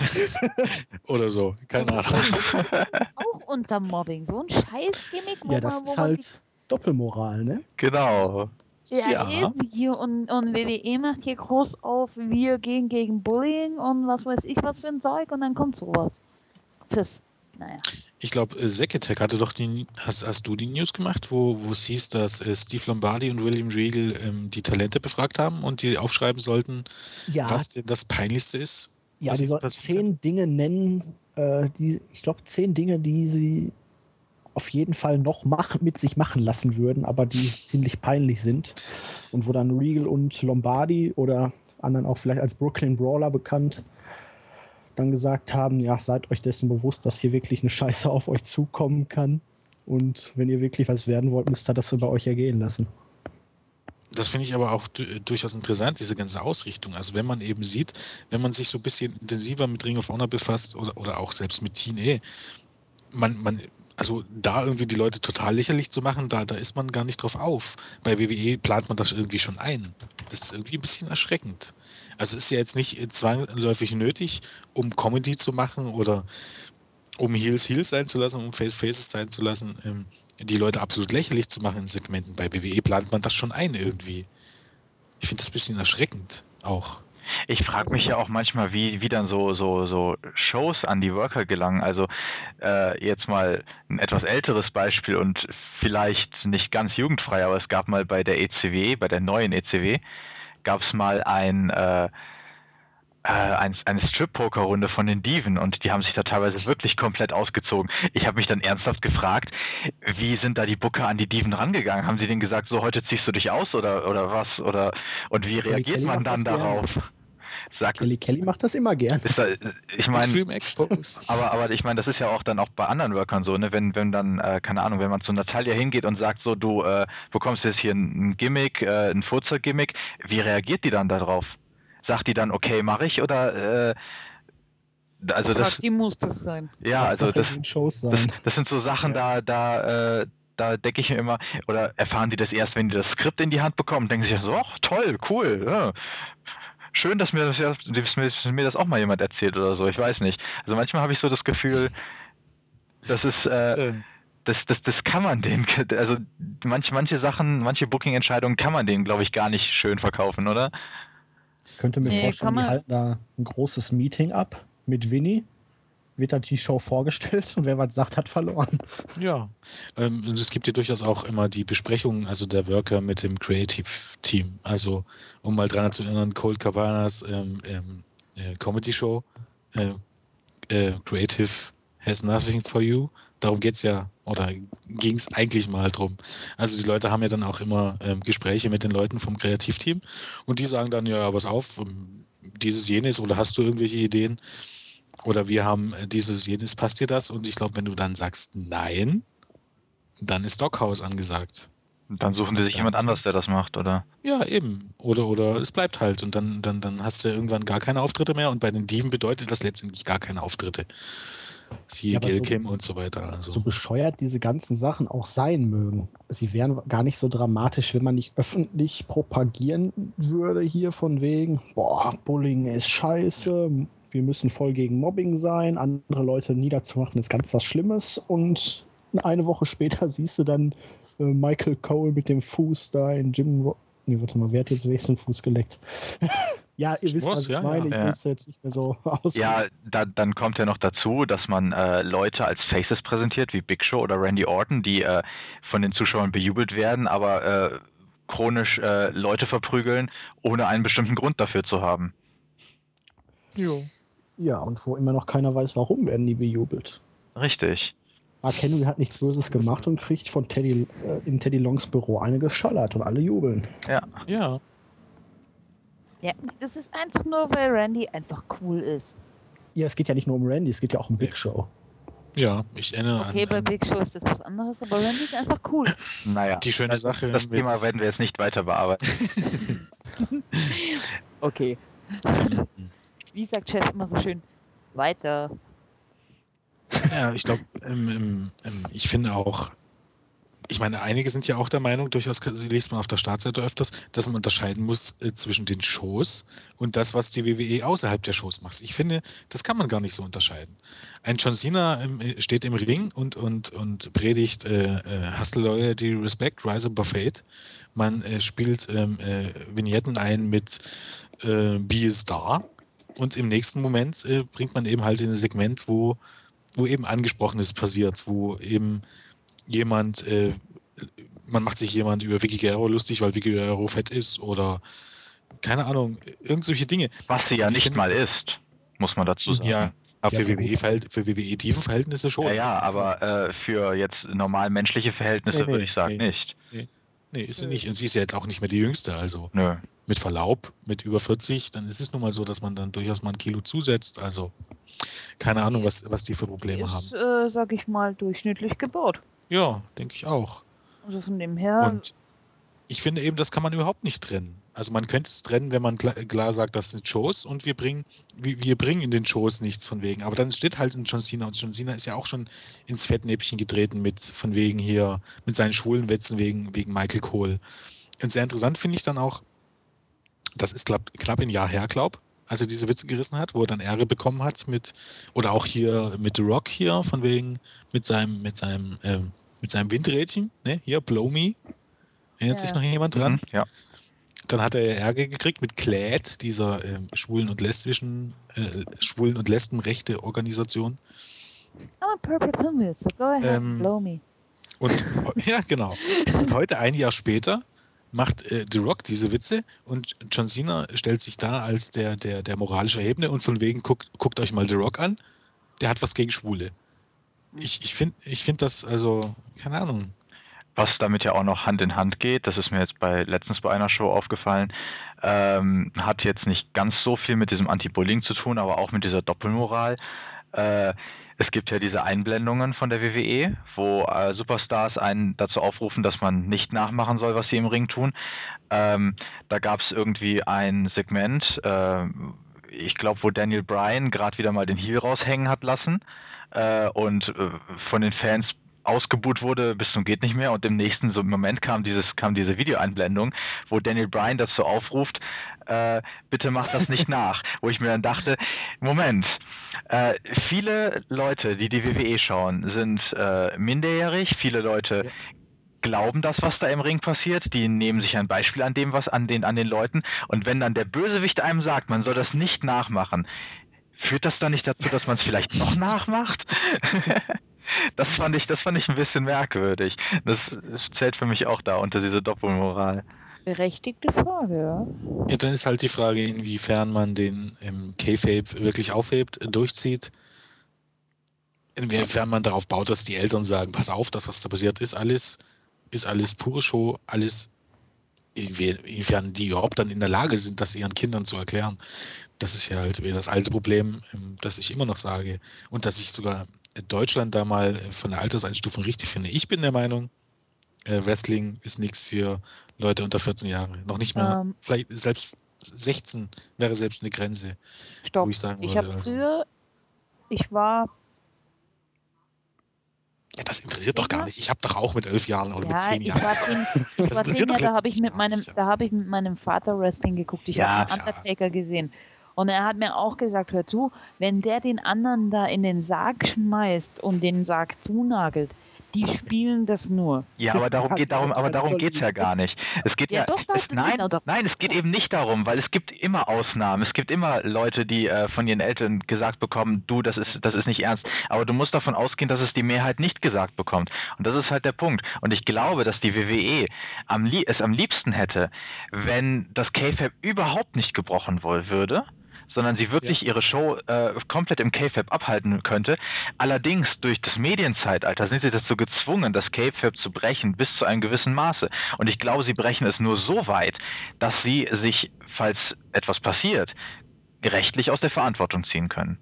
Oder so, keine Ahnung. Auch unter Mobbing. So ein Scheiß-Gimmick, wo Ja, das man, wo ist man die halt Doppelmoral, ne? Genau. Ja, Ja. eben hier und, und W W E macht hier groß auf, wir gehen gegen Bullying und was weiß ich was für ein Zeug und dann kommt sowas. Cis. Naja. Ich glaube, äh, Seketech hatte doch die, hast, hast du die News gemacht, wo, wo es hieß, dass äh, Steve Lombardi und William Regal ähm, die Talente befragt haben und die aufschreiben sollten, Ja, was denn das Peinlichste ist? ja, was die ihnen sollten passieren kann? zehn Dinge nennen, äh, die, ich glaube, zehn Dinge, die sie auf jeden Fall noch mach, mit sich machen lassen würden, aber die ziemlich peinlich sind. Und wo dann Regal und Lombardi oder anderen auch vielleicht als Brooklyn Brawler bekannt, dann gesagt haben, ja, seid euch dessen bewusst, dass hier wirklich eine Scheiße auf euch zukommen kann. Und wenn ihr wirklich was werden wollt, müsst ihr das über euch ergehen lassen. Das finde ich aber auch du- durchaus interessant, diese ganze Ausrichtung. Also wenn man eben sieht, wenn man sich so ein bisschen intensiver mit Ring of Honor befasst oder, oder auch selbst mit T N A, man, man, also da irgendwie die Leute total lächerlich zu machen, da, da ist man gar nicht drauf auf. Bei W W E plant man das irgendwie schon ein. Das ist irgendwie ein bisschen erschreckend. Also ist ja jetzt nicht zwangsläufig nötig, um Comedy zu machen oder um Heels Heels sein zu lassen, um Face Faces sein zu lassen, ähm, die Leute absolut lächerlich zu machen in Segmenten. Bei W W E plant man das schon ein irgendwie. Ich finde das ein bisschen erschreckend auch. Ich frage mich ja auch manchmal, wie, wie dann so, so, so Shows an die Worker gelangen. Also äh, jetzt mal ein etwas älteres Beispiel und vielleicht nicht ganz jugendfrei, aber es gab mal bei der E C W, bei der neuen E C W, gab es mal ein, äh, äh, ein, eine Strip-Poker-Runde von den Diven und die haben sich da teilweise wirklich komplett ausgezogen. Ich habe mich dann ernsthaft gefragt, wie sind da die Booker an die Diven rangegangen? Haben sie denen gesagt, so heute ziehst du dich aus oder, oder was? Oder, und wie Kelly reagiert Kelly man macht dann das gerne. darauf? Sag, Kelly Kelly macht das immer gern. ist da, ich meine, Extreme Expos. aber, aber ich meine, das ist ja auch dann auch bei anderen Workern so, ne? Wenn, wenn dann, äh, keine Ahnung, wenn man zu Natalia hingeht und sagt so, du äh, bekommst jetzt hier ein, ein Gimmick, äh, ein Furzer-Gimmick, wie reagiert die dann darauf? Sagt die dann, okay, mache ich, oder äh, also das, Fragt, die muss das sein. ja, also Hauptsache das, in den Shows das, sein. das sind so Sachen, Ja. da, da, äh, da denke ich mir immer, oder erfahren die das erst, wenn die das Skript in die Hand bekommen, denken sich so, ach toll, cool, ja. Schön, dass mir das, ja, dass mir das auch mal jemand erzählt oder so, ich weiß nicht. Also manchmal habe ich so das Gefühl, das ist, äh, Äh, das, das, das kann man denen, also manche, manche Sachen, manche Booking-Entscheidungen kann man denen, glaube ich, gar nicht schön verkaufen, oder? Ich könnte mir Nee, vorstellen, kann die man- halten da ein großes Meeting ab mit Winnie. Wird dann die Show vorgestellt und wer was sagt, hat verloren. Ja, ähm, und es gibt ja durchaus auch immer die Besprechungen, also der Worker mit dem Creative Team. Also, um mal dran zu erinnern, Cold Cabanas ähm, ähm, äh, Comedy Show, äh, äh, Creative has nothing for you. Darum geht's ja, oder ging es eigentlich mal drum. Also die Leute haben ja dann auch immer ähm, Gespräche mit den Leuten vom Kreativteam und die sagen dann, ja, pass auf, ähm, dieses, jenes, oder hast du irgendwelche Ideen? Oder wir haben äh, dieses, jenes, passt dir das? Und ich glaube, wenn du dann sagst nein, dann ist Doghouse angesagt. Und dann suchen die sich Dann- jemand anders, der das macht, oder? Ja, eben. Oder, oder es bleibt halt. Und dann, dann, dann hast du irgendwann gar keine Auftritte mehr. Und bei den Diven bedeutet das letztendlich gar keine Auftritte. Siehe Ja, aber Gail so- Kim und so weiter. Also. So bescheuert diese ganzen Sachen auch sein mögen. Sie wären gar nicht so dramatisch, wenn man nicht öffentlich propagieren würde hier von wegen, boah, Bullying ist scheiße, wir müssen voll gegen Mobbing sein, andere Leute niederzumachen ist ganz was Schlimmes und eine Woche später siehst du dann äh, Michael Cole mit dem Fuß da in Jim Ro Nee, warte mal, wer hat jetzt welchen Fuß geleckt? Ja, ihr wisst, was ich Ja, meine. ja. Ich will es jetzt nicht mehr so aus. Ja, da, dann kommt ja noch dazu, dass man äh, Leute als Faces präsentiert, wie Big Show oder Randy Orton, die äh, von den Zuschauern bejubelt werden, aber äh, chronisch äh, Leute verprügeln, ohne einen bestimmten Grund dafür zu haben. Jo. Ja, und wo immer noch keiner weiß, warum werden die bejubelt. Richtig. Mark Henry hat nichts Böses gemacht und kriegt von Teddy äh, in Teddy Longs Büro eine geschallert und alle jubeln. Ja. Ja. Ja, das ist einfach nur, weil Randy einfach cool ist. Ja, es geht ja nicht nur um Randy, es geht ja auch um Big Nee. Show. Ja, ich erinnere Okay, an, bei an Big Show ist das was anderes, aber Randy ist einfach cool. Naja, die schöne das, Sache das mit. Thema werden wir jetzt nicht weiter bearbeiten. Okay. Wie sagt Chef immer so schön? Weiter. Ja, ich glaube, ähm, ähm, ähm, ich finde auch, ich meine, einige sind ja auch der Meinung, durchaus liest man auf der Startseite öfters, dass man unterscheiden muss äh, zwischen den Shows und das, was die W W E außerhalb der Shows macht. Ich finde, das kann man gar nicht so unterscheiden. Ein John Cena ähm, steht im Ring und, und, und predigt äh, äh, Hustle, Loyalty, Respect, Rise Above Fate. Man äh, spielt ähm, äh, Vignetten ein mit äh, Be a Star und im nächsten Moment äh, bringt man eben halt in ein Segment, wo, wo eben Angesprochenes passiert, wo eben jemand, äh, man macht sich jemand über Vicky Guerrero lustig, weil Vicky Guerrero fett ist oder keine Ahnung, irgendwelche Dinge. Was sie ja Ich nicht finde, mal das, ist, muss man dazu sagen. ja, Ja, für gut. WWE-Verhältnisse für W W E-Tiefen-Verhältnisse schon. Ja, ja, aber äh, für jetzt normal menschliche Verhältnisse Nee, nee, würde ich sagen nee. nicht. Nee, nee, ist sie nicht. Und sie ist ja jetzt auch nicht mehr die Jüngste, also Nö. mit Verlaub, mit über vierzig, dann ist es nun mal so, dass man dann durchaus mal ein Kilo zusetzt. Also keine Ahnung, was, was die für Die Probleme haben. ist, äh, sag ich mal, durchschnittlich gebaut. Ja, denke ich auch. Also von dem her. Und ich finde eben, das kann man überhaupt nicht trennen. Also man könnte es trennen, wenn man klar, klar sagt, das sind Shows und wir bringen, wir, wir bringen in den Shows nichts von wegen. Aber dann steht halt ein John Cena und John Cena ist ja auch schon ins Fettnäpfchen getreten mit von wegen hier, mit seinen schwulen Wetzen wegen, wegen Michael Cole. Und sehr interessant finde ich dann auch, das ist glaub, knapp ein Jahr her, glaub, als er diese Witze gerissen hat, wo er dann Ärger bekommen hat mit, oder auch hier mit The Rock hier, von wegen, mit seinem, mit seinem, ähm, mit seinem Windrädchen, ne, hier, Blow Me. Erinnert Ja. sich noch jemand dran? Mhm, ja. Dann hat er Ärger gekriegt mit C L A D, dieser ähm, schwulen und lesbischen, äh, schwulen und lesbenrechte Organisation. I'm a purple pill, so go ahead and Ähm, blow me. und ja, genau. Und heute, ein Jahr später, macht äh, The Rock diese Witze und John Cena stellt sich da als der, der, der moralische Erhebende und von wegen, guckt, guckt euch mal The Rock an, der hat was gegen Schwule. Ich, ich finde ich find das, also, keine Ahnung. was damit ja auch noch Hand in Hand geht, das ist mir jetzt bei letztens bei einer Show aufgefallen, ähm, hat jetzt nicht ganz so viel mit diesem Anti-Bullying zu tun, aber auch mit dieser Doppelmoral. Äh, es gibt ja diese Einblendungen von der W W E, wo äh, Superstars einen dazu aufrufen, dass man nicht nachmachen soll, was sie im Ring tun. Ähm, da gab es irgendwie ein Segment, äh, ich glaube, wo Daniel Bryan gerade wieder mal den Heel raushängen hat lassen äh, und äh, von den Fans ausgebuht wurde bis zum geht nicht mehr, und im nächsten so Moment kam dieses kam diese Videoeinblendung, wo Daniel Bryan dazu aufruft, äh, bitte macht das nicht nach, wo ich mir dann dachte, Moment, äh, viele Leute, die die W W E schauen, sind äh, minderjährig, viele Leute Ja. glauben das, was da im Ring passiert, die nehmen sich ein Beispiel an dem, was an den an den Leuten, und wenn dann der Bösewicht einem sagt, man soll das nicht nachmachen, führt das dann nicht dazu, dass man es vielleicht noch nachmacht? Das fand ich, das fand ich ein bisschen merkwürdig. Das zählt für mich auch da unter diese Doppelmoral. Berechtigte Frage, ja. Ja, dann ist halt die Frage, inwiefern man den im K-Fape wirklich aufhebt, durchzieht. Inwiefern man darauf baut, dass die Eltern sagen, pass auf, das, was da passiert ist, alles, ist alles pure Show, alles, inwiefern die überhaupt dann in der Lage sind, das ihren Kindern zu erklären. Das ist ja halt wieder das alte Problem, das ich immer noch sage. Und dass ich sogar Deutschland da mal von der Alterseinstufung richtig finde. Ich bin der Meinung, Wrestling ist nichts für Leute unter vierzehn Jahre. Noch nicht mehr, Ähm, vielleicht selbst sechzehn wäre selbst eine Grenze, stopp. wo ich sagen Ich würde. habe Also, früher, ich war, ja, das interessiert doch gar Zehner? nicht. Ich habe doch auch mit elf Jahren oder mit ja, zehn ich Jahren. war zehn, ich Das war zehn interessiert doch Jahre, da habe ich letztendlich mit gar meinem, nicht. da habe ich mit meinem Vater Wrestling geguckt. Ich Ja, habe den Undertaker gesehen. Und er hat mir auch gesagt, hör zu, wenn der den anderen da in den Sarg schmeißt und den Sarg zunagelt, die spielen das nur. Ja, aber darum geht darum, aber Ganz darum solide. geht's ja gar nicht. Es geht Ja, ja, doch, doch, es, nein, genau, doch. nein, es geht eben nicht darum, weil es gibt immer Ausnahmen. Es gibt immer Leute, die äh, von ihren Eltern gesagt bekommen, du, das ist, das ist nicht ernst. Aber du musst davon ausgehen, dass es die Mehrheit nicht gesagt bekommt. Und das ist halt der Punkt. Und ich glaube, dass die W W E am lie- es am liebsten hätte, wenn das K-Fape überhaupt nicht gebrochen wohl würde, sondern sie wirklich ihre Show äh, komplett im K-Fape abhalten könnte. Allerdings durch das Medienzeitalter sind sie dazu gezwungen, das K-Fape zu brechen bis zu einem gewissen Maße. Und ich glaube, sie brechen es nur so weit, dass sie sich, falls etwas passiert, rechtlich aus der Verantwortung ziehen können.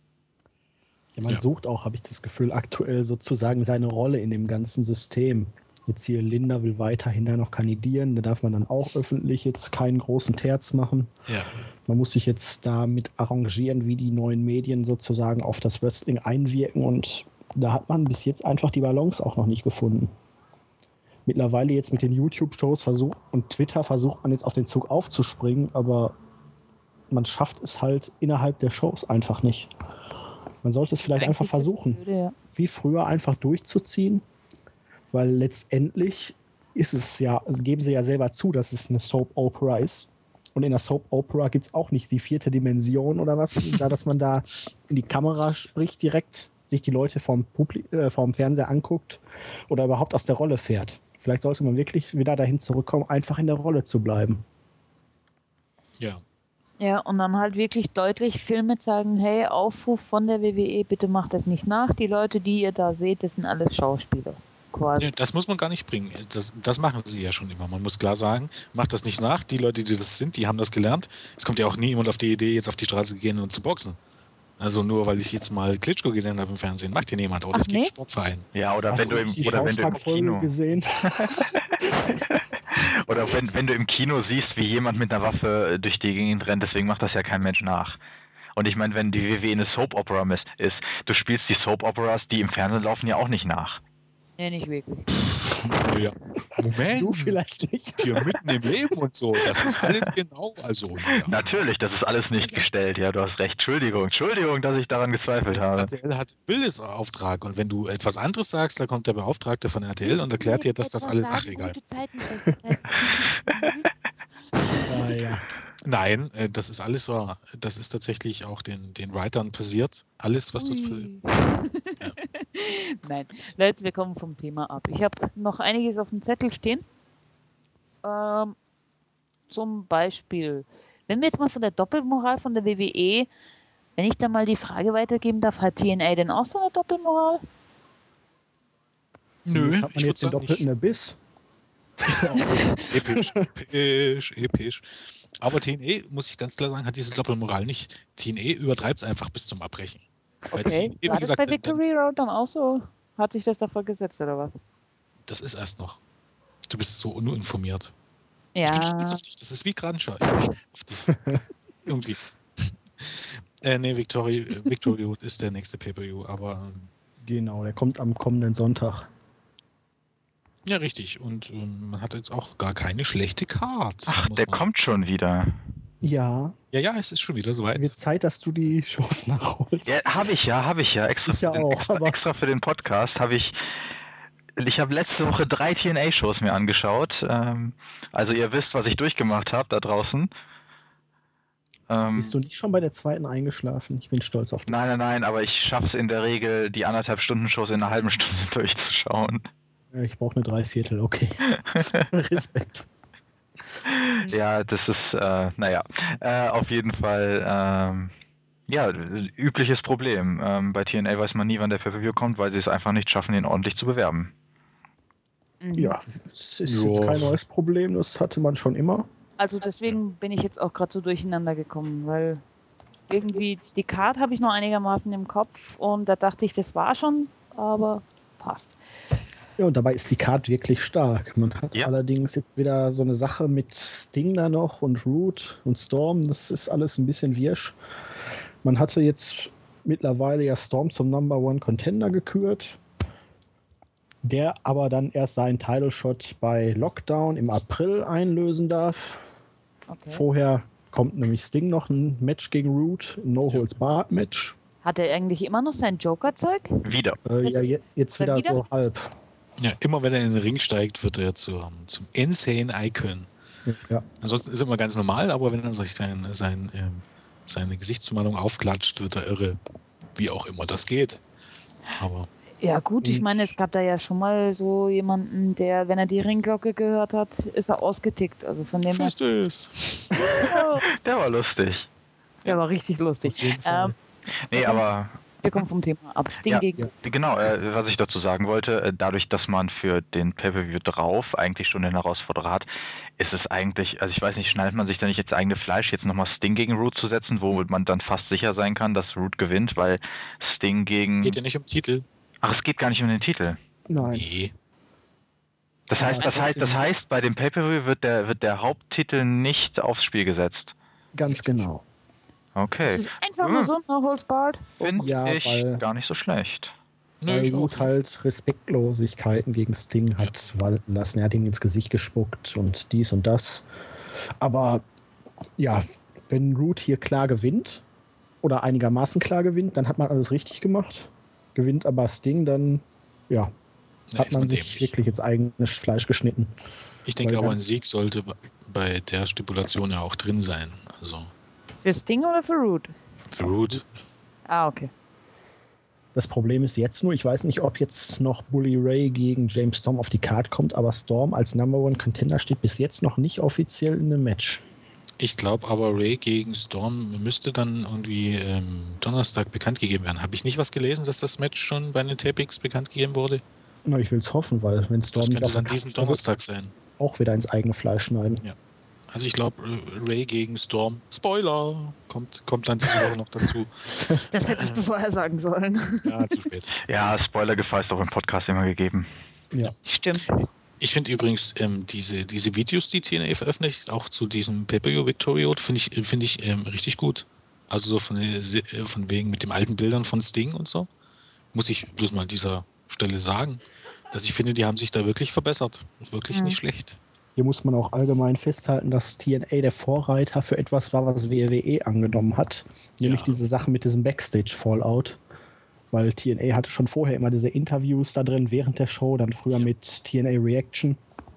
Ja, man Ja. sucht auch, habe ich das Gefühl, aktuell sozusagen seine Rolle in dem ganzen System. Jetzt hier Linda will weiterhin da noch kandidieren, da darf man dann auch öffentlich jetzt keinen großen Terz machen. Ja. Man muss sich jetzt damit arrangieren, wie die neuen Medien sozusagen auf das Wrestling einwirken, und da hat man bis jetzt einfach die Balance auch noch nicht gefunden. Mittlerweile jetzt mit den YouTube-Shows versucht und Twitter versucht man jetzt auf den Zug aufzuspringen, aber man schafft es halt innerhalb der Shows einfach nicht. Man sollte es Das ist vielleicht einfach eigentlich das versuchen, Blöde, ja. wie früher einfach durchzuziehen, weil letztendlich ist es ja, also geben sie ja selber zu, dass es eine Soap Opera ist. Und in der Soap Opera gibt es auch nicht die vierte Dimension oder was, da, dass man da in die Kamera spricht direkt, sich die Leute vom, Publi- äh, vom Fernseher anguckt oder überhaupt aus der Rolle fährt. Vielleicht sollte man wirklich wieder dahin zurückkommen, einfach in der Rolle zu bleiben. Ja. Ja, und dann halt wirklich deutlich Filme zeigen, hey, Aufruf von der W W E, bitte macht das nicht nach. Die Leute, die ihr da seht, das sind alles Schauspieler. Quasi. Ja, das muss man gar nicht bringen. Das, das machen sie ja schon immer. Man muss klar sagen, macht das nicht nach. Die Leute, die das sind, die haben das gelernt. Es kommt ja auch nie jemand auf die Idee, jetzt auf die Straße zu gehen und zu boxen. Also nur, weil ich jetzt mal Klitschko gesehen habe im Fernsehen, macht hier niemand. Oder Ach, es gibt nee? einen Sportverein. Ja, oder Hast wenn du du im, die oder wenn du im Schaufrag-Folge Kino gesehen? oder wenn, wenn du im Kino siehst, wie jemand mit einer Waffe durch die Gegend rennt, deswegen macht das ja kein Mensch nach. Und ich meine, wenn die W W E eine Soap Opera ist, du spielst die Soap Operas, die im Fernsehen laufen, ja auch nicht nach. Nee, nicht wirklich. Ja. Moment. Du vielleicht nicht. Hier mitten im Leben und so. Das ist alles genau. Also hier. Natürlich, das ist alles nicht gestellt. Ja, du hast recht. Entschuldigung, Entschuldigung, dass ich daran gezweifelt habe. R T L hat Bildesauftrag und wenn du etwas anderes sagst, da kommt der Beauftragte von R T L und erklärt dir, dass das alles, ach egal. Gute Zeiten, schlechte Zeiten gespielt. Ja, ja. Nein, äh, das ist alles wahr. Das ist tatsächlich auch den, den Writern passiert. Alles, was dort passiert. Ui. Nein, Leute, wir kommen vom Thema ab. Ich habe noch einiges auf dem Zettel stehen. Ähm, zum Beispiel, wenn wir jetzt mal von der Doppelmoral von der W W E, wenn ich da mal die Frage weitergeben darf, hat T N A denn auch so eine Doppelmoral? Nö, Jetzt hat man ich würde jetzt den sagen doppelten nicht. Abyss. Episch, episch, episch. Aber T N A, muss ich ganz klar sagen, hat diese Doppelmoral nicht. T N A übertreibt es einfach bis zum Abbrechen. Bei Okay. T N A, wie War das gesagt, bei dann, Victory Road dann auch so? Hat sich das davor gesetzt oder was? das ist erst noch. Du bist so uninformiert. Ich bin Ja. stolz auf dich. Das ist wie Cruncher. Ich bin stolz auf dich. Irgendwie. Äh, nee, Victory, Victory Road ist der nächste Pay-Per-View, aber ähm, Genau, der kommt am kommenden Sonntag. ja, richtig. Und ähm, man hat jetzt auch gar keine schlechte Card. Ach, muss der man kommt schon wieder. Ja, Ja, ja, es ist schon wieder soweit. wird Zeit, dass du die Shows nachholst. Ja, habe ich ja, habe ich ja. Extra, Ich ja für den, auch, extra, aber- extra für den Podcast habe ich. Ich habe letzte Woche drei T N A-Shows mir angeschaut. Ähm, also ihr wisst, was ich durchgemacht habe da draußen. Ähm, Bist du nicht schon bei der zweiten eingeschlafen? Ich bin stolz auf dich. nein, nein, nein, aber ich schaffe es in der Regel, die anderthalb Stunden Shows in einer halben Stunde durchzuschauen. Ja, ich brauche eine Dreiviertel, okay. Respekt. Ja, das ist, äh, naja, äh, auf jeden Fall, ähm, ja, übliches Problem. Ähm, bei T N A weiß man nie, wann der Pay-Per-View kommt, weil sie es einfach nicht schaffen, ihn ordentlich zu bewerben. Mhm. Ja, es ist Ja. jetzt kein neues Problem, das hatte man schon immer. Also deswegen bin ich jetzt auch gerade so durcheinander gekommen, weil irgendwie die Card habe ich noch einigermaßen im Kopf und da dachte ich, das war schon, aber passt. Ja, und dabei ist die Card wirklich stark. Man hat Ja. allerdings jetzt wieder so eine Sache mit Sting da noch und Root und Storm. Das ist alles ein bisschen wirsch. Man hatte jetzt mittlerweile ja Storm zum Number One Contender gekürt, der aber dann erst seinen Title Shot bei Lockdown im April einlösen darf. Okay. Vorher kommt nämlich Sting noch ein Match gegen Root, ein No-Holds-Barred-Match. Hat er eigentlich immer noch sein Joker-Zeug? Wieder. Äh, ja, je, jetzt Oder wieder, wieder? so halb. Ja, immer wenn er in den Ring steigt, wird er zum, zum Insane Icon. Ja. Ansonsten ist er immer ganz normal, aber wenn er sich sein, sein, ähm, seine Gesichtsbemalung aufklatscht, wird er irre. Wie auch immer das geht. Aber Ja gut, ich Und- meine, es gab da ja schon mal so jemanden, der, wenn er die Ringglocke gehört hat, ist er ausgetickt. Also von dem her, fest ist. oh, Der war lustig. der war richtig lustig. Auf jeden Fall. Ähm, Nee, wir kommen- aber Wir kommen vom Thema ab. Sting Ja, gegen... genau, äh, was ich dazu sagen wollte, äh, dadurch, dass man für den Pay-Per-View drauf eigentlich schon den Herausforderer hat, ist es eigentlich, also ich weiß nicht, schneidet man sich da nicht ins eigene Fleisch, jetzt nochmal Sting gegen Root zu setzen, wo man dann fast sicher sein kann, dass Root gewinnt, weil Sting gegen... Geht ja nicht um Titel. Ach, es geht gar nicht um den Titel. Nein. Nee. Das Aber heißt, das heißt, das trotzdem- heißt, bei dem Pay-Per-View wird der, wird der Haupttitel nicht aufs Spiel gesetzt. Ganz genau. Das Okay. ist einfach nur Hm. so, no holds barred. Finde Ja, ich weil- gar nicht so schlecht. Nö, Weil ich auch Root nicht. halt Respektlosigkeiten gegen Sting hat walten lassen. Er hat ihm ins Gesicht gespuckt und dies und das. Aber ja, wenn Root hier klar gewinnt oder einigermaßen klar gewinnt, dann hat man alles richtig gemacht. Gewinnt aber Sting, dann ja, Nee, hat ist man man sich dämlich. wirklich ins eigene Fleisch geschnitten. Ich denke Weil aber, dann- ein Sieg sollte bei der Stipulation ja auch drin sein. Also Für Sting oder für Root? für Root. Ah, okay. Das Problem ist jetzt nur, ich weiß nicht, ob jetzt noch Bully Ray gegen James Storm auf die Card kommt, aber Storm als Number One Contender steht bis jetzt noch nicht offiziell in einem Match. Ich glaube aber, Ray gegen Storm müsste dann irgendwie ähm, Donnerstag bekannt gegeben werden. Habe ich nicht was gelesen, dass das Match schon bei den Tapings bekannt gegeben wurde? Na, ich will es hoffen, weil wenn Storm Das nicht könnte auf der dann Card diesen ist, dann wird Donnerstag sein. auch wieder ins eigene Fleisch schneiden. Ja. Also ich glaube, Ray gegen Storm, Spoiler, kommt, kommt dann diese Woche noch dazu. Das hättest du vorher sagen sollen. Ja, zu spät. Ja, Spoilergefahr ist auch im Podcast immer gegeben. Ja. Stimmt. Ich finde übrigens ähm, diese, diese Videos, die T N A veröffentlicht, auch zu diesem Pay-Per-View Victory Road, finde ich, find ich ähm, richtig gut. Also so von, der, von wegen mit den alten Bildern von Sting und so. Muss ich bloß mal an dieser Stelle sagen, dass ich finde, die haben sich da wirklich verbessert. Wirklich Mhm. nicht schlecht. Hier muss man auch allgemein festhalten, dass T N A der Vorreiter für etwas war, was W W E angenommen hat. Nämlich Ja. diese Sache mit diesem Backstage-Fallout. Weil T N A hatte schon vorher immer diese Interviews da drin während der Show, dann früher Ja. mit T N A Reaction.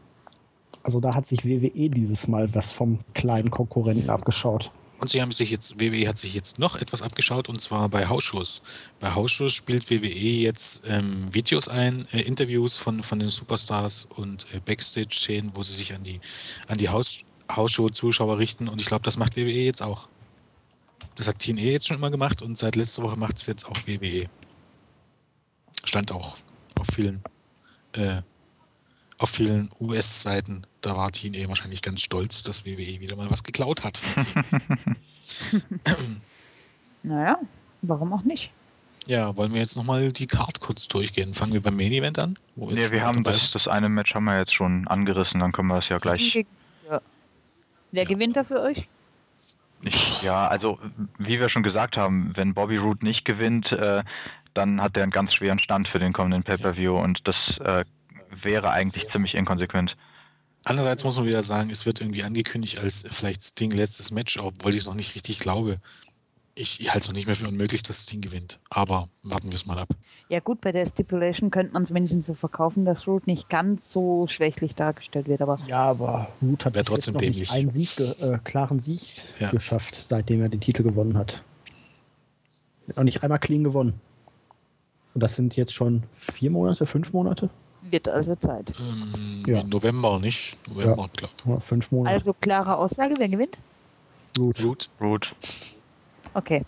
Also da hat sich W W E dieses Mal was vom kleinen Konkurrenten abgeschaut. Und sie haben sich jetzt, W W E hat sich jetzt noch etwas abgeschaut, und zwar bei Hausshows. Bei Hausshows spielt W W E jetzt ähm, Videos ein, äh, Interviews von, von den Superstars und äh, Backstage-Szenen, wo sie sich an die, an die Haus, Hausshow-Zuschauer richten. Und ich glaube, das macht W W E jetzt auch. Das hat T N A jetzt schon immer gemacht und seit letzter Woche macht es jetzt auch W W E. Stand auch auf vielen äh, auf vielen U S-Seiten, da war T N A wahrscheinlich ganz stolz, dass W W E wieder mal was geklaut hat von T N A. Naja, warum auch nicht? Ja, wollen wir jetzt nochmal die Card kurz durchgehen? Fangen wir beim Main Event an? Wo Ja, wir haben das, das eine Match haben wir jetzt schon angerissen, dann können wir das ja gleich. Ja. Wer Ja. gewinnt da für euch? Ich, ja, also wie wir schon gesagt haben, wenn Bobby Roode nicht gewinnt, äh, dann hat er einen ganz schweren Stand für den kommenden Pay-Per-View und das äh, wäre eigentlich ziemlich inkonsequent. Andererseits muss man wieder sagen, es wird irgendwie angekündigt als vielleicht Sting letztes Match, obwohl ich es noch nicht richtig glaube. Ich, ich halte es noch nicht mehr für unmöglich, dass Sting gewinnt. Aber warten wir es mal ab. Ja gut, bei der Stipulation könnte man es wenigstens so verkaufen, dass Roode nicht ganz so schwächlich dargestellt wird. Aber Ja, aber Roode hat Wär bis trotzdem jetzt noch dämlich. nicht einen Sieg, ge- äh, klaren Sieg Ja. geschafft, seitdem er den Titel gewonnen hat. Er hat noch nicht einmal clean gewonnen. Und das sind jetzt schon vier Monate, fünf Monate? wird also Zeit. Ähm, Ja. Im November, nicht? November, glaube Oder fünf Monate. Also klare Aussage, wer gewinnt? Roode. ich. Root. Roode. Okay.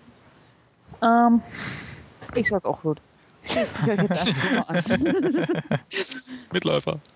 Ähm, ich sag auch Roode. Schließe ich euch jetzt einfach mal an. Mitläufer.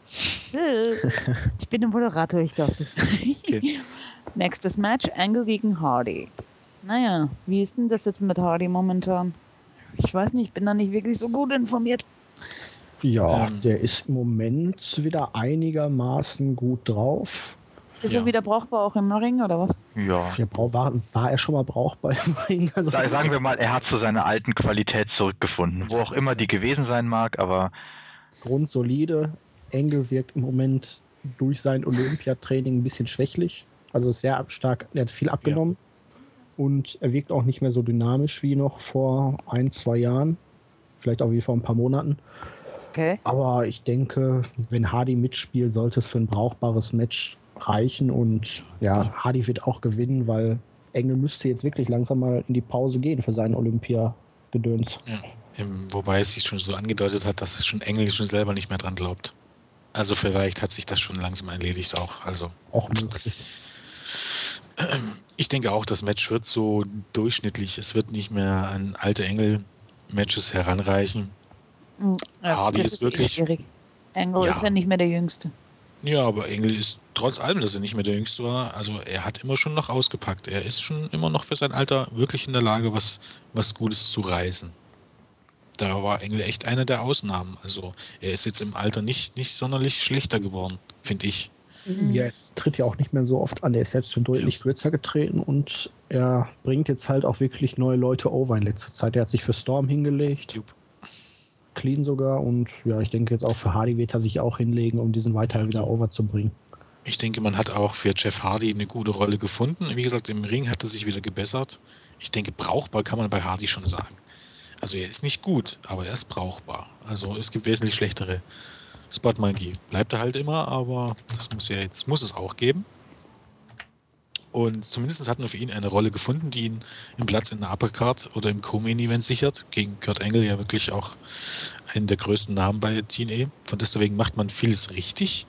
Ich bin der Moderator, ich darf das. Okay. Nächstes Match, Angle gegen Hardy. Naja, wie ist denn das jetzt mit Hardy momentan? Ich weiß nicht, ich bin da nicht wirklich so gut informiert. Ja, Ähm. der ist im Moment wieder einigermaßen gut drauf. Ist Ja. er wieder brauchbar auch im Ring oder was? Ja. Der Brau- war, war er schon mal brauchbar im Ring? Also, Sa- Sagen wir mal, er hat zu seiner alten Qualität zurückgefunden, wo auch immer die gewesen sein mag, aber grundsolide. Engel wirkt im Moment durch sein Olympiatraining ein bisschen schwächlich. Also sehr stark, er hat viel abgenommen. Und er wirkt auch nicht mehr so dynamisch wie noch vor ein, zwei Jahren. Vielleicht auch wie vor ein paar Monaten. Okay. Aber ich denke, wenn Hardy mitspielt, sollte es für ein brauchbares Match reichen. Und ja, Hardy wird auch gewinnen, weil Engel müsste jetzt wirklich langsam mal in die Pause gehen für seinen Olympia-Gedöns. Ja. Ähm, wobei es sich schon so angedeutet hat, dass es schon Engel schon selber nicht mehr dran glaubt. Also vielleicht hat sich das schon langsam erledigt auch. Also Auch möglich. ich denke auch, das Match wird so durchschnittlich. Es wird nicht mehr an alte Engel-Matches heranreichen. Ja, Hardy das ist eh wirklich- schwierig. Angle Ja. ist ja nicht mehr der Jüngste. Ja, aber Engel ist trotz allem, dass er nicht mehr der Jüngste war, also er hat immer schon noch ausgepackt. Er ist schon immer noch für sein Alter wirklich in der Lage, was, was Gutes zu reißen. Da war Engel echt einer der Ausnahmen. Also er ist jetzt im Alter nicht, nicht sonderlich schlechter geworden, finde ich. Ja, er tritt ja auch nicht mehr so oft an. Der ist jetzt schon deutlich kürzer getreten und er bringt jetzt halt auch wirklich neue Leute over in letzter Zeit. Er hat sich für Storm hingelegt, Jupp. clean sogar. Und ja, ich denke jetzt auch für Hardy wird er sich auch hinlegen, um diesen weiter wieder over zu bringen. Ich denke, man hat auch für Jeff Hardy eine gute Rolle gefunden. Wie gesagt, im Ring hat er sich wieder gebessert. Ich denke, brauchbar kann man bei Hardy schon sagen. Also er ist nicht gut, aber er ist brauchbar. Also es gibt wesentlich schlechtere Spot Monkey. Bleibt er halt immer, aber das muss ja jetzt, muss es auch geben. Und zumindest hat man für ihn eine Rolle gefunden, die ihn im Platz in der Uppercard oder im Co-Main-Event sichert. Gegen Kurt Angle ja wirklich auch einen der größten Namen bei T N A. Und deswegen macht man vieles richtig.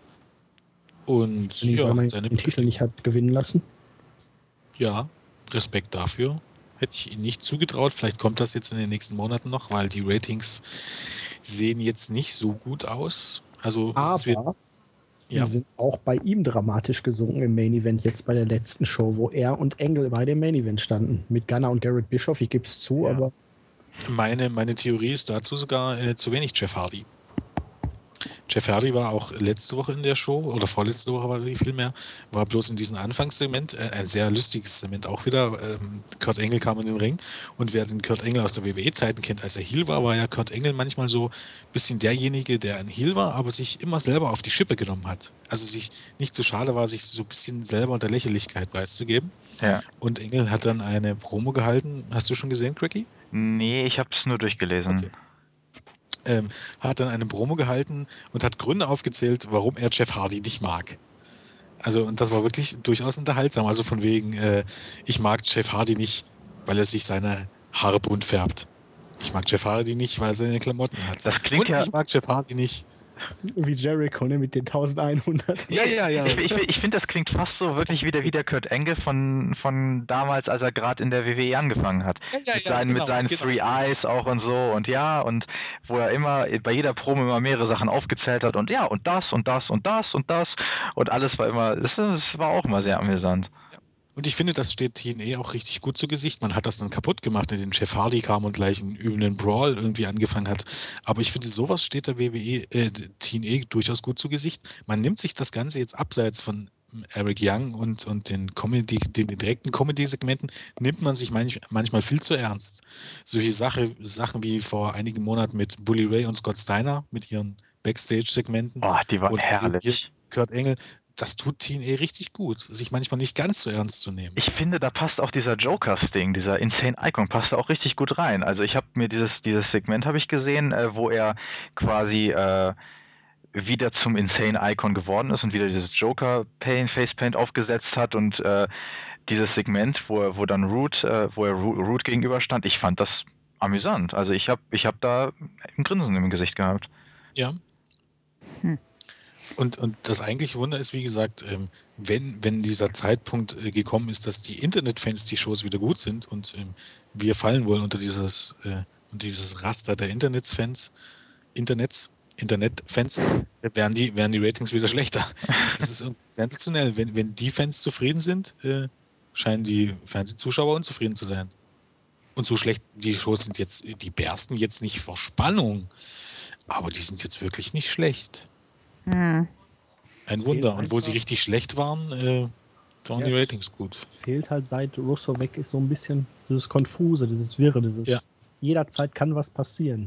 Und Wenn ihn, ja, weil man hat seine den Titel nicht hat gewinnen lassen. Ja, Respekt dafür. Hätte ich ihm nicht zugetraut. Vielleicht kommt das jetzt in den nächsten Monaten noch, weil die Ratings sehen jetzt nicht so gut aus. Also es ist wieder, Aber ja, die sind auch bei ihm dramatisch gesunken im Main Event jetzt bei der letzten Show, wo er und Engel bei dem Main Event standen. Mit Gunnar und Garrett Bischoff, ich gebe es zu, Ja. aber meine, meine Theorie ist dazu sogar äh, zu wenig Jeff Hardy. Jeff Hardy war auch letzte Woche in der Show, oder vorletzte Woche war die vielmehr, war bloß in diesem Anfangssegment, äh, ein sehr lustiges Segment auch wieder. Ähm, Kurt Angle kam in den Ring und wer den Kurt Angle aus der W W E-Zeiten kennt, als er Heel war, war ja Kurt Angle manchmal so ein bisschen derjenige, der ein Heel war, aber sich immer selber auf die Schippe genommen hat. Also sich nicht zu schade war, sich so ein bisschen selber unter Lächerlichkeit preiszugeben. ja. Und Angle hat dann eine Promo gehalten. Hast du schon gesehen, Cracky? Nee, ich habe es nur durchgelesen. Okay. Ähm, hat dann eine Promo gehalten und hat Gründe aufgezählt, warum er Jeff Hardy nicht mag. Also, und das war wirklich durchaus unterhaltsam. Also von wegen, äh, ich mag Jeff Hardy nicht, weil er sich seine Haare bunt färbt. Ich mag Jeff Hardy nicht, weil er seine Klamotten hat. Das klingt Und ja- ich mag Jeff Hardy nicht, Wie Jericho, ne, mit den elfhundert. Ja, ja, ja. Ich, ich, ich finde, das klingt fast so wirklich wieder wie der Kurt Angle von, von damals, als er gerade in der W W E angefangen hat. Ja, ja, mit, ja, seinen, genau, mit seinen genau. Three Eyes auch und so und ja, und wo er immer bei jeder Promo immer mehrere Sachen aufgezählt hat und ja, und das und das und das und das und alles war immer, das, das war auch immer sehr amüsant. Und ich finde, das steht T N A auch richtig gut zu Gesicht. Man hat das dann kaputt gemacht, indem Jeff Hardy kam und gleich einen üblen Brawl irgendwie angefangen hat. Aber ich finde, sowas steht der W W E, äh, T N A durchaus gut zu Gesicht. Man nimmt sich das Ganze jetzt abseits von Eric Young und, und den Comedy, den, den direkten Comedy-Segmenten, nimmt man sich manch, manchmal viel zu ernst. Solche Sache, Sachen wie vor einigen Monaten mit Bully Ray und Scott Steiner mit ihren Backstage-Segmenten. Oh, die waren Oder herrlich. hier Kurt Angle. Das tut T N A richtig gut, sich manchmal nicht ganz so ernst zu nehmen. Ich finde, da passt auch dieser Joker-Sting, dieser Insane Icon, passt da auch richtig gut rein. Also ich habe mir dieses, dieses Segment habe ich gesehen, äh, wo er quasi äh, wieder zum Insane Icon geworden ist und wieder dieses Joker-Facepaint aufgesetzt hat und äh, dieses Segment, wo er, wo dann Root, äh, wo er Root gegenüberstand, ich fand das amüsant. Also ich habe ich hab da ein Grinsen im Gesicht gehabt. Ja. Hm. Und, und das eigentliche Wunder ist, wie gesagt, ähm, wenn, wenn dieser Zeitpunkt äh, gekommen ist, dass die Internetfans die Shows wieder gut sind und ähm, wir fallen wollen unter dieses, äh, unter dieses Raster der Internetsfans, Internets, Internetfans, äh, werden die, werden die Ratings wieder schlechter. Das ist sensationell. Wenn, wenn die Fans zufrieden sind, äh, scheinen die Fernsehzuschauer unzufrieden zu sein. Und so schlecht, die Shows sind jetzt, die bersten jetzt nicht vor Spannung, aber die sind jetzt wirklich nicht schlecht. Hm. Ein Wunder. Und wo sie richtig schlecht waren, äh, waren ja, die Ratings gut. Fehlt halt, seit Russo weg ist, so ein bisschen dieses Konfuse, dieses Wirre, dieses ja. jederzeit kann was passieren.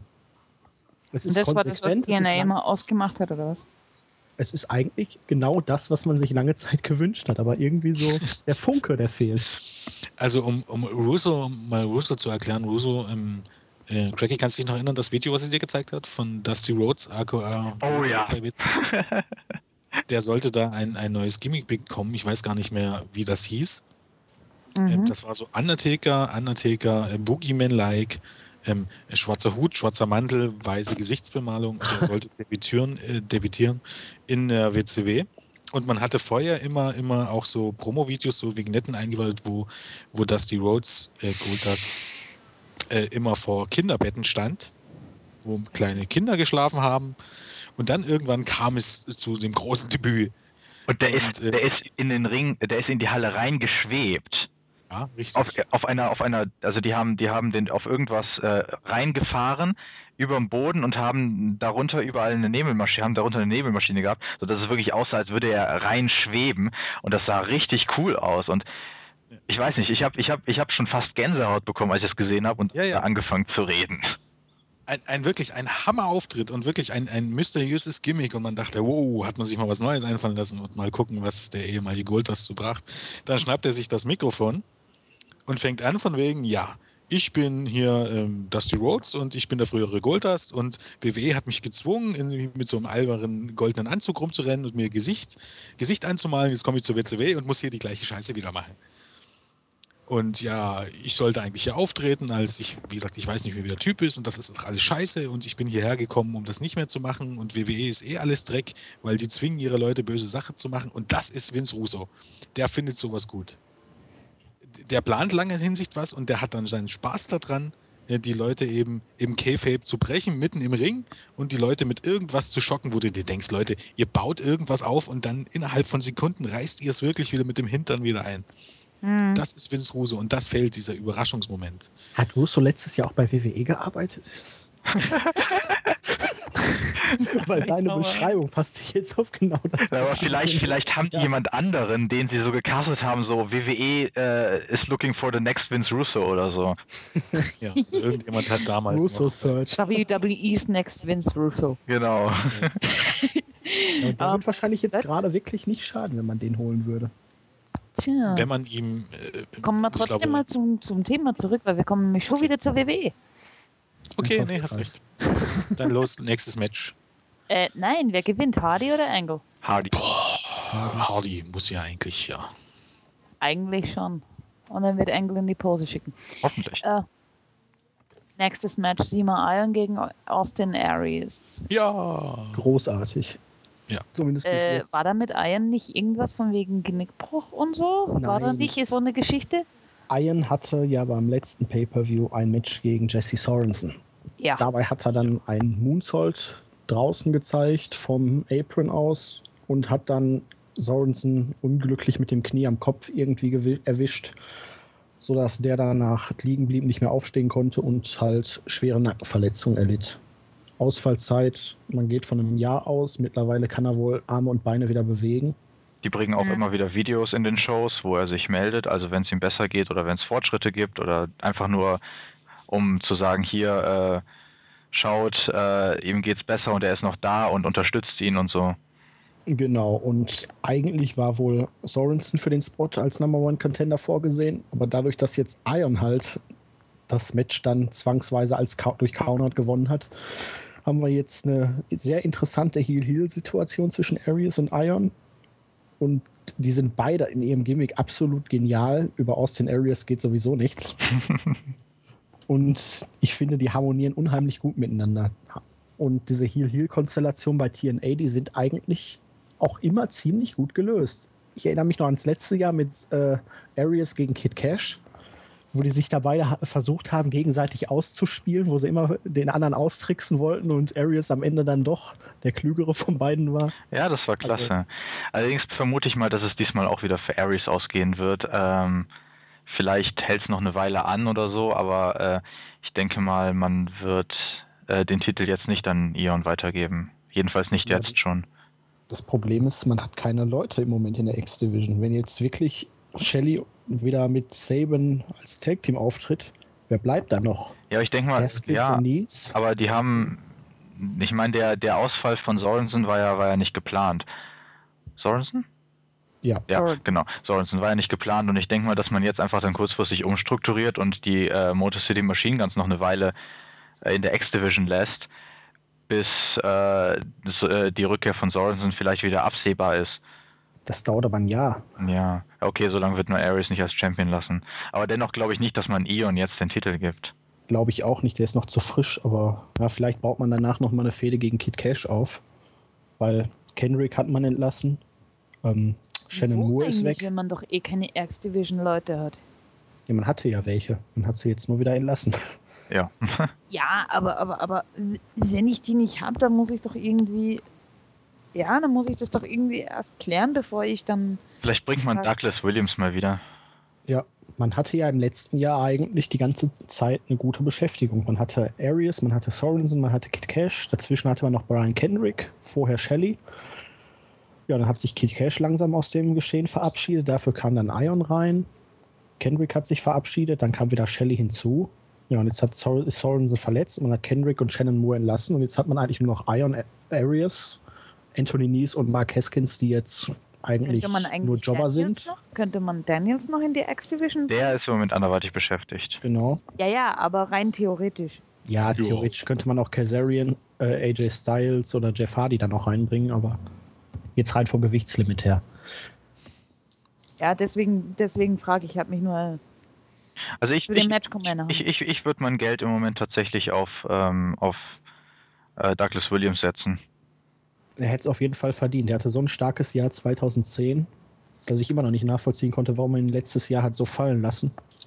Es ist Und das war das, was T N A immer ausgemacht hat, oder was? Es ist eigentlich genau das, was man sich lange Zeit gewünscht hat, aber irgendwie so der Funke, der fehlt. Also um, um Russo, um mal Russo zu erklären, Russo, ähm, äh, Cracky, kannst du dich noch erinnern, das Video, was er dir gezeigt hat, von Dusty Rhodes, A K A Oh ja. bei W C? Der sollte da ein, ein neues Gimmick bekommen, ich weiß gar nicht mehr, wie das hieß. Mhm. Ähm, das war so Undertaker, Undertaker, äh, Boogeyman-like, ähm, schwarzer Hut, schwarzer Mantel, weiße Gesichtsbemalung, der sollte debütieren, äh, debütieren in der W C W. Und man hatte vorher immer, immer auch so Promo-Videos, so Vignetten eingebaut, wo, wo Dusty Rhodes, äh, Goldberg, äh, immer vor Kinderbetten stand, wo kleine Kinder geschlafen haben. Und dann irgendwann kam es zu dem großen Debüt. Und der, und, ist, äh, der ist in den Ring, der ist in die Halle reingeschwebt. Ja, richtig. Auf, auf einer, auf einer, also die haben, die haben den auf irgendwas äh, reingefahren über dem Boden und haben darunter überall eine Nebelmaschine, haben darunter eine Nebelmaschine gehabt, sodass es wirklich aussah, als würde er reinschweben und das sah richtig cool aus und ich weiß nicht, ich habe ich hab, ich hab schon fast Gänsehaut bekommen, als ich es gesehen habe und ja, ja. angefangen zu reden. Ein, ein wirklich ein Hammer-Auftritt und wirklich ein, ein mysteriöses Gimmick und man dachte, wow, hat man sich mal was Neues einfallen lassen und mal gucken, was der ehemalige Goldust so bracht. Dann schnappt er sich das Mikrofon und fängt an von wegen, ja, ich bin hier ähm, Dusty Rhodes und ich bin der frühere Goldust und W W E hat mich gezwungen, in, mit so einem albernen goldenen Anzug rumzurennen und mir Gesicht, Gesicht anzumalen. Jetzt komme ich zur W C W und muss hier die gleiche Scheiße wieder machen. Und ja, ich sollte eigentlich hier auftreten, als ich, wie gesagt, ich weiß nicht, wie der Typ ist und das ist doch alles scheiße und ich bin hierher gekommen, um das nicht mehr zu machen und W W E ist eh alles Dreck, weil die zwingen ihre Leute böse Sachen zu machen und das ist Vince Russo. Der findet sowas gut. Der plant lange Hinsicht was und der hat dann seinen Spaß daran, die Leute eben im Kayfabe zu brechen, mitten im Ring und die Leute mit irgendwas zu schocken, wo du dir denkst, Leute, ihr baut irgendwas auf und dann innerhalb von Sekunden reißt ihr es wirklich wieder mit dem Hintern wieder ein. Mhm. Das ist Vince Russo und das fehlt, dieser Überraschungsmoment. Hat Russo letztes Jahr auch bei W W E gearbeitet? Weil deine Beschreibung passt jetzt auf genau das. Ja, aber vielleicht, vielleicht haben die ja. jemand anderen, den sie so gecastet haben, so W W E uh, is looking for the next Vince Russo oder so. Ja, irgendjemand hat damals Russo noch Search. W W E's next Vince Russo. Genau. Ja, und der um, wird wahrscheinlich jetzt gerade wirklich nicht schaden, wenn man den holen würde. Tja. Wenn man ihm... Äh, kommen wir trotzdem glaube, mal zum, zum Thema zurück, weil wir kommen nämlich schon okay. wieder zur W W E. Okay, nee, hast recht. Dann los, nächstes Match. Äh, nein, wer gewinnt, Hardy oder Angle? Hardy. Boah, Hardy. Hardy muss ja eigentlich, ja. Eigentlich schon. Und dann wird Angle in die Pose schicken. Hoffentlich. Äh, Nächstes Match Sima Iron gegen Austin Aries. Ja. Großartig. Ja. Zumindest bis Äh, jetzt. war da mit Iron nicht irgendwas von wegen Genickbruch und so? War da Nein. nicht so eine Geschichte? Iron hatte ja beim letzten Pay-Per-View ein Match gegen Jesse Sorensen. Ja. Dabei hat er dann einen Moonsault draußen gezeigt vom Apron aus und hat dann Sorensen unglücklich mit dem Knie am Kopf irgendwie gewi- erwischt, sodass der danach liegen blieb, nicht mehr aufstehen konnte und halt schwere Nackenverletzungen erlitt. Ausfallzeit, man geht von einem Jahr aus, mittlerweile kann er wohl Arme und Beine wieder bewegen. Die bringen auch Mhm. immer wieder Videos in den Shows, wo er sich meldet, also wenn es ihm besser geht oder wenn es Fortschritte gibt oder einfach nur, um zu sagen, hier, äh, schaut, äh, ihm geht's besser und er ist noch da und unterstützt ihn und so. Genau, und eigentlich war wohl Sorensen für den Spot als Number One Contender vorgesehen, aber dadurch, dass jetzt Iron halt das Match dann zwangsweise als Ka- durch Countout gewonnen hat, haben wir jetzt eine sehr interessante Heel-Heel-Situation zwischen Aries und Iron. Und die sind beide in ihrem Gimmick absolut genial. Über Austin Aries geht sowieso nichts. Und ich finde, die harmonieren unheimlich gut miteinander. Und diese Heel-Heel-Konstellation bei T N A, die sind eigentlich auch immer ziemlich gut gelöst. Ich erinnere mich noch ans letzte Jahr mit äh, Aries gegen Kid Cash, wo die sich da beide ha- versucht haben, gegenseitig auszuspielen, wo sie immer den anderen austricksen wollten und Aries am Ende dann doch der Klügere von beiden war. Ja, das war klasse. Also- Allerdings vermute ich mal, dass es diesmal auch wieder für Aries ausgehen wird. Ähm, vielleicht hält es noch eine Weile an oder so, aber äh, ich denke mal, man wird äh, den Titel jetzt nicht an Ion weitergeben. Jedenfalls nicht Ja. jetzt schon. Das Problem ist, man hat keine Leute im Moment in der X-Division. Wenn jetzt wirklich Shelley wieder mit Saban als Tag-Team auftritt, wer bleibt da noch? Ja, ich denke mal, Haskins ja, und Needs? aber die haben, ich meine, der, der Ausfall von Sorensen war ja, war ja nicht geplant. Sorensen? Ja. Ja, Sorensen. genau. Sorensen war ja nicht geplant und ich denke mal, dass man jetzt einfach dann kurzfristig umstrukturiert und die äh, Motor City Machine Guns noch eine Weile äh, in der X-Division lässt, bis äh, das, äh, die Rückkehr von Sorensen vielleicht wieder absehbar ist. Das dauert aber ein Jahr. Ja, okay, so lange wird man Aries nicht als Champion lassen. Aber dennoch glaube ich nicht, dass man Ion jetzt den Titel gibt. Glaube ich auch nicht, der ist noch zu frisch, aber ja, vielleicht baut man danach noch mal eine Fehde gegen Kid Cash auf, weil Kendrick hat man entlassen, ähm, Shannon Wieso Moore ist eigentlich, weg. wenn man doch eh keine X-Division-Leute hat? Ja, man hatte ja welche, man hat sie jetzt nur wieder entlassen. Ja. Ja, aber, aber, aber wenn ich die nicht habe, dann muss ich doch irgendwie, ja, dann muss ich das doch irgendwie erst klären, bevor ich dann, Vielleicht bringt man Sag- Douglas Williams mal wieder. Ja, man hatte ja im letzten Jahr eigentlich die ganze Zeit eine gute Beschäftigung. Man hatte Arias, man hatte Sorensen, man hatte Kid Cash, dazwischen hatte man noch Brian Kendrick, vorher Shelley. Ja, dann hat sich Kid Cash langsam aus dem Geschehen verabschiedet, dafür kam dann Ion rein. Kendrick hat sich verabschiedet, dann kam wieder Shelley hinzu. Ja, und jetzt hat Sor- ist Sorensen verletzt, man hat Kendrick und Shannon Moore entlassen und jetzt hat man eigentlich nur noch Ion, Arias, Anthony Nese und Mark Haskins, die jetzt eigentlich, könnte man eigentlich nur Jobber Daniels sind. noch? Könnte man Daniels noch in die X-Division? Der ist im Moment anderweitig beschäftigt. Genau. Ja, ja, aber rein theoretisch. Ja, Jo. theoretisch könnte man auch Kazarian, äh, A J Styles oder Jeff Hardy dann auch reinbringen, aber jetzt rein vom Gewichtslimit her. Ja, deswegen, deswegen frage ich, ich habe mich nur Also ich, zu dem ich, Match kommen wir nachher. ich, ich, ich würde mein Geld im Moment tatsächlich auf, ähm, auf äh, Douglas Williams setzen. Er hätte es auf jeden Fall verdient. Er hatte so ein starkes Jahr zweitausendzehn, dass ich immer noch nicht nachvollziehen konnte, warum er ihn letztes Jahr hat so fallen lassen.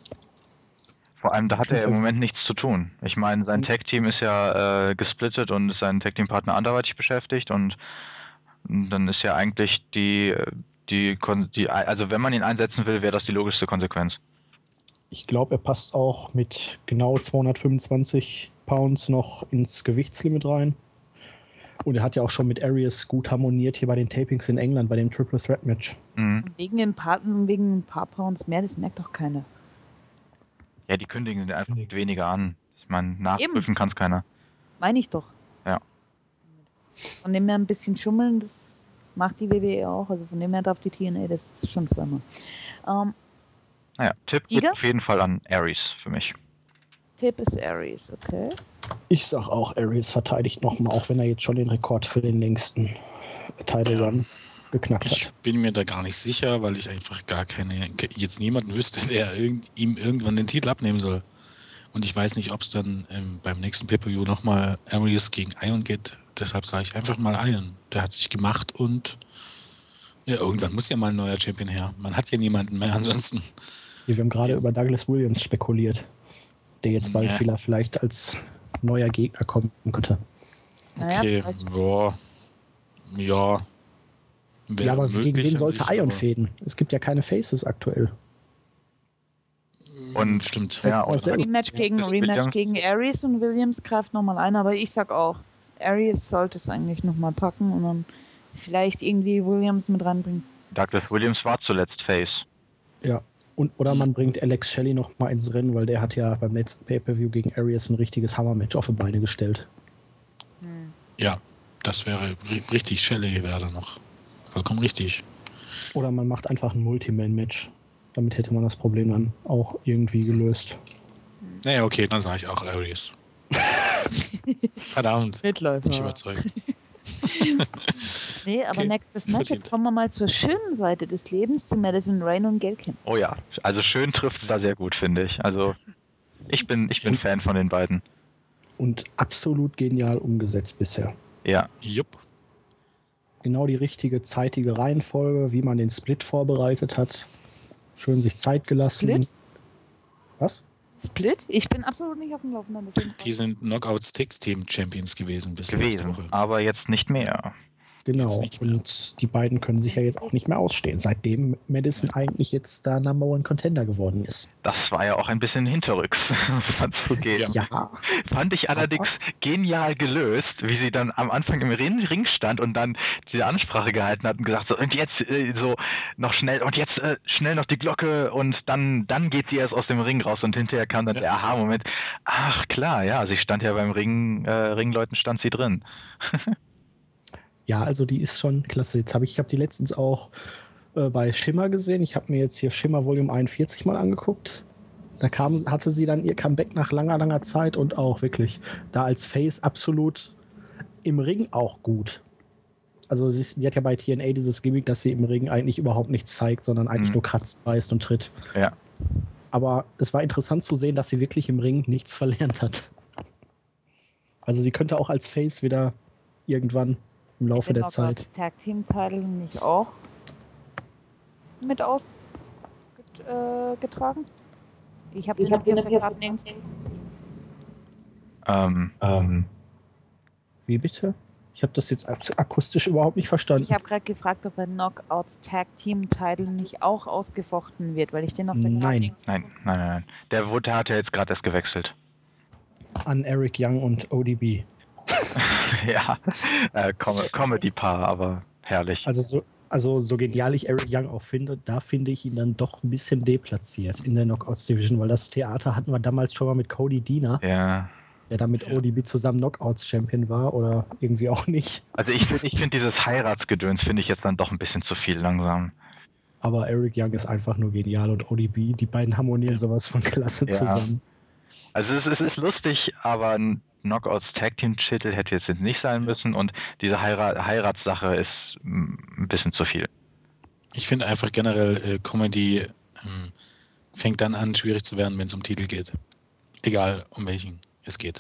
Vor allem, da hat er im Moment nichts zu tun. Ich meine, sein Und- Tag-Team ist ja äh, gesplittet und ist sein Tag-Team-Partner anderweitig beschäftigt und dann ist ja eigentlich die, die, Kon- die, also wenn man ihn einsetzen will, wäre das die logischste Konsequenz. Ich glaube, er passt auch mit genau zweihundertfünfundzwanzig Pounds noch ins Gewichtslimit rein. Und er hat ja auch schon mit Arias gut harmoniert hier bei den Tapings in England, bei dem Triple Threat Match. Mhm. Und wegen ein paar, wegen ein paar Pounds mehr, das merkt doch keiner. Ja, die kündigen den einfach nicht weniger an. Ich meine, nachprüfen kann es keiner. Meine ich doch. Ja. Von dem her ein bisschen schummeln, das macht die W W E auch. Also von dem her darf die T N A das schon zweimal. Ähm, Naja, Tipp geht Sieger? auf jeden Fall an Aries für mich. Tipp ist Aries, okay. Ich sag auch, Arias verteidigt nochmal, auch wenn er jetzt schon den Rekord für den längsten Title Ja. Run geknackt Ich hat. bin mir da gar nicht sicher, weil ich einfach gar keine, jetzt niemanden wüsste, der irgend, ihm irgendwann den Titel abnehmen soll. Und ich weiß nicht, ob es dann ähm, beim nächsten Pay-Per-View nochmal Arias gegen Ion geht. Deshalb sage ich einfach mal Ion. Der hat sich gemacht und ja, irgendwann muss ja mal ein neuer Champion her. Man hat ja niemanden mehr ansonsten. Wir haben gerade über Douglas Williams spekuliert, der jetzt bald Ja. vielleicht, vielleicht als neuer Gegner kommen könnte. Naja, Okay, vielleicht- ja. Ja. Wäre Ja, aber gegen möglich wen an sollte sich, Ion aber- fäden? Es gibt ja keine Faces aktuell. Und Stimmt. ja, Oh, und sehr gut. Rematch gegen Williams- Rematch gegen Aries und Williams greift nochmal ein, aber ich sag auch, Aries sollte es eigentlich nochmal packen und dann vielleicht irgendwie Williams mit reinbringen. Douglas Williams war zuletzt Face. Ja. Und, oder man bringt Alex Shelley noch mal ins Rennen, weil der hat ja beim letzten Pay-Per-View gegen Arias ein richtiges Hammer-Match auf die Beine gestellt. Ja, das wäre ri- richtig. Shelley wäre da noch. Vollkommen richtig. Oder man macht einfach ein Multiman-Match. Damit hätte man das Problem dann auch irgendwie gelöst. Naja, okay, dann sage ich auch Arias. Verdammt. Mitläufer. Nicht überzeugt. Nee, aber Okay, nächstes Match, verdient. jetzt kommen wir mal zur schönen Seite des Lebens, zu Madison Rain und Gail Kim. Oh ja, also schön trifft es da sehr gut, finde ich. Also ich bin, ich bin Fan von den beiden. Und absolut genial umgesetzt bisher. Ja, Jupp. Genau die richtige zeitige Reihenfolge, wie man den Split vorbereitet hat. Schön sich Zeit gelassen. Split? Was? Split? Ich bin absolut nicht auf dem Laufenden. deswegen Die sind Knockouts Sticks Team Champions gewesen bis letzte gewesen, Woche. aber jetzt nicht mehr. Genau. Jetzt nicht mehr. Und die beiden können sich ja jetzt auch nicht mehr ausstehen, seitdem Madison eigentlich jetzt da Number One Contender geworden ist. Das war ja auch ein bisschen hinterrücks, muss man zugeben. Ja. Fand ich allerdings genial gelöst, wie sie dann am Anfang im Ring Ring stand und dann diese Ansprache gehalten hat und gesagt so, und jetzt äh, so noch schnell, und jetzt äh, schnell noch die Glocke und dann, dann geht sie erst aus dem Ring raus und hinterher kam dann Ja. der Aha-Moment, ach klar, ja, sie stand ja beim Ring, äh, Ringleuten stand sie drin. Ja, also die ist schon klasse. Jetzt habe ich, ich habe die letztens auch äh, bei Shimmer gesehen. Ich habe mir jetzt hier Shimmer Volume einundvierzig mal angeguckt. Da kam, hatte sie dann ihr Comeback nach langer, langer Zeit und auch wirklich da als Face absolut im Ring auch gut. Also sie, ist- die hat ja bei T N A dieses Gimmick, dass sie im Ring eigentlich überhaupt nichts zeigt, sondern eigentlich Mhm. nur kratzt, beißt und tritt. Ja. Aber es war interessant zu sehen, dass sie wirklich im Ring nichts verlernt hat. Also sie könnte auch als Face wieder irgendwann im Laufe der Zeit. Knockouts Tag Team Title nicht auch mit ausgetragen? Äh, getragen? ich habe den hab hab den den auf der Karte nirgends. Ähm, ähm, Wie bitte? Ich habe das jetzt ak- akustisch überhaupt nicht verstanden. Ich habe gerade gefragt, ob bei Knockouts Tag Team Title nicht auch ausgefochten wird, weil ich den auf der Karte Nein. nirgends nein, nein, nein, nein. Der, wurde- der hat ja jetzt gerade erst gewechselt. An Eric Young und O D B. ja, äh, Com Comedy-Paar, aber herrlich. Also so, also so genial ich Eric Young auch finde, da finde ich ihn dann doch ein bisschen deplatziert in der Knockouts Division, weil das Theater hatten wir damals schon mal mit Cody Deaner, Ja. der da mit Ja. O D B zusammen Knockouts Champion war oder irgendwie auch nicht. Also ich finde ich find dieses Heiratsgedöns finde ich jetzt dann doch ein bisschen zu viel langsam. Aber Eric Young ist einfach nur genial und O D B, die beiden harmonieren sowas von klasse Ja. zusammen. Also es, es ist lustig, aber ein Knockouts Tag Team Titel hätte jetzt nicht sein müssen und diese Heira Heiratssache ist mm, ein bisschen zu viel. Ich finde einfach generell, äh, Comedy ähm, fängt dann an, schwierig zu werden, wenn es um Titel geht. Egal, um welchen es geht.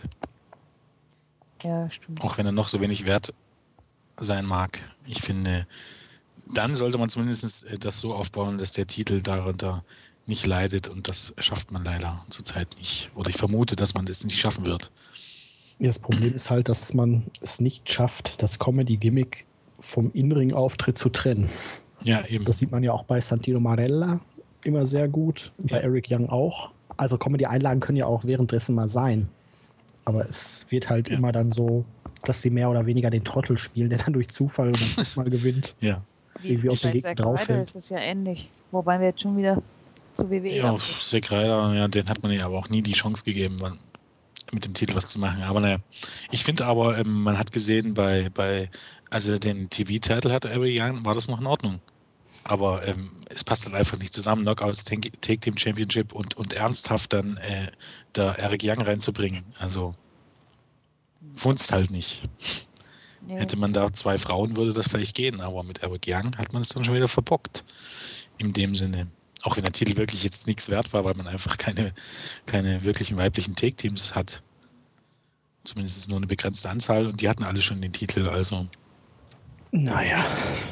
Ja, stimmt. Auch wenn er noch so wenig wert sein mag. Ich finde, dann sollte man zumindest äh, das so aufbauen, dass der Titel darunter nicht leidet und das schafft man leider zurzeit nicht. Oder ich vermute, dass man das nicht schaffen wird. Ja, das Problem ist halt, dass man es nicht schafft, das Comedy-Gimmick vom In-Ring-Auftritt zu trennen. Ja, eben. Das sieht man ja auch bei Santino Marella immer sehr gut, bei Ja. Eric Young auch. Also Comedy-Einlagen können ja auch währenddessen mal sein. Aber es wird halt Ja. immer dann so, dass sie mehr oder weniger den Trottel spielen, der dann durch Zufall oder mal gewinnt. Ja. Wie irgendwie auf den bei Gegner Zack drauf Ryder fällt. ist es ja ähnlich. Wobei wir jetzt schon wieder zu W W E Ja, abdriften. Zack Ryder, ja, den hat man ja aber auch nie die Chance gegeben, man, mit dem Titel was zu machen. Aber naja, ich finde aber, ähm, man hat gesehen, bei, bei als er den T V-Titel hatte, Eric Young, war das noch in Ordnung. Aber ähm, es passt dann einfach nicht zusammen, Knockouts Take Team Championship und, und ernsthaft dann äh, da Eric Young reinzubringen. Also funzt halt nicht. Nee. Hätte man da zwei Frauen, würde das vielleicht gehen, aber mit Eric Young hat man es dann schon wieder verbockt. In dem Sinne. Auch wenn der Titel wirklich jetzt nichts wert war, weil man einfach keine, keine wirklichen weiblichen Take-Teams hat. Zumindest nur eine begrenzte Anzahl und die hatten alle schon den Titel, also. Naja.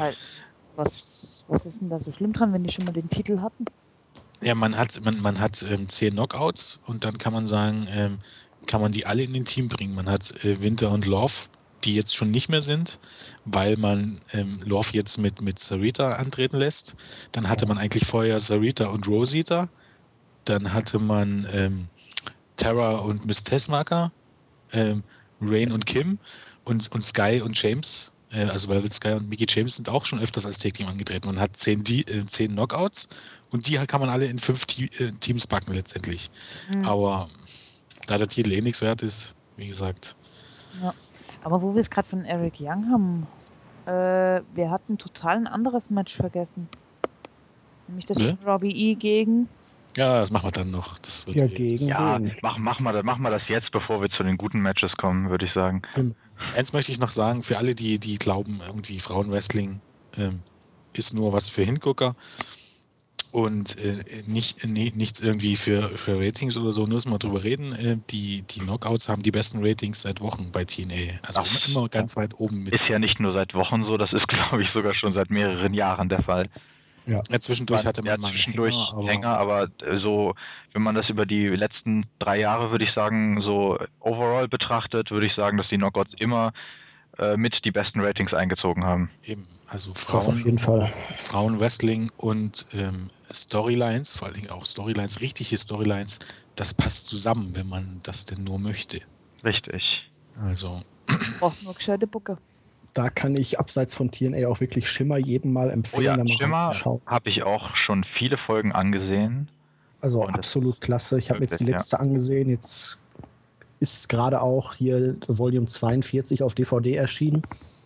Was, was ist denn da so schlimm dran, wenn die schon mal den Titel hatten? Ja, man hat, man, man hat ähm, zehn Knockouts und dann kann man sagen, ähm, kann man die alle in den Team bringen. Man hat äh, Winter und Love, die jetzt schon nicht mehr sind, weil man ähm, Love jetzt mit, mit Sarita antreten lässt. Dann hatte man eigentlich vorher Sarita und Rosita. Dann hatte man ähm, Tara und Miss Tessmacher, ähm, Rain und Kim und, und Sky und James. Äh, also weil Sky und Mickey James sind auch schon öfters als Tag-Team angetreten. Man hat zehn, die, äh, zehn Knockouts und die kann man alle in fünf Te- äh, Teams packen letztendlich. Mhm. Aber da der Titel eh nichts wert ist, wie gesagt. Ja. Aber wo wir es gerade von Eric Young haben, äh, wir hatten total ein anderes Match vergessen. Nämlich das Ne? von Robbie E. gegen... Ja, das machen wir dann noch. Das wird ja, eh, gegen ja, wen? mach, mach, mal, mach mal das jetzt, bevor wir zu den guten Matches kommen, würde ich sagen. Ähm, eins möchte ich noch sagen, für alle, die, die glauben, irgendwie Frauenwrestling ähm, ist nur was für Hingucker und äh, nicht, nee, nichts irgendwie für, für Ratings oder so, nur mal drüber reden. Äh, die, die Knockouts haben die besten Ratings seit Wochen bei T N A. Also immer, immer ganz weit oben mit. Ist ja nicht nur seit Wochen so, das ist, glaube ich, sogar schon seit mehreren Jahren der Fall. Ja. Ja, zwischendurch hatte man ja, mal einen zwischendurch Hänger, aber, Hänger, aber so, wenn man das über die letzten drei Jahre, würde ich sagen, so overall betrachtet, würde ich sagen, dass die Knockouts immer äh, mit die besten Ratings eingezogen haben. Eben, also Frauen, das auf jeden Fall. Frauenwrestling und ähm, Storylines, vor allen Dingen auch Storylines, richtige Storylines, das passt zusammen, wenn man das denn nur möchte. Richtig. Also. Braucht nur gescheite Bucke. Da kann ich abseits von T N A auch wirklich Schimmer jedem mal empfehlen, oh ja, da mal Schimmer reinzuschauen. Habe ich auch schon viele Folgen angesehen. Also Und absolut klasse. Ich habe mir jetzt die letzte ja. angesehen. Jetzt ist gerade auch hier Volume zweiundvierzig auf D V D erschienen.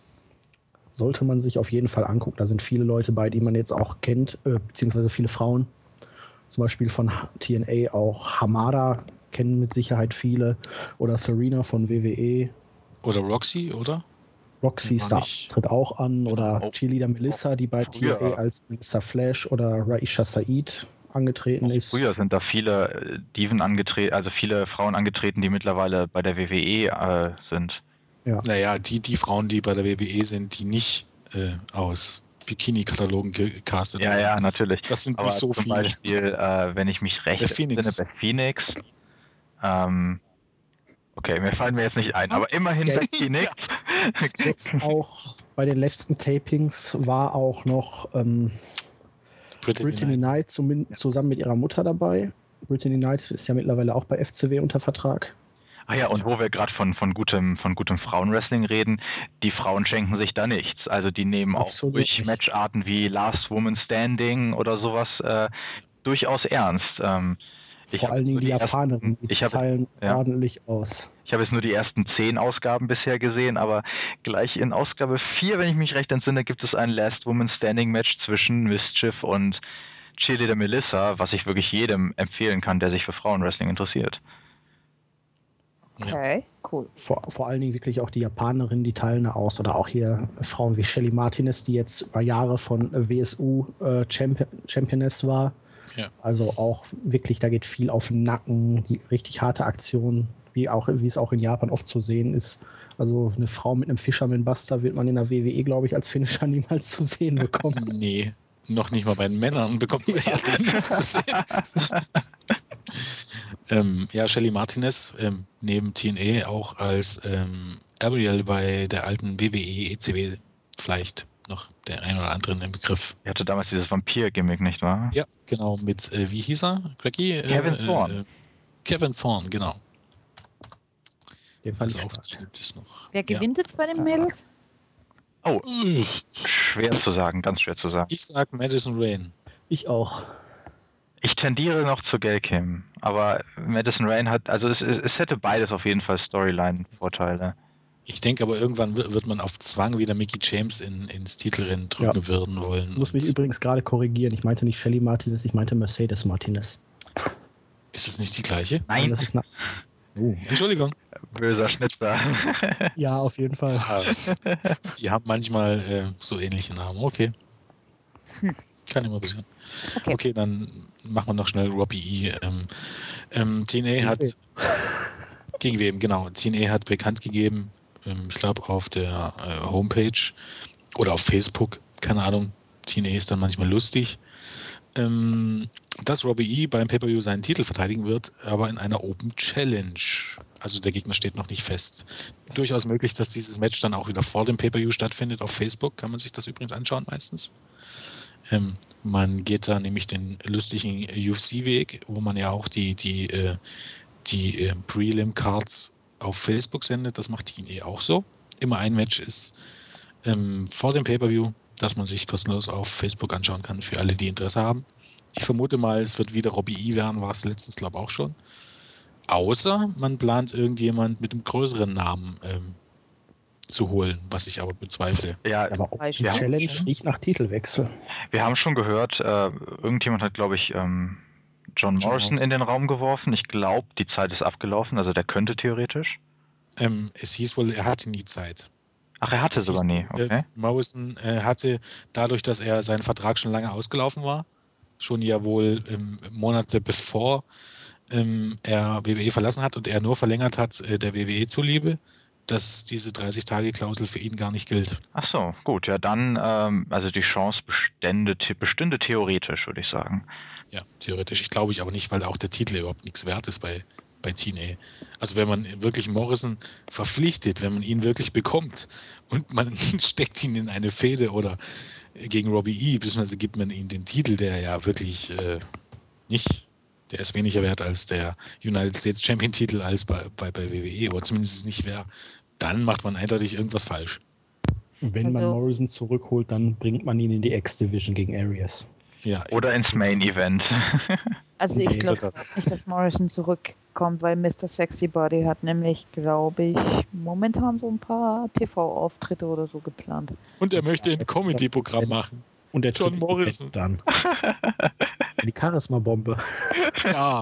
Sollte man sich auf jeden Fall angucken. Da sind viele Leute bei, die man jetzt auch kennt, äh, beziehungsweise viele Frauen. Zum Beispiel von T N A auch Hamada kennen mit Sicherheit viele. Oder Serena von W W E. Oder Roxy, oder? Roxy Star tritt auch an. Genau. Oder Oh. Cheerleader Melissa, die bei T N A Früher. als Melissa Flash oder Raisha Said angetreten ist. Früher sind da viele Diven angetreten, also viele Frauen angetreten, die mittlerweile bei der W W E äh, sind. Ja. Naja, die, die Frauen, die bei der W W E sind, die nicht äh, aus Bikini-Katalogen gecastet Ja, wurden. ja, natürlich. Das sind Aber nicht so zum viele. Beispiel, äh, wenn ich mich recht Beth Phoenix. entsinne, Beth Phoenix. Ähm, okay, mir fallen mir jetzt nicht ein, aber immerhin ja, Beth Phoenix. Ja. Jetzt auch bei den letzten Tapings war auch noch ähm, Brittany, Brittany Knight, Knight zusammen mit ihrer Mutter dabei. Brittany Knight ist ja mittlerweile auch bei F C W unter Vertrag. Ah ja, und wo wir gerade von, von gutem, von gutem Frauenwrestling reden, die Frauen schenken sich da nichts. Also die nehmen Absolut auch durch nicht. Matcharten wie Last Woman Standing oder sowas äh, durchaus ernst. Ähm, Vor allen Dingen die, die Japanerinnen, die ich teilen hab, ja. ordentlich aus. Ich habe jetzt nur die ersten zehn Ausgaben bisher gesehen, aber gleich in Ausgabe vier, wenn ich mich recht entsinne, gibt es ein Last Woman Standing Match zwischen Mischief und Cheerleader Melissa, was ich wirklich jedem empfehlen kann, der sich für Frauenwrestling interessiert. Okay, cool. Vor, vor allen Dingen wirklich auch die Japanerinnen, die teilen da aus. Oder auch hier Frauen wie Shelly Martinez, die jetzt über Jahre von W S U äh, Champion, Championess war. Ja. Also auch wirklich, da geht viel auf den Nacken, die richtig harte Aktionen, wie, auch, wie es auch in Japan oft zu sehen ist. Also eine Frau mit einem Fisherman Buster wird man in der W W E, glaube ich, als Finisher niemals zu sehen bekommen. Nee, noch nicht mal bei den Männern bekommt man ja den noch zu sehen. ähm, ja, Shelly Martinez, ähm, neben T N A auch als ähm, Ariel bei der alten W W E, E C W vielleicht noch der ein oder anderen im Begriff. Er hatte damals dieses Vampir-Gimmick, nicht wahr? Ja, genau, mit, äh, wie hieß er? Greggy? Kevin äh, Thorne. Äh, Kevin Thorne, genau. Den fand also ich auch stark. die gibt es noch. Wer gewinnt ja. jetzt bei den Mädels? Oh, schwer zu sagen, ganz schwer zu sagen. Ich sag Madison Rain. Ich auch. Ich tendiere noch zu Gail Kim, aber Madison Rain hat, also es, es hätte beides auf jeden Fall Storyline-Vorteile. Ich denke aber irgendwann wird man auf Zwang wieder Mickey James in, ins Titelrennen drücken ja. würden wollen. Ich muss mich übrigens gerade korrigieren. Ich meinte nicht Shelly Martinez, ich meinte Mercedes Martinez. Ist das nicht die gleiche? Nein. Nein, das ist eine... Oh, Entschuldigung. Böser Schnitzer. Ja, auf jeden Fall. Ja, die haben manchmal äh, so ähnliche Namen. Okay. Hm. Kann immer passieren. Okay. Okay, dann machen wir noch schnell Robbie E. Ähm, ähm, T N A hat gegen wem, genau. T N A hat bekannt gegeben, ähm, ich glaube auf der äh, Homepage oder auf Facebook, keine Ahnung, T N A ist dann manchmal lustig, ähm, dass Robbie E. beim Pay-Per-View seinen Titel verteidigen wird, aber in einer Open Challenge. Also der Gegner steht noch nicht fest. Durchaus möglich, dass dieses Match dann auch wieder vor dem Pay-Per-View stattfindet. Auf Facebook kann man sich das übrigens anschauen meistens. Ähm, man geht da nämlich den lustigen U F C-Weg, wo man ja auch die, die, äh, die äh, Prelim-Cards auf Facebook sendet. Das macht T N A auch so. Immer ein Match ist ähm, vor dem Pay-Per-View, dass man sich kostenlos auf Facebook anschauen kann für alle, die Interesse haben. Ich vermute mal, es wird wieder Robbie E. werden, war es letztens, glaube ich, auch schon. Außer man plant irgendjemand mit einem größeren Namen ähm, zu holen, was ich aber bezweifle. Ja, Aber Open Ja. Challenge riecht nach Titelwechsel. wir haben schon gehört, äh, irgendjemand hat, glaube ich, ähm, John John Morrison Morrison. in den Raum geworfen. Ich glaube, die Zeit ist abgelaufen, also der könnte theoretisch. Ähm, es hieß wohl, er hatte nie Zeit. Ach, er hatte Es sogar hieß, nie, okay. Äh, Morrison äh, hatte, dadurch, dass er sein Vertrag schon lange ausgelaufen war, schon ja wohl ähm, Monate bevor ähm, er W W E verlassen hat und er nur verlängert hat, äh, der W W E zuliebe, dass diese dreißig-Tage-Klausel für ihn gar nicht gilt. Ach so, gut, ja dann, ähm, also die Chance bestände, bestünde theoretisch, würde ich sagen. Ja, theoretisch. Ich glaube ich aber nicht, weil auch der Titel überhaupt nichts wert ist bei, bei T N A. Also wenn man wirklich Morrison verpflichtet, wenn man ihn wirklich bekommt und man steckt ihn in eine Fehde oder gegen Robbie E., beziehungsweise gibt man ihm den Titel, der ja wirklich äh, nicht, der ist weniger wert als der United States Champion Titel als bei, bei, bei W W E, oder zumindest nicht mehr, dann macht man eindeutig irgendwas falsch. Wenn man Also- Morrison zurückholt, dann bringt man ihn in die X-Division gegen Arias. Ja, Oder ins Main Event. Also ich Nee, glaube das- nicht, dass Morrison zurückkommt, weil Mister Sexy Body hat nämlich, glaube ich, momentan so ein paar T V-Auftritte oder so geplant. Und er möchte ein Ja, Comedy-Programm ja. machen. Und der John tritt Morrison. dann. Die Charisma-Bombe. Ja.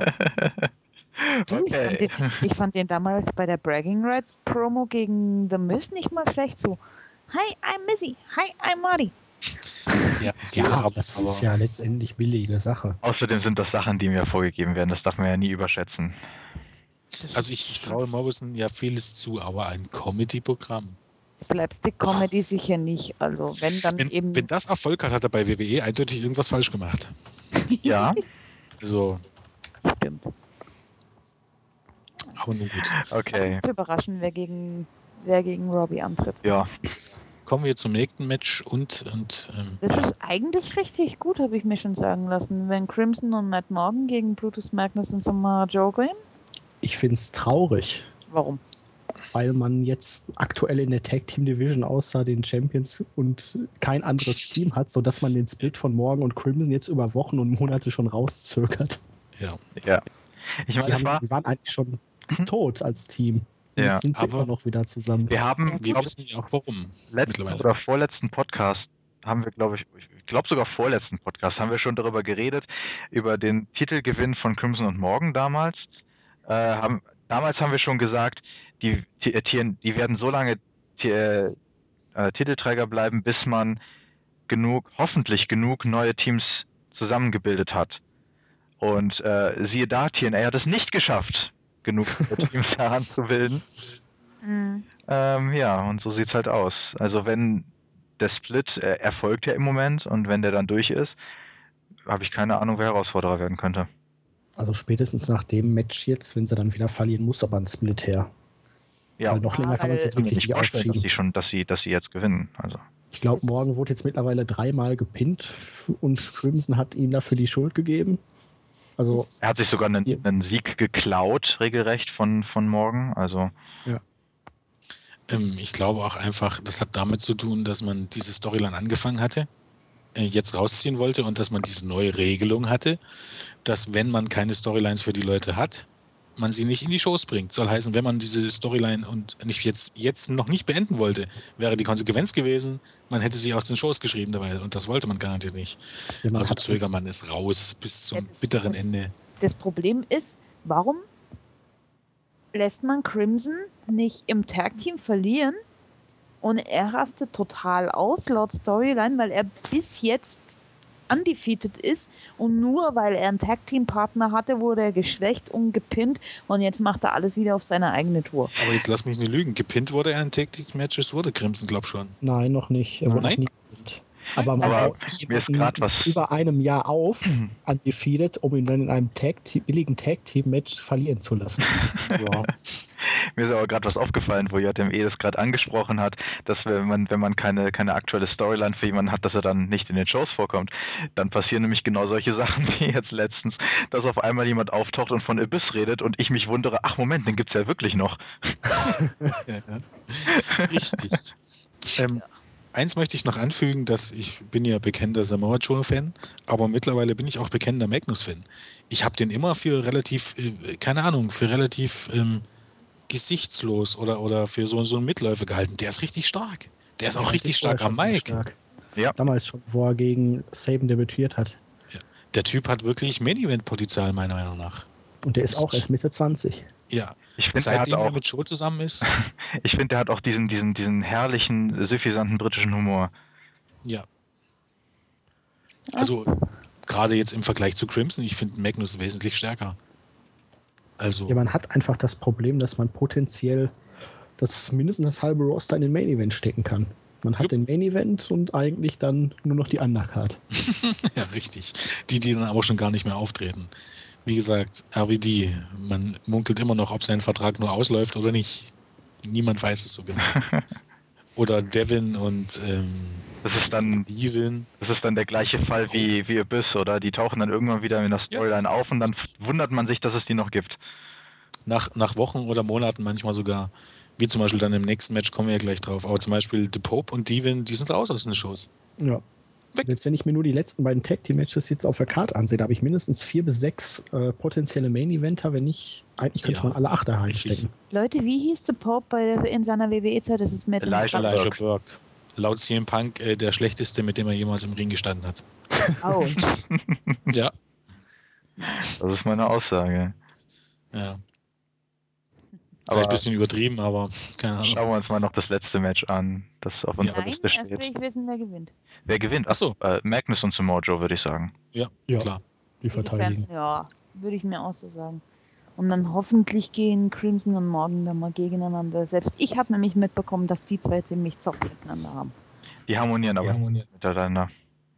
Du, ich, fand Okay. den, ich fand den damals bei der Bragging Rights Promo gegen The Miz nicht mal schlecht so. Hi, I'm Missy. Hi, I'm Marty. Ja, Ja, aber, das aber ist ja letztendlich billige Sache. Außerdem sind das Sachen, die mir vorgegeben werden. Das darf man ja nie überschätzen. Das also ist ich, ich traue Morrison ja vieles zu, aber ein Comedy-Programm. Slapstick-Comedy sicher nicht. Also wenn, dann Wenn, eben... wenn das Erfolg hat, hat er bei W W E eindeutig irgendwas falsch gemacht. Ja, Also, Stimmt. aber nun gut. okay. Zu überraschen, wer gegen, wer gegen Robbie antritt. Ja, Kommen wir zum nächsten Match und, und ähm, Das ja, ist eigentlich richtig gut, habe ich mir schon sagen lassen. Wenn Crimson und Matt Morgan gegen Brutus Magnus und Samoa Joe gehen. Ich finde es traurig, Warum? weil man jetzt aktuell in der Tag Team Division außer den Champions und kein anderes Team hat, sodass man den Split von Morgan und Crimson jetzt über Wochen und Monate schon rauszögert. ja. ja. Ich Die, meine, es haben, war, die waren eigentlich schon Mhm. tot als Team. Und Ja, jetzt sind sie aber- immer noch wieder zusammen. wir haben, Ja, Wir glaub wissen ja auch warum letzten mittlerweile. oder vorletzten Podcast haben wir, glaube ich, ich glaube sogar vorletzten Podcast haben wir schon darüber geredet, über den Titelgewinn von Crimson und Morgan damals. Äh, haben, damals haben wir schon gesagt, die, die, die werden so lange die, äh, Titelträger bleiben, bis man genug, hoffentlich genug neue Teams zusammengebildet hat. Und äh, siehe da, T N A hat es nicht geschafft, genug Teams heranzubilden. Mhm. Ähm, ja, und so sieht's halt aus. Also wenn der Split äh, erfolgt ja im Moment und wenn der dann durch ist, habe ich keine Ahnung, wer Herausforderer werden könnte. Also spätestens nach dem Match jetzt, wenn sie dann wieder verlieren, muss aber ein Split her. Ja, Weil noch Ja, länger kann man es weil- jetzt ich kann mir wirklich nicht nicht vorstellen, dass aufschieben. sie schon, dass sie, dass sie jetzt gewinnen. Also Ich glaube, Das ist- Morgan wurde jetzt mittlerweile dreimal gepinnt und Crimson hat ihm dafür die Schuld gegeben. Also, Das- er hat sich sogar einen, Hier. einen Sieg geklaut, regelrecht von, von Morgan. Also Ähm, ich glaube auch einfach, das hat damit zu tun, dass man diese Storyline angefangen hatte, äh, jetzt rausziehen wollte und dass man diese neue Regelung hatte, dass wenn man keine Storylines für die Leute hat, man sie nicht in die Shows bringt. Soll heißen, wenn man diese Storyline und nicht jetzt, jetzt noch nicht beenden wollte, wäre die Konsequenz gewesen, man hätte sie aus den Shows geschrieben dabei und das wollte man garantiert nicht. ja, man Also hat zögert man es raus bis zum Ja, das- bitteren das- Ende. Das Problem ist, warum lässt man Crimson nicht im Tag-Team verlieren und er rastet total aus laut Storyline, weil er bis jetzt undefeated ist und nur weil er einen Tag-Team-Partner hatte, wurde er geschwächt und gepinnt und jetzt macht er alles wieder auf seine eigene Tour. Aber jetzt lass mich nicht lügen. Gepinnt wurde er in Tag-Team-Matches, wurde Crimson, glaub schon. Nein, noch nicht. Er wurde Nein? noch nie gepinnt. Aber man Aber baut nicht mir ist jemanden grad was- über einem Jahr auf, undefeated, um ihn dann in einem Tag billigen Tag-Team-Match verlieren zu lassen. Ja. Mir ist aber gerade was aufgefallen, wo J M E das gerade angesprochen hat, dass wenn man, wenn man keine, keine aktuelle Storyline für jemanden hat, dass er dann nicht in den Shows vorkommt, dann passieren nämlich genau solche Sachen wie jetzt letztens, dass auf einmal jemand auftaucht und von Abyss redet und ich mich wundere, ach Moment, den gibt's ja wirklich noch. Richtig. ähm, eins möchte ich noch anfügen, dass ich bin ja bekennender Samoa Joe-Fan, aber mittlerweile bin ich auch bekennender Magnus-Fan. Ich habe den immer für relativ, äh, keine Ahnung, für relativ ähm, gesichtslos oder, oder für so, so einen Mitläufer gehalten. Der ist richtig stark. Der ist auch Ja, richtig der stark war am schon Mic. stark. Ja, Damals schon, wo er gegen Saban debütiert hat. Der Typ hat wirklich Main-Event-Potenzial, meiner Meinung nach. Und der ist auch erst Mitte zwanzig. Ja. ich finde, der hat Seitdem er auch, mit Joe zusammen ist, ich finde, der hat auch diesen, diesen, diesen herrlichen, suffisanten britischen Humor. ja. Also, gerade jetzt im Vergleich zu Crimson, ich finde Magnus wesentlich stärker. Also, Ja, man hat einfach das Problem, dass man potenziell das mindestens das halbe Roster in den Main Event stecken kann. Man hat Jupp. den Main Event und eigentlich dann nur noch die Undercard. ja, richtig. Die, die dann aber schon gar nicht mehr auftreten. Wie gesagt, R V D, man munkelt immer noch, ob sein Vertrag nur ausläuft oder nicht. Niemand weiß es so genau. Oder Devin und ähm, Das ist dann, Devin. das ist dann der gleiche Fall wie, wie Abyss, oder? Die tauchen dann irgendwann wieder in der Storyline auf und dann wundert man sich, dass es die noch gibt. Nach, nach Wochen oder Monaten manchmal sogar. Wie zum Beispiel dann im nächsten Match kommen wir ja gleich drauf. Aber zum Beispiel The Pope und Devin, die sind raus aus den Shows. Ja. Weg. Selbst wenn ich mir nur die letzten beiden Tag Team Matches jetzt auf der Karte ansehe, da habe ich mindestens vier bis sechs äh, potenzielle Main Eventer, wenn nicht, eigentlich könnte Ja, man alle acht da richtig. reinstecken. Leute, wie hieß The Pope bei, in seiner W W E-Zeit? Das ist mir jetzt Elijah entfallen. Elijah Burke. Burke. Laut C M Punk äh, der schlechteste, mit dem er jemals im Ring gestanden hat. Ouch. Ja. Das ist meine Aussage. ja. Aber Vielleicht ein bisschen übertrieben, aber keine Ahnung. schauen wir uns mal noch das letzte Match an, das auf unserer Nein, Liste erst will steht. ich wissen, wer gewinnt. Wer gewinnt? Ach so. äh, Magnus und Samoa Joe, würde ich sagen. Ja, Ja. klar. Die verteidigen. Fan- Ja, würde ich mir auch so sagen. Und dann hoffentlich gehen Crimson und Morgan dann mal gegeneinander. Selbst ich habe nämlich mitbekommen, dass die zwei ziemlich Zoff miteinander haben. Die harmonieren aber nicht miteinander.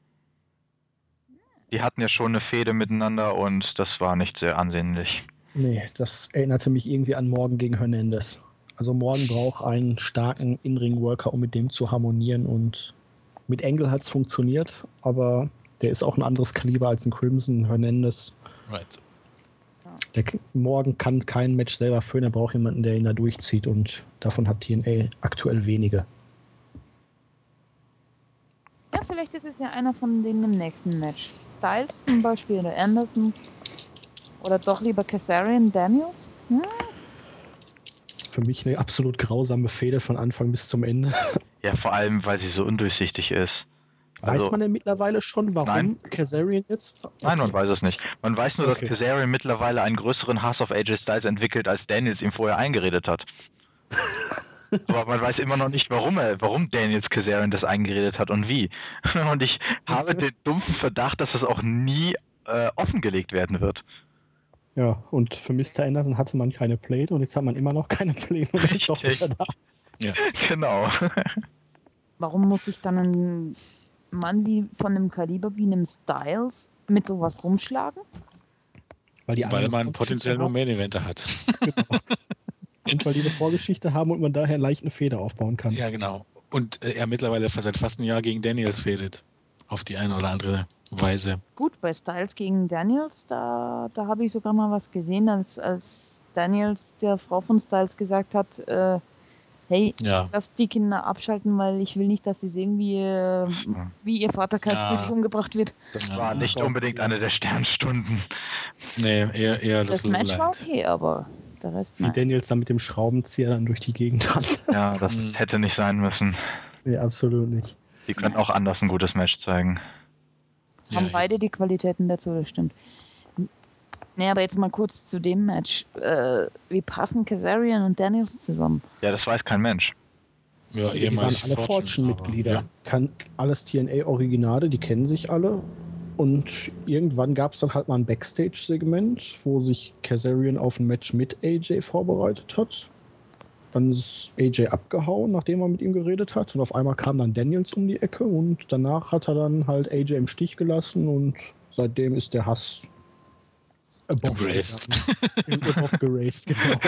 Die hatten ja schon eine Fehde miteinander und das war nicht sehr ansehnlich. Nee, das erinnerte mich irgendwie an Morgan gegen Hernandez. Also Morgan braucht einen starken In-Ring-Worker, um mit dem zu harmonieren. Und mit Angle hat es funktioniert, aber der ist auch ein anderes Kaliber als ein Crimson Hernandez. Right. Der K- Morgan kann kein Match selber führen, er braucht jemanden, der ihn da durchzieht. Und davon hat T N A aktuell wenige. Ja, vielleicht ist es ja einer von denen im nächsten Match. Styles zum Beispiel oder Anderson. Oder doch lieber Kazarian Daniels. Hm? Für mich eine absolut grausame Fehde von Anfang bis zum Ende. Ja, vor allem, weil sie so undurchsichtig ist. Weiß Also, man denn mittlerweile schon, warum Nein. Kazarian jetzt? nein, man Okay. weiß es nicht. Man weiß nur, Okay. dass Kazarian mittlerweile einen größeren Hass auf A J Styles entwickelt, als Daniels ihm vorher eingeredet hat. Aber man weiß immer noch nicht, warum er, warum Daniels Kazarian das eingeredet hat und wie. Und ich habe den dumpfen Verdacht, dass das auch nie äh, offengelegt werden wird. Ja, und für Mister Anderson hatte man keine Plate und jetzt hat man immer noch keine Plate und er ist doch Richtig. wieder da. Ja. Genau. Warum muss sich dann ein Mann wie von einem Kaliber wie einem Styles mit sowas rumschlagen? Weil, die Weil anderen man Vorgeschichte potenziell nur haben. Main-Eventer hat. Genau. Und weil die eine Vorgeschichte haben und man daher leicht eine Feder aufbauen kann. Ja, genau. Und äh, er mittlerweile seit fast einem Jahr gegen Daniels fädet. Auf die eine oder andere Weise. Gut, bei Styles gegen Daniels, da, da habe ich sogar mal was gesehen, als, als Daniels der Frau von Styles gesagt hat, äh, hey, Ja. lass die Kinder abschalten, weil ich will nicht, dass sie sehen, wie, äh, wie ihr Vater kaltblütig Ja. umgebracht wird. Das Ja. war nicht unbedingt eine der Sternstunden. Nee, eher, eher das, Das Low Match war Light. okay, aber der Rest, Wie nein. Daniels dann mit dem Schraubenzieher dann durch die Gegend rennt. Ja, das Mhm. hätte nicht sein müssen. Nee, absolut nicht. Die können auch anders ein gutes Match zeigen. Haben Ja, beide die Qualitäten dazu, das stimmt. Nee, aber jetzt mal kurz zu dem Match. Äh, wie passen Kazarian und Daniels zusammen? Ja, das weiß kein Mensch. Ja, Die waren ehemalig alle Fortune, Fortune-Mitglieder. aber, Kann alles T N A-Originale, die kennen sich alle. Und irgendwann gab es dann halt mal ein Backstage-Segment, wo sich Kazarian auf ein Match mit A J vorbereitet hat. Dann ist A J abgehauen, nachdem er mit ihm geredet hat. Und auf einmal kam dann Daniels um die Ecke und danach hat er dann halt A J im Stich gelassen und seitdem ist der Hass above Geraced. gegangen. Above geraced, genau.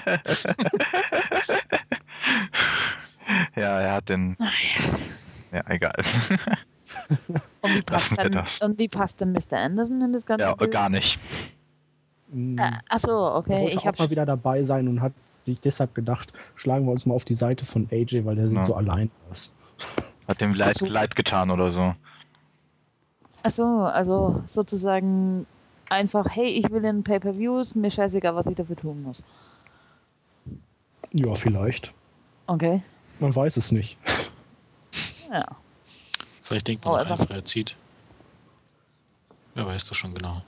Ja, er hat den. Ja, egal. Und wie passt, Lassen wir dann, das. und wie passt dann Mister Anderson in das ganze Ja, Bild? gar nicht. Äh, achso, Er okay. wollte Ich auch habe mal wieder dabei sein und hat sich deshalb gedacht, schlagen wir uns mal auf die Seite von A J, weil der sieht Ja. so allein aus. Hat dem leid, so. leid getan oder so. Achso, also sozusagen einfach, hey, ich will in Pay-Per-Views, mir scheißegal, was ich dafür tun muss. Ja, vielleicht. Okay. Man weiß es nicht. Ja. Vielleicht denkt man Oh, auch aber- einfach, er zieht. Wer weiß das schon genau.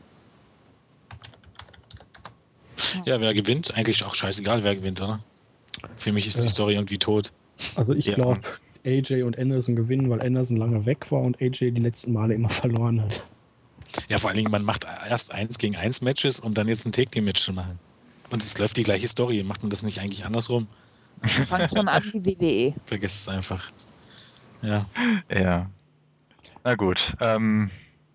Ja, wer gewinnt? Eigentlich auch scheißegal, wer gewinnt, oder? Für mich ist die Ja. Story irgendwie tot. Also ich Ja. glaube, A J und Anderson gewinnen, weil Anderson lange weg war und A J die letzten Male immer verloren hat. Ja, vor allen Dingen, man macht erst eins gegen eins Matches, um dann jetzt ein Take-Team-Match zu machen. Und es läuft die gleiche Story. Macht man das nicht eigentlich andersrum? Fangt schon an wie W W E. Vergesst es einfach. Ja. Ja. Na gut. Ähm,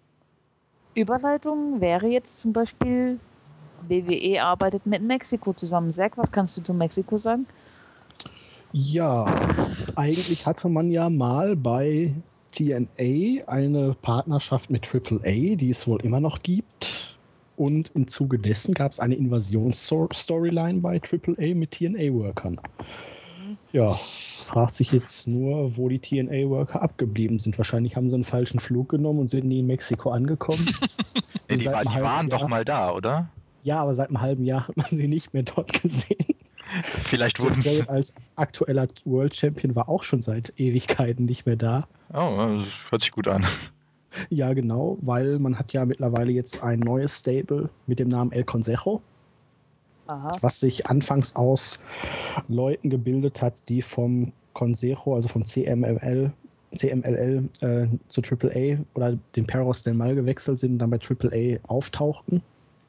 Überleitung wäre jetzt zum Beispiel, W W E arbeitet mit Mexiko zusammen. Zack, was kannst du zu Mexiko sagen? Ja, eigentlich hatte man ja mal bei T N A eine Partnerschaft mit Triple A, die es wohl immer noch gibt. Und im Zuge dessen gab es eine Invasions-Storyline bei Triple A mit T N A-Workern. Ja, fragt sich jetzt nur, wo die T N A-Worker abgeblieben sind. Wahrscheinlich haben sie einen falschen Flug genommen und sind nie in Mexiko angekommen. nee, Und die, seit war, einem die halben waren Jahr- doch mal da, oder? Ja, aber seit einem halben Jahr hat man sie nicht mehr dort gesehen. Vielleicht Jeff wurden Jarrett als aktueller World Champion war auch schon seit Ewigkeiten nicht mehr da. Oh, das hört sich gut an. Ja, genau, weil man hat ja mittlerweile jetzt ein neues Stable mit dem Namen El Consejo, Aha. was sich anfangs aus Leuten gebildet hat, die vom Consejo, also vom C M L L, C M L L äh, zu Triple A oder den Perros del Mal gewechselt sind und dann bei Triple A auftauchten.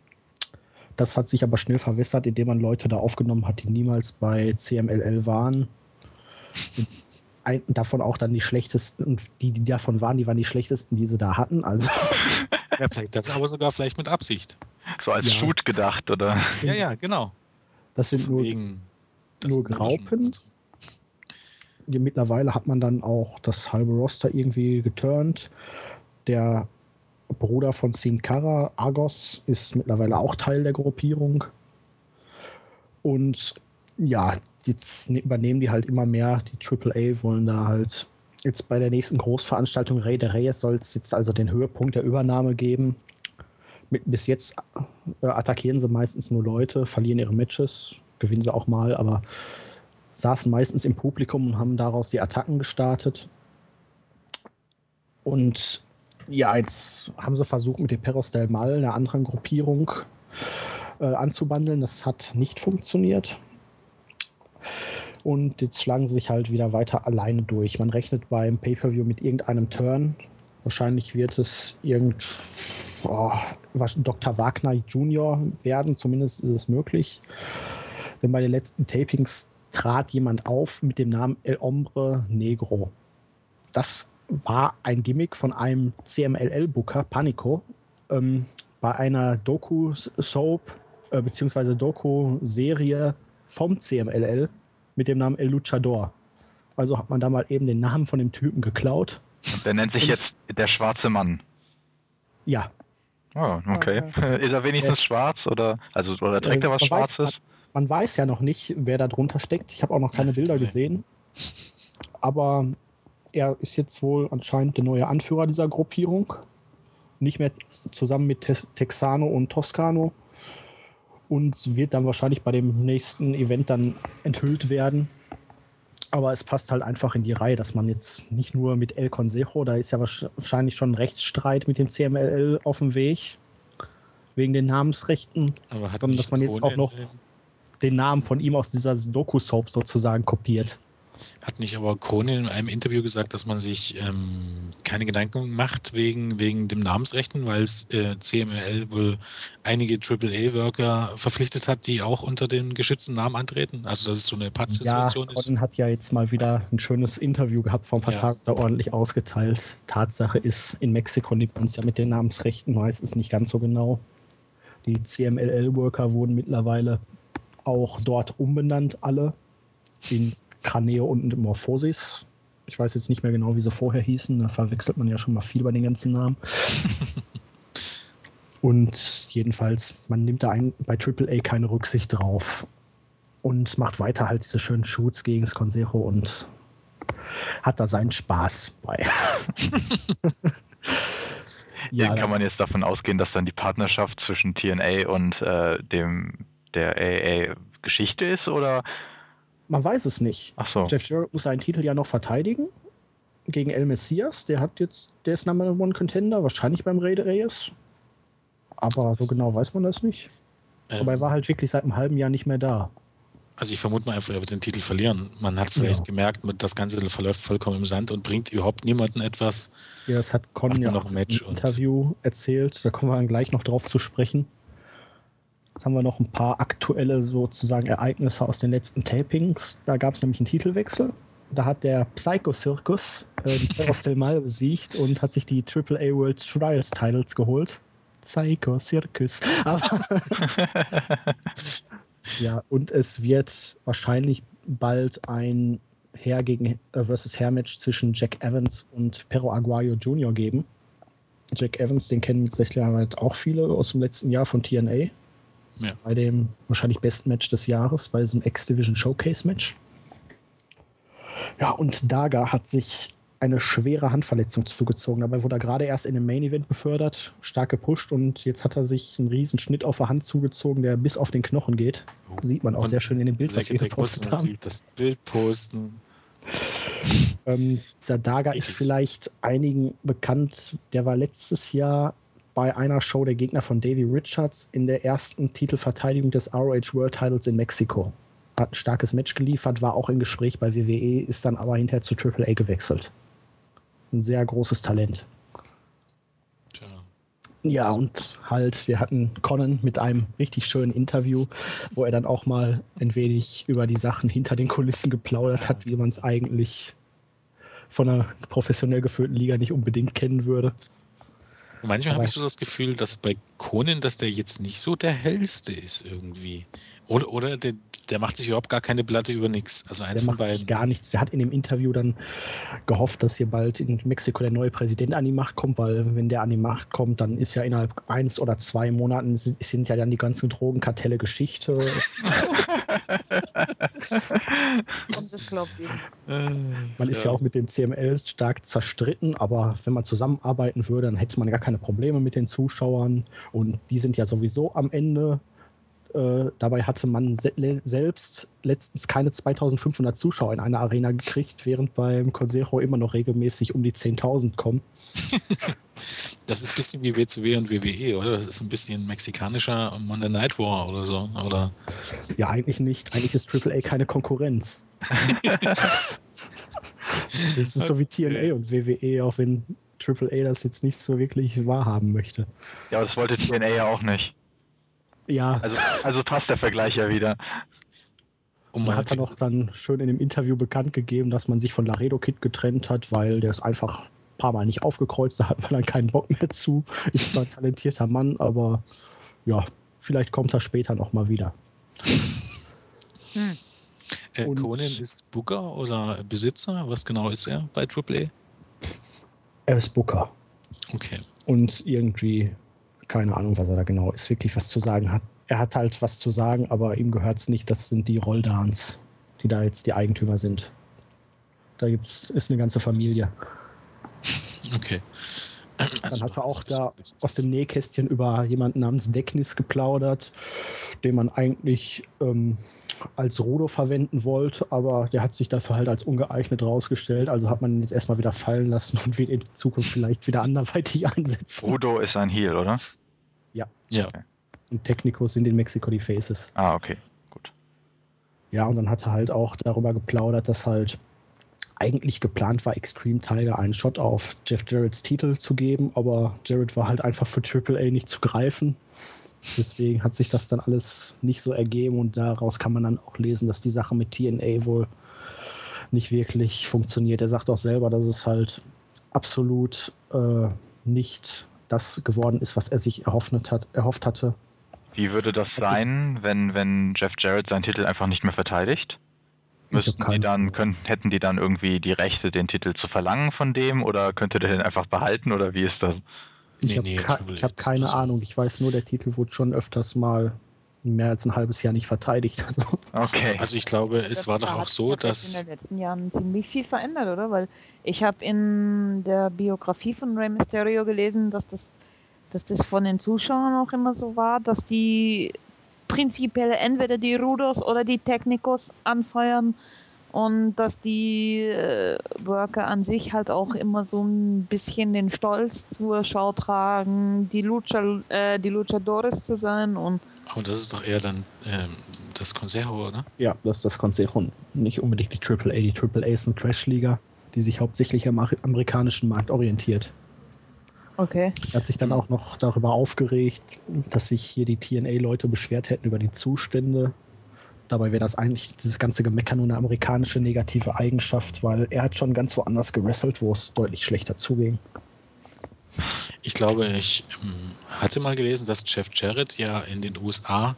Das hat sich aber schnell verwässert, indem man Leute da aufgenommen hat, die niemals bei C M L L waren. Und ein, davon auch dann die schlechtesten, und die, die davon waren, die waren die schlechtesten, die sie da hatten. Also, Ja, vielleicht das aber sogar vielleicht mit Absicht. So als Ja. Shoot gedacht, oder? Ja, ja, genau. das So sind von nur, wegen das nur Löschen Graupen. und so. Die, mittlerweile hat man dann auch das halbe Roster irgendwie geturnt. Der Bruder von Sin Cara, Argos, ist mittlerweile auch Teil der Gruppierung. Und ja, jetzt ne- übernehmen die halt immer mehr. Die Triple A wollen da halt jetzt bei der nächsten Großveranstaltung Rey de Reyes soll es jetzt also den Höhepunkt der Übernahme geben. Mit, bis jetzt äh, attackieren sie meistens nur Leute, verlieren ihre Matches, gewinnen sie auch mal, aber saßen meistens im Publikum und haben daraus die Attacken gestartet. Und ja, jetzt haben sie versucht, mit dem Perros del Mal, einer anderen Gruppierung, äh, anzubandeln. Das hat nicht funktioniert. Und jetzt schlagen sie sich halt wieder weiter alleine durch. Man rechnet beim Pay-Per-View mit irgendeinem Turn. Wahrscheinlich wird es irgend oh, was- Doktor Wagner Junior werden, zumindest ist es möglich. Denn bei den letzten Tapings trat jemand auf mit dem Namen El Hombre Negro. Das war ein Gimmick von einem C M L L-Booker, Panico, ähm, bei einer Doku-Soap äh, beziehungsweise Doku-Serie vom C M L L mit dem Namen El Luchador. Also hat man da mal eben den Namen von dem Typen geklaut. Und der nennt sich Und- jetzt der schwarze Mann. Ja. Oh, okay. Ist er wenigstens Ja. schwarz oder also oder trägt Äh, er was man weiß- Schwarzes? Man weiß ja noch nicht, wer da drunter steckt. Ich habe auch noch keine Bilder Nein. gesehen. Aber er ist jetzt wohl anscheinend der neue Anführer dieser Gruppierung. Nicht mehr zusammen mit Te Texano und Toscano. Und wird dann wahrscheinlich bei dem nächsten Event dann enthüllt werden. Aber es passt halt einfach in die Reihe, dass man jetzt nicht nur mit El Consejo, da ist ja wahrscheinlich schon ein Rechtsstreit mit dem C M L L auf dem Weg, wegen den Namensrechten, Aber hat sondern nicht dass man jetzt Conan auch noch den- den Namen von ihm aus dieser Doku-Soap sozusagen kopiert. Hat nicht aber Conan in einem Interview gesagt, dass man sich ähm, keine Gedanken macht wegen, wegen dem Namensrechten, weil es äh, C M L L wohl einige Triple A-Worker verpflichtet hat, die auch unter dem geschützten Namen antreten? Also dass es so eine Ja, Pattsituation ist? Conan hat ja jetzt mal wieder ein schönes Interview gehabt vor ein paar Ja. Tagen, da ordentlich ausgeteilt. Tatsache ist, in Mexiko nimmt man es ja mit den Namensrechten meistens nicht ganz so genau. Die C M L L-Worker wurden mittlerweile auch dort umbenannt, alle in Craneo und Morphosis. Ich weiß jetzt nicht mehr genau, wie sie vorher hießen. Da verwechselt man ja schon mal viel bei den ganzen Namen. Und jedenfalls, man nimmt da ein, bei Triple A keine Rücksicht drauf und macht weiter halt diese schönen Shoots gegen das Consejo und hat da seinen Spaß bei. Ja, kann man jetzt davon ausgehen, dass dann die Partnerschaft zwischen T N A und äh, dem der A A Geschichte ist, oder? Man weiß es nicht. Ach so. Jeff Jarrett muss seinen Titel ja noch verteidigen gegen El Messias. Der hat jetzt, der ist Number One Contender, wahrscheinlich beim Rey Reyes. Aber so genau weiß man das nicht. Ähm, Aber er war halt wirklich seit einem halben Jahr nicht mehr da. Also ich vermute mal einfach, er wird den Titel verlieren. Man hat vielleicht Ja. gemerkt, das Ganze verläuft vollkommen im Sand und bringt überhaupt niemanden etwas. Ja, das hat Con Macht ja nur noch auch ein Match im und- Interview erzählt. Da kommen wir dann gleich noch drauf zu sprechen. Jetzt haben wir noch ein paar aktuelle sozusagen Ereignisse aus den letzten Tapings. Da gab es nämlich einen Titelwechsel. Da hat der Psycho Circus äh, die Perros del Mal besiegt und hat sich die Triple A World Trials Titles geholt. Psycho Circus. Aber ja, und es wird wahrscheinlich bald ein Herr gegen äh, versus Herr Match zwischen Jack Evans und Perro Aguayo Junior geben. Jack Evans, den kennen mit Sicherheit auch viele aus dem letzten Jahr von T N A. Ja. Bei dem wahrscheinlich besten Match des Jahres, bei diesem X-Division Showcase Match. Ja, und Daga hat sich eine schwere Handverletzung zugezogen. Dabei wurde er gerade erst in den Main Event befördert, stark gepusht und jetzt hat er sich einen riesen Schnitt auf der Hand zugezogen, der bis auf den Knochen geht. Sieht man auch Und sehr schön in dem Bild, was Zack wir Attack musste gepostet haben. natürlich das Bild posten. Ähm, dieser Daga ist Richtig. vielleicht einigen bekannt. Der war letztes Jahr bei einer Show der Gegner von Davey Richards in der ersten Titelverteidigung des R O H World Titles in Mexiko. Hat ein starkes Match geliefert, war auch im Gespräch bei W W E, ist dann aber hinterher zu Triple A gewechselt. Ein sehr großes Talent. Tja. Ja, und halt, wir hatten Conan mit einem richtig schönen Interview, wo er dann auch mal ein wenig über die Sachen hinter den Kulissen geplaudert hat, wie man es eigentlich von einer professionell geführten Liga nicht unbedingt kennen würde. Und manchmal Aber- habe ich so das Gefühl, dass bei Conan, dass der jetzt nicht so der hellste ist irgendwie. Oder, oder der, der macht sich überhaupt gar keine Platte über nichts. Also eins Der von macht sich beiden. gar nichts. Der hat in dem Interview dann gehofft, dass hier bald in Mexiko der neue Präsident an die Macht kommt, weil wenn der an die Macht kommt, dann ist ja innerhalb eins oder zwei Monaten sind, sind ja dann die ganzen Drogenkartelle Geschichte. Und das glaube ich. Man ist ja auch mit dem C M L stark zerstritten, aber wenn man zusammenarbeiten würde, dann hätte man gar keine Probleme mit den Zuschauern und die sind ja sowieso am Ende. Äh, dabei hatte man se selbst letztens keine zweitausendfünfhundert Zuschauer in einer Arena gekriegt, während beim Consejo immer noch regelmäßig um die zehntausend kommen. Das ist ein bisschen wie W C W und W W E, oder? Das ist ein bisschen mexikanischer Monday Night War oder so, oder? Ja, eigentlich nicht. Eigentlich ist Triple A keine Konkurrenz. Das ist so wie T N A und W W E, auch wenn Triple A das jetzt nicht so wirklich wahrhaben möchte. Ja, aber das wollte T N A ja auch nicht. Ja, Also, also passt der Vergleich ja wieder. Um man mal hat dann auch dann schön in dem Interview bekannt gegeben, dass man sich von Laredo Kid getrennt hat, weil der ist einfach ein paar Mal nicht aufgekreuzt, da hat man dann keinen Bock mehr zu. Ist zwar ein talentierter Mann, aber ja, vielleicht kommt er später noch mal wieder. Hm. äh, und- Conan ist Booker oder Besitzer? Was genau ist er bei Triple A? Er ist Booker. Okay. Und irgendwie, keine Ahnung, was er da genau ist, wirklich was zu sagen hat. Er hat halt was zu sagen, aber ihm gehört es nicht. Das sind die Rolldans, die da jetzt die Eigentümer sind. Da gibt's, ist eine ganze Familie. Okay. Dann hat er auch da aus dem Nähkästchen über jemanden namens Decknis geplaudert, den man eigentlich ähm, als Rudo verwenden wollte, aber der hat sich dafür halt als ungeeignet rausgestellt. Also hat man ihn jetzt erstmal wieder fallen lassen und wird in Zukunft vielleicht wieder anderweitig einsetzen. Rudo ist ein Heel, oder? Ja. Ja. Und Technicos sind in Mexiko die Faces. Ah, okay. Gut. Ja, und dann hat er halt auch darüber geplaudert, dass halt eigentlich geplant war, Extreme Tiger einen Shot auf Jeff Jarretts Titel zu geben, aber Jarrett war halt einfach für Triple A nicht zu greifen. Deswegen hat sich das dann alles nicht so ergeben und daraus kann man dann auch lesen, dass die Sache mit T N A wohl nicht wirklich funktioniert. Er sagt auch selber, dass es halt absolut äh, nicht das geworden ist, was er sich erhofft, hat, erhofft hatte. Wie würde das sein, wenn, wenn Jeff Jarrett seinen Titel einfach nicht mehr verteidigt? Müssten die dann, können, hätten die dann irgendwie die Rechte, den Titel zu verlangen von dem, oder könnte der den einfach behalten, oder wie ist das? Ich Nee, habe nee, ke Triple ich hab A, keine also- Ahnung. Ich weiß nur, der Titel wurde schon öfters mal mehr als ein halbes Jahr nicht verteidigt. Okay. Also ich glaube, es war doch Da auch hat sich so, ja vielleicht in dass... den letzten Jahren ziemlich viel verändert, oder? Weil ich habe in der Biografie von Rey Mysterio gelesen, dass das, dass das von den Zuschauern auch immer so war, dass die prinzipiell entweder die Rudos oder die Technicos anfeuern und dass die äh, Worker an sich halt auch immer so ein bisschen den Stolz zur Schau tragen, die, Lucha, äh, die Luchadores zu sein und Aber das ist doch eher dann ähm, das Consejo, oder? Ja, das ist das Consejo, nicht unbedingt die Triple A. Die Triple A ist eine Trash-Liga, die sich hauptsächlich am amerikanischen Markt orientiert. okay. Er hat sich dann auch noch darüber aufgeregt, dass sich hier die T N A-Leute beschwert hätten über die Zustände. Dabei wäre das eigentlich, dieses ganze Gemecker, nur eine amerikanische negative Eigenschaft, weil er hat schon ganz woanders gewrestelt, wo es deutlich schlechter zuging. Ich glaube, ich ähm, hatte mal gelesen, dass Jeff Jarrett ja in den U S A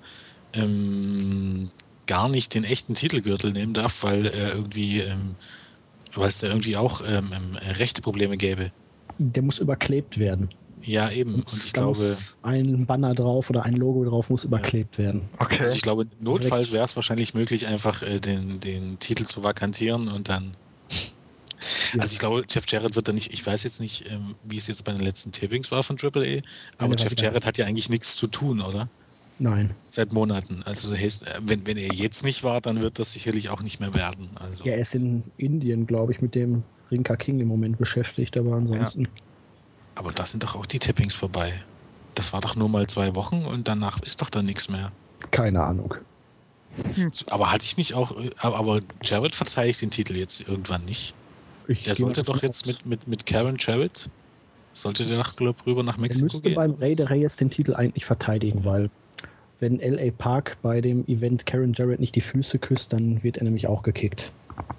ähm, gar nicht den echten Titelgürtel nehmen darf, weil er irgendwie, ähm, weil es da irgendwie auch ähm, rechte Probleme gäbe. Der muss überklebt werden. Ja, eben. Und, Und ich da glaube, muss ein Banner drauf oder ein Logo drauf muss überklebt werden. Okay. also ich glaube, notfalls wäre es wahrscheinlich möglich, einfach äh, den, den Titel zu vakantieren und dann. Ja. Also ich glaube, Jeff Jarrett wird da nicht, ich weiß jetzt nicht, ähm, wie es jetzt bei den letzten Tapings war von Triple A, aber der war Jeff wieder- Jarrett hat ja eigentlich nichts zu tun, oder? Nein. Seit Monaten. Also das heißt, äh, wenn, wenn er jetzt nicht war, dann wird das sicherlich auch nicht mehr werden. Also. Ja, er ist in Indien, glaube ich, mit dem Rinka King im Moment beschäftigt, aber ansonsten. Aber da sind doch auch die Tappings vorbei. Das war doch nur mal zwei Wochen und danach ist doch da nichts mehr. Keine Ahnung. Aber hatte ich nicht auch, äh, aber aber Jarrett verteidigt den Titel jetzt irgendwann nicht. Ich Der gehe mal sollte davon doch jetzt aus. mit, mit, mit Karen Jarrett, sollte der nach, glaub, rüber nach Er Mexiko müsste gehen? beim Rey de Reyes den Titel eigentlich verteidigen, weil wenn L A Park bei dem Event Karen Jarrett nicht die Füße küsst, dann wird er nämlich auch gekickt.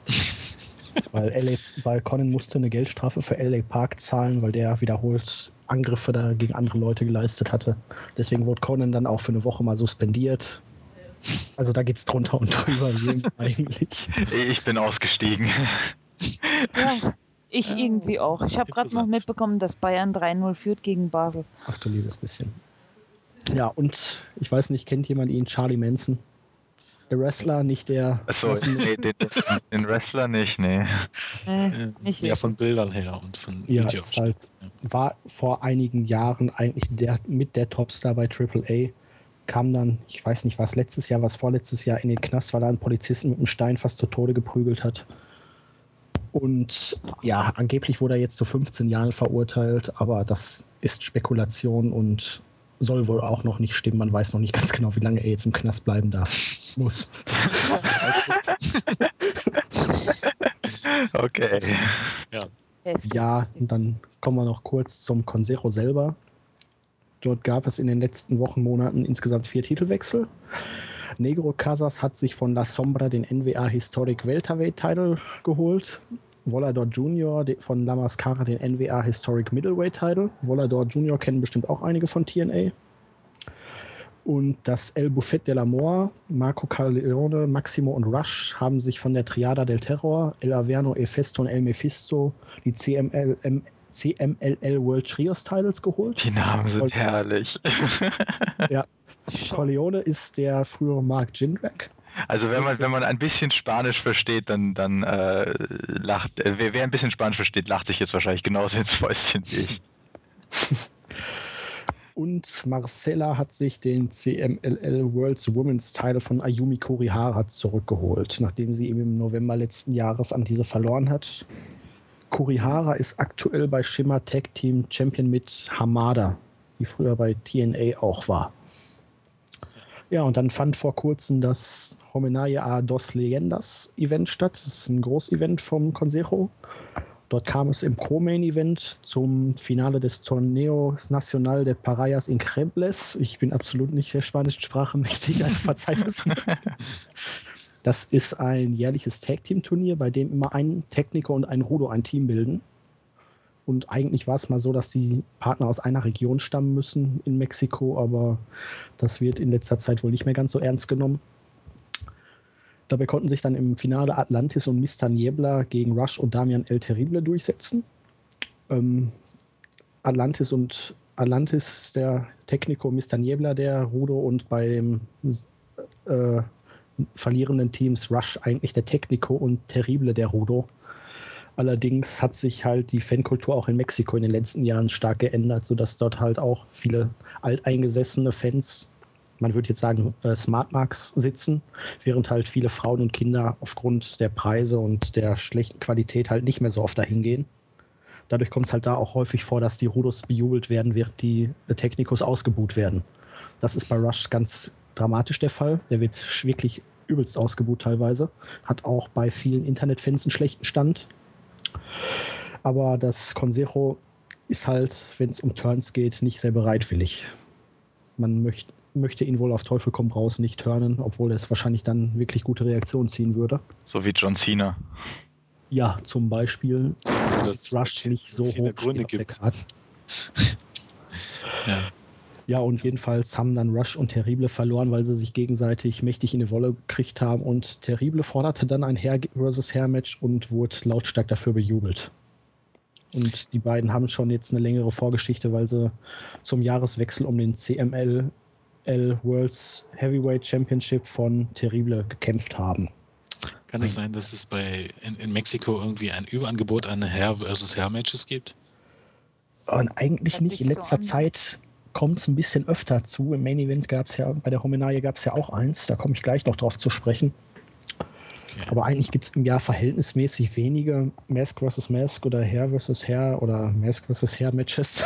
weil, L A, weil Conan musste eine Geldstrafe für L A Park zahlen, weil der wiederholt Angriffe da gegen andere Leute geleistet hatte. Deswegen wurde Conan dann auch für eine Woche mal suspendiert. Also da geht's drunter und drüber eigentlich. Ich bin ausgestiegen. Ja, ich Ja. irgendwie auch. Ich habe gerade noch Interessant. mitbekommen, dass Bayern drei null führt gegen Basel. Ach du liebes bisschen. Ja, und ich weiß nicht, kennt jemand ihn? Charlie Manson? Der Wrestler, nicht der... Achso, nee, den, den Wrestler nicht, nee. Äh, Äh, nicht ja, wirklich. von Bildern her und von Ja, ist Videoausschnitten. halt, war vor einigen Jahren eigentlich der, mit der Topstar bei Triple A. Kam dann, ich weiß nicht, was letztes Jahr, was vorletztes Jahr in den Knast, weil er einen Polizisten mit einem Stein fast zu Tode geprügelt hat. Und ja, angeblich wurde er jetzt zu fünfzehn Jahren verurteilt, aber das ist Spekulation und soll wohl auch noch nicht stimmen. Man weiß noch nicht ganz genau, wie lange er jetzt im Knast bleiben darf. Muss. Okay. Ja. Heftig. Ja, und dann kommen wir noch kurz zum Consejo selber. Dort gab es in den letzten Wochen, Monaten insgesamt vier Titelwechsel. Negro Casas hat sich von La Sombra den N W A Historic Welterweight Title geholt. Volador Junior von La Mascara den N W A Historic Middleweight Title. Volador Junior kennen bestimmt auch einige von T N A. Und das El Buffet de la Mort, Marco Corleone, Maximo und Rush haben sich von der Triada del Terror, El Averno, Efesto und El Mephisto die C M L M, C M L L World Trios Titles geholt. Die Namen sind Und, herrlich. ja, Corleone ist der frühere Mark Jindrak. Also wenn man, wenn man ein bisschen Spanisch versteht, dann, dann äh, lacht, äh, wer, wer ein bisschen Spanisch versteht, lacht sich jetzt wahrscheinlich genauso ins Fäustchen wie ich. Und Marcella hat sich den C M L L World's Women's Title von Ayumi Kurihara zurückgeholt, nachdem sie ihm im November letzten Jahres an diese verloren hat. Kurihara ist aktuell bei Shimmer Tag Team Champion mit Hamada, die früher bei T N A auch war. Ja, und dann fand vor kurzem das Homenaje a dos Leyendas Event statt. Das ist ein Großevent vom Consejo. Dort kam es im Co-Main-Event zum Finale des Torneos Nacional de Parayas Increíbles. Ich bin absolut nicht der spanischen Sprache mächtig, also verzeiht es mir. Das ist ein jährliches Tag-Team-Turnier, bei dem immer ein Techniker und ein Rudo ein Team bilden. Und eigentlich war es mal so, dass die Partner aus einer Region stammen müssen in Mexiko, aber das wird in letzter Zeit wohl nicht mehr ganz so ernst genommen. Dabei konnten sich dann im Finale Atlantis und Mister Niebla gegen Rush und Damian El Terrible durchsetzen. Ähm, Atlantis und Atlantis ist der Technico, Mister Niebla der Rudo und bei dem äh, verlierenden Teams Rush eigentlich der Technico und Terrible der Rudo. Allerdings hat sich halt die Fankultur auch in Mexiko in den letzten Jahren stark geändert, sodass dort halt auch viele alteingesessene Fans, man würde jetzt sagen äh, Smart Marks, sitzen, während halt viele Frauen und Kinder aufgrund der Preise und der schlechten Qualität halt nicht mehr so oft dahin gehen. Dadurch kommt es halt da auch häufig vor, dass die Rudos bejubelt werden, während die Technikos ausgebuht werden. Das ist bei Rush ganz dramatisch der Fall. Der wird wirklich übelst ausgebuht teilweise. Hat auch bei vielen Internetfans einen schlechten Stand. Aber das Consejo ist halt, wenn es um Turns geht, nicht sehr bereitwillig. Man möcht, möchte ihn wohl auf Teufel komm raus nicht turnen, obwohl es wahrscheinlich dann wirklich gute Reaktionen ziehen würde. So wie John Cena. Ja, zum Beispiel. Ja, das Rush nicht so hoch Gründe steht auf der gibt. Karte. Ja. Ja, und jedenfalls haben dann Rush und Terrible verloren, weil sie sich gegenseitig mächtig in die Wolle gekriegt haben. Und Terrible forderte dann ein Hair versus Hair Match und wurde lautstark dafür bejubelt. Und die beiden haben schon jetzt eine längere Vorgeschichte, weil sie zum Jahreswechsel um den C M L L World's Heavyweight Championship von Terrible gekämpft haben. Kann es sein, dass es bei in, in Mexiko irgendwie ein Überangebot an Hair versus Hair Matches gibt? Und eigentlich Hört nicht. sich In so letzter an. Zeit kommt es ein bisschen öfter zu. Im Main Event gab es ja, bei der Homenaje gab es ja auch eins. Da komme ich gleich noch drauf zu sprechen. Okay. Aber eigentlich gibt es im Jahr verhältnismäßig wenige Mask versus Mask oder Hair versus Hair oder Mask versus Hair Matches.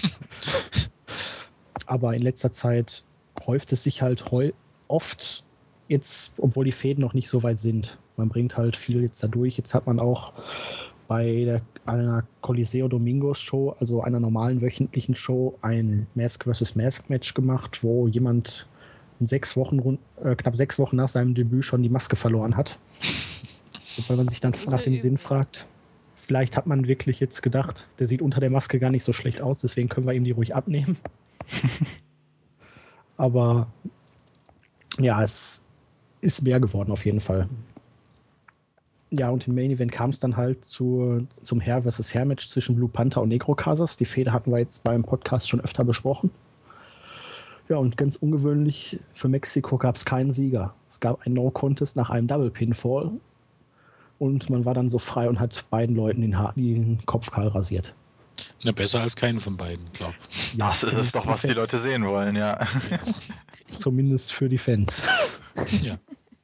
Aber in letzter Zeit häuft es sich halt heu oft jetzt, obwohl die Fäden noch nicht so weit sind. Man bringt halt viel jetzt da durch. Jetzt hat man auch bei der, einer Coliseo Domingos Show, also einer normalen wöchentlichen Show, ein Mask versus Mask Match gemacht, wo jemand sechs Wochen, äh, knapp sechs Wochen nach seinem Debüt schon die Maske verloren hat. Wobei man sich dann nach dem Sinn fragt, vielleicht hat man wirklich jetzt gedacht, der sieht unter der Maske gar nicht so schlecht aus, deswegen können wir ihm die ruhig abnehmen. Aber ja, es ist mehr geworden auf jeden Fall. Ja, und im Main Event kam es dann halt zu, zum Hair versus Hair Match zwischen Blue Panther und Negro Casas. Die Fehde hatten wir jetzt beim Podcast schon öfter besprochen. Ja, und ganz ungewöhnlich für Mexiko gab es keinen Sieger. Es gab ein No-Contest nach einem Double Pinfall. Und man war dann so frei und hat beiden Leuten den, ha- den Kopf kahl rasiert. Na, besser als keinen von beiden, glaub. Ja, Das ist es zumindest doch, für was die Fans. Leute sehen wollen, ja. Zumindest für die Fans. Ja.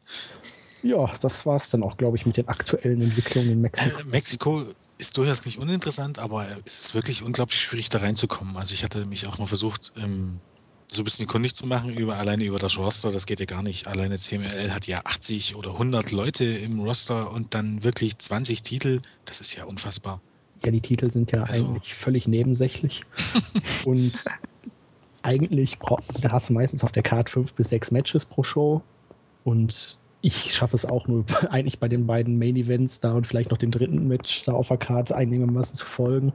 Ja, das war's dann auch, glaube ich, mit den aktuellen Entwicklungen in Mexiko. Äh, Mexiko ist durchaus nicht uninteressant, aber es ist wirklich unglaublich schwierig, da reinzukommen. Also ich hatte mich auch mal versucht, ähm, so ein bisschen kundig zu machen, über, alleine über das Roster. Das geht ja gar nicht. Alleine C M L L hat ja achtzig oder hundert Leute im Roster und dann wirklich zwanzig Titel. Das ist ja unfassbar. Ja, die Titel sind ja Also- eigentlich völlig nebensächlich. Und eigentlich bra- da hast du meistens auf der Karte fünf bis sechs Matches pro Show. Und ich schaffe es auch nur eigentlich bei den beiden Main Events da und vielleicht noch dem dritten Match da auf der Karte einigermaßen zu folgen.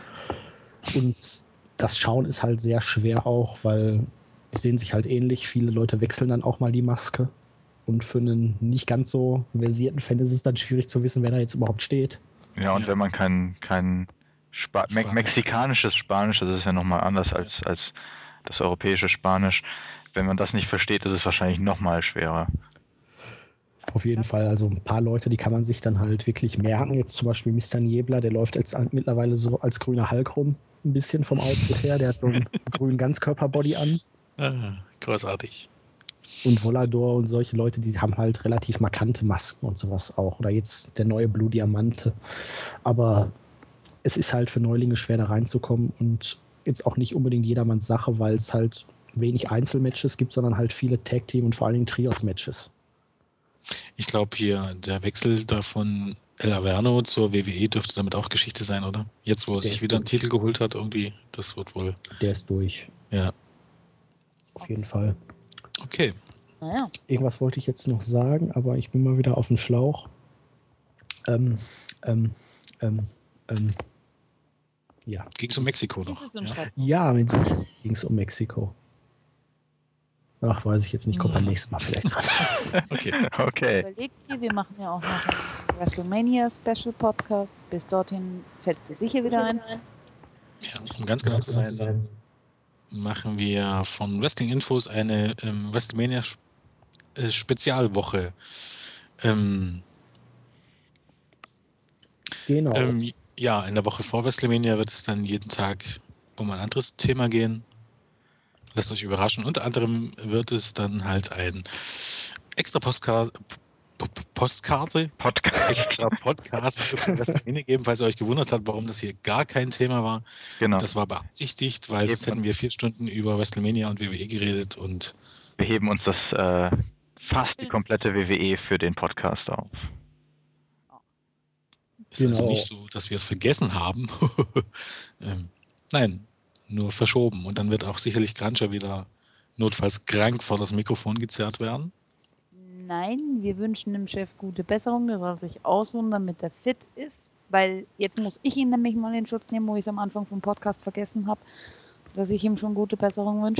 Und das Schauen ist halt sehr schwer auch, weil die sehen sich halt ähnlich. Viele Leute wechseln dann auch mal die Maske. Und für einen nicht ganz so versierten Fan ist es dann schwierig zu wissen, wer da jetzt überhaupt steht. Ja, und Ja. wenn man kein, kein Spa Me Spanisch. mexikanisches Spanisch, das ist ja nochmal anders als, als das europäische Spanisch, wenn man das nicht versteht, ist es wahrscheinlich nochmal schwerer. Auf jeden Fall, also ein paar Leute, die kann man sich dann halt wirklich merken. Jetzt zum Beispiel Mister Niebla, der läuft jetzt mittlerweile so als grüner Hulk rum, ein bisschen vom Outfit her. Der hat so einen grünen Ganzkörperbody an. Ah, großartig. Und Volador und solche Leute, die haben halt relativ markante Masken und sowas auch. Oder jetzt der neue Blue Diamante. Aber es ist halt für Neulinge schwer da reinzukommen und jetzt auch nicht unbedingt jedermanns Sache, weil es halt wenig Einzelmatches gibt, sondern halt viele Tag-Team- und vor allen Dingen Trios-Matches. Ich glaube hier, der Wechsel da von El Averno zur W W E dürfte damit auch Geschichte sein, oder? Jetzt, wo er Der sich ist wieder einen durch. Titel geholt hat, irgendwie, das wird wohl, Der ist durch. ja, Auf jeden Fall. okay. Naja. Irgendwas wollte ich jetzt noch sagen, aber ich bin mal wieder auf dem Schlauch. Ähm, ähm, ähm, ähm. Ja. Ging es um Mexiko Lies noch. es und Ja. schreib. Ja, mit Sicherheit ging es um Mexiko. Ach, weiß ich jetzt nicht, kommt beim nächsten Mal vielleicht dran. Okay. Okay. Überleg's dir, wir machen ja auch noch einen WrestleMania Special Podcast. Bis dorthin fällt es dir sicher wieder ein. Ja, um ganz genau zu sein, machen wir von Wrestling Infos eine ähm, WrestleMania äh, Spezialwoche. Ähm, Genau. ähm, ja, in der Woche vor WrestleMania wird es dann jeden Tag um ein anderes Thema gehen. Lasst euch überraschen. Unter anderem wird es dann halt ein extra Postkarte, Postkarte, Podcast. extra Podcast für WrestleMania geben, falls ihr euch gewundert habt, warum das hier gar kein Thema war. Genau. Das war beabsichtigt, weil sonst hätten wir vier Stunden über WrestleMania und W W E geredet und Wir heben uns das äh, fast die komplette W W E für den Podcast auf. ist also Genau. nicht so, dass wir es vergessen haben. ähm, nein, nur verschoben. Und dann wird auch sicherlich Cruncher wieder notfalls krank vor das Mikrofon gezerrt werden. Nein, wir wünschen dem Chef gute Besserung. Der soll sich ausruhen, damit er fit ist. Weil jetzt muss ich ihn nämlich mal in Schutz nehmen, wo ich es am Anfang vom Podcast vergessen habe, dass ich ihm schon gute Besserung wünsche.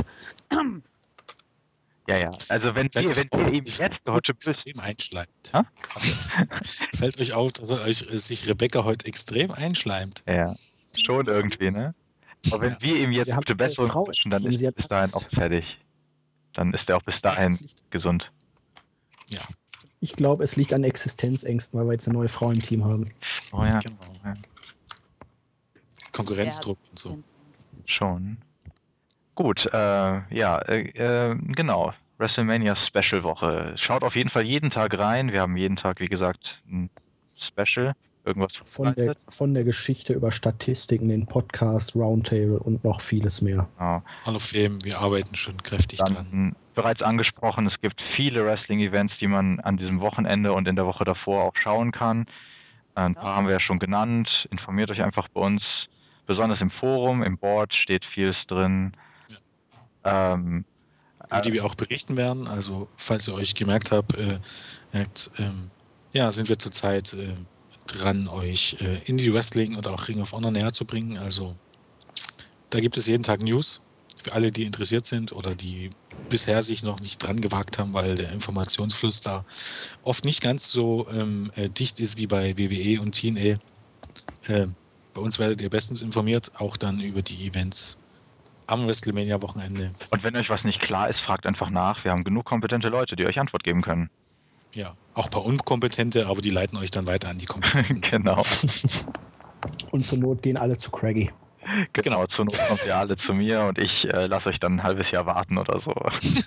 Ja, ja. Also wenn Fällt wir, euch wenn auf, wir ihm dass sich jetzt heute böse... extrem einschleimt. Hä? Fällt euch auf, dass er euch, äh, sich Rebecca heute extrem einschleimt. Ja, schon irgendwie, ne? Aber wenn Ja. wir ihm jetzt Wir haben gute eine Besserung Frau im wünschen, dann Team, ist sie er hat bis dahin auch Angst. fertig. Dann ist er auch bis dahin gesund. Ja, Ich glaube, es liegt an Existenzängsten, weil wir jetzt eine neue Frau im Team haben. Oh ja, genau. Ja. Konkurrenzdruck und so. Schon. Gut, äh, ja, äh, äh, genau. WrestleMania Special Woche. Schaut auf jeden Fall jeden Tag rein. Wir haben jeden Tag, wie gesagt, ein Special. Irgendwas Von der, vorbereitet. von der Geschichte über Statistiken, den Podcast, Roundtable und noch vieles mehr. Genau. Hall of Fame, wir arbeiten schon kräftig dran. Dann bereits angesprochen, es gibt viele Wrestling-Events, die man an diesem Wochenende und in der Woche davor auch schauen kann. Ein paar haben wir ja schon genannt. Informiert euch einfach bei uns. Besonders im Forum, im Board steht vieles drin. Ja. Ähm, Über die wir auch berichten werden. Also, falls ihr euch gemerkt habt, äh, merkt, ähm, ja, sind wir zurzeit äh, dran, euch äh, Indie Wrestling oder auch Ring of Honor näher zu bringen. Also, da gibt es jeden Tag News für alle, die interessiert sind oder die bisher sich noch nicht dran gewagt haben, weil der Informationsfluss da oft nicht ganz so ähm, äh, dicht ist wie bei W W E und T N A. Äh, bei uns werdet ihr bestens informiert, auch dann über die Events am WrestleMania-Wochenende. und wenn euch was nicht klar ist, fragt einfach nach. Wir haben genug kompetente Leute, die euch Antwort geben können. Ja, auch ein paar Unkompetente, aber die leiten euch dann weiter an die Kompetenten. Genau. Und zur Not gehen alle zu Craggy. Genau, Genau. zur Not kommt ihr alle zu mir und ich äh, lasse euch dann ein halbes Jahr warten oder so.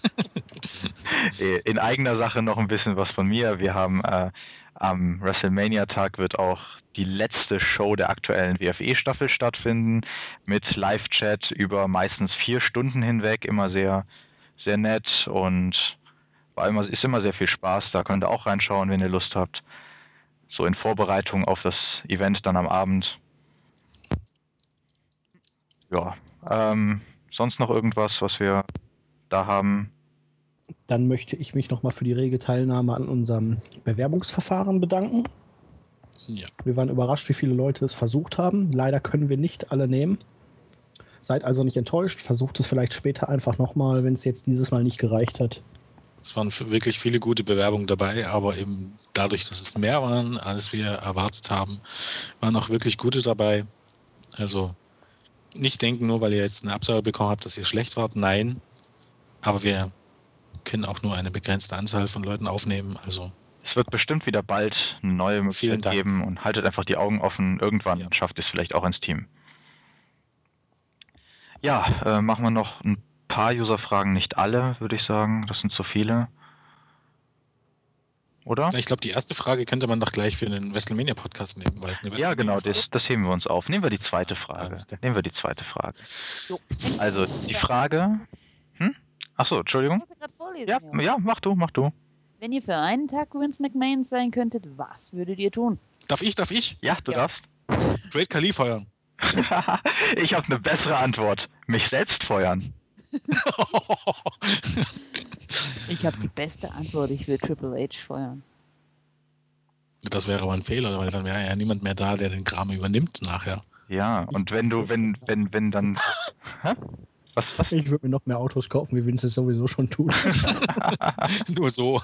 In eigener Sache noch ein bisschen was von mir. Wir haben äh, am WrestleMania-Tag wird auch die letzte Show der aktuellen W F E-Staffel stattfinden, mit Live-Chat über meistens vier Stunden hinweg, immer sehr, sehr nett und war immer, ist immer sehr viel Spaß. Da könnt ihr auch reinschauen, wenn ihr Lust habt. So in Vorbereitung auf das Event dann am Abend. Ja, ähm, sonst noch irgendwas, was wir da haben? Dann möchte ich mich nochmal für die rege Teilnahme an unserem Bewerbungsverfahren bedanken. Ja. Wir waren überrascht, wie viele Leute es versucht haben. Leider können wir nicht alle nehmen. Seid also nicht enttäuscht. Versucht es vielleicht später einfach nochmal, wenn es jetzt dieses Mal nicht gereicht hat. Es waren wirklich viele gute Bewerbungen dabei, aber eben dadurch, dass es mehr waren, als wir erwartet haben, waren auch wirklich gute dabei. Also nicht denken, nur weil ihr jetzt eine Absage bekommen habt, dass ihr schlecht wart. Nein, aber wir können auch nur eine begrenzte Anzahl von Leuten aufnehmen. Also Es wird bestimmt wieder bald eine neue Möglichkeit geben und haltet einfach die Augen offen. Irgendwann Ja. schafft ihr es vielleicht auch ins Team. Ja, äh, machen wir noch ein paar User-Fragen, nicht alle, würde ich sagen. Das sind zu viele. Oder? Ich glaube, die erste Frage könnte man doch gleich für einen WrestleMania-Podcast nehmen, weil es eine Ja, genau, das, WrestleMania-Frage das heben wir uns auf. Nehmen wir die zweite Frage. Alles klar. Nehmen wir die zweite Frage. Jo. Also die Frage, hm? Achso, Entschuldigung. Ich wollte gerade vorlesen. Ja, ja. ja, mach du, mach du. Wenn ihr für einen Tag Vince McMahon sein könntet, was würdet ihr tun? Darf ich, darf ich? Ja, du Ja. darfst. Great Khali feuern. Ich habe eine bessere Antwort. Mich selbst feuern. Ich habe die beste Antwort. Ich will Triple H feuern. Das wäre aber ein Fehler, weil dann wäre ja niemand mehr da, der den Kram übernimmt nachher. Ja, und wenn du, wenn, wenn, wenn dann... Hä? Was, was? Ich würde mir noch mehr Autos kaufen, wie Vince es sowieso schon tut. Nur so.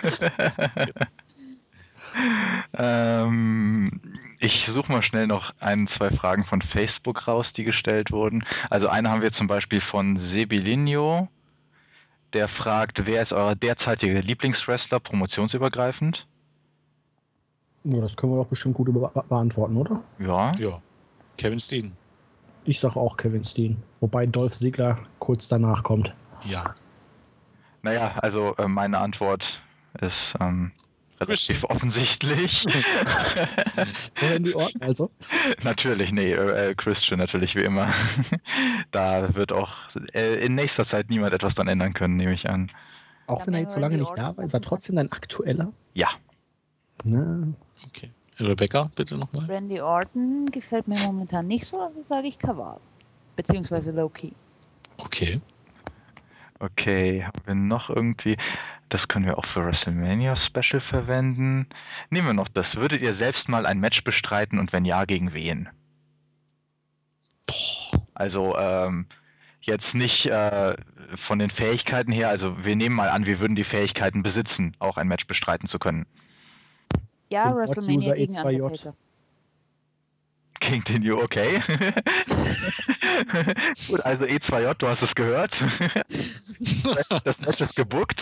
ähm, ich suche mal schnell noch ein, zwei Fragen von Facebook raus, die gestellt wurden. Also eine haben wir zum Beispiel von Sebilinho, der fragt, wer ist euer derzeitiger Lieblingswrestler promotionsübergreifend? Ja, das können wir doch bestimmt gut be beantworten, oder? Ja. Ja. Kevin Steen. Ich sage auch Kevin Steen. Wobei Dolph Ziggler kurz danach kommt. Ja. Naja, also äh, meine Antwort ist ähm, relativ offensichtlich. Randy Orton also? Natürlich, nee, äh, Christian natürlich wie immer. Da wird auch äh, in nächster Zeit niemand etwas dran ändern können, nehme ich an. Auch Ja, wenn er mir jetzt so lange Randy nicht da Orton war, ist er trotzdem dein aktueller? Ja. Na, Okay. Rebecca, bitte nochmal. Randy Orton gefällt mir momentan nicht so, also sage ich Kaval. Beziehungsweise Low-Key. Okay. Okay, haben wir noch irgendwie... Das können wir auch für WrestleMania Special verwenden. Nehmen wir noch das. Würdet ihr selbst mal ein Match bestreiten und wenn ja, gegen wen? Also, ähm, jetzt nicht äh, von den Fähigkeiten her, also wir nehmen mal an, wir würden die Fähigkeiten besitzen, auch ein Match bestreiten zu können. Ja, Den WrestleMania Bot-User gegen E zwei J. Undertaker. Gegen den U, okay. Gut, also E zwei J, du hast es gehört. Das Match ist gebuckt.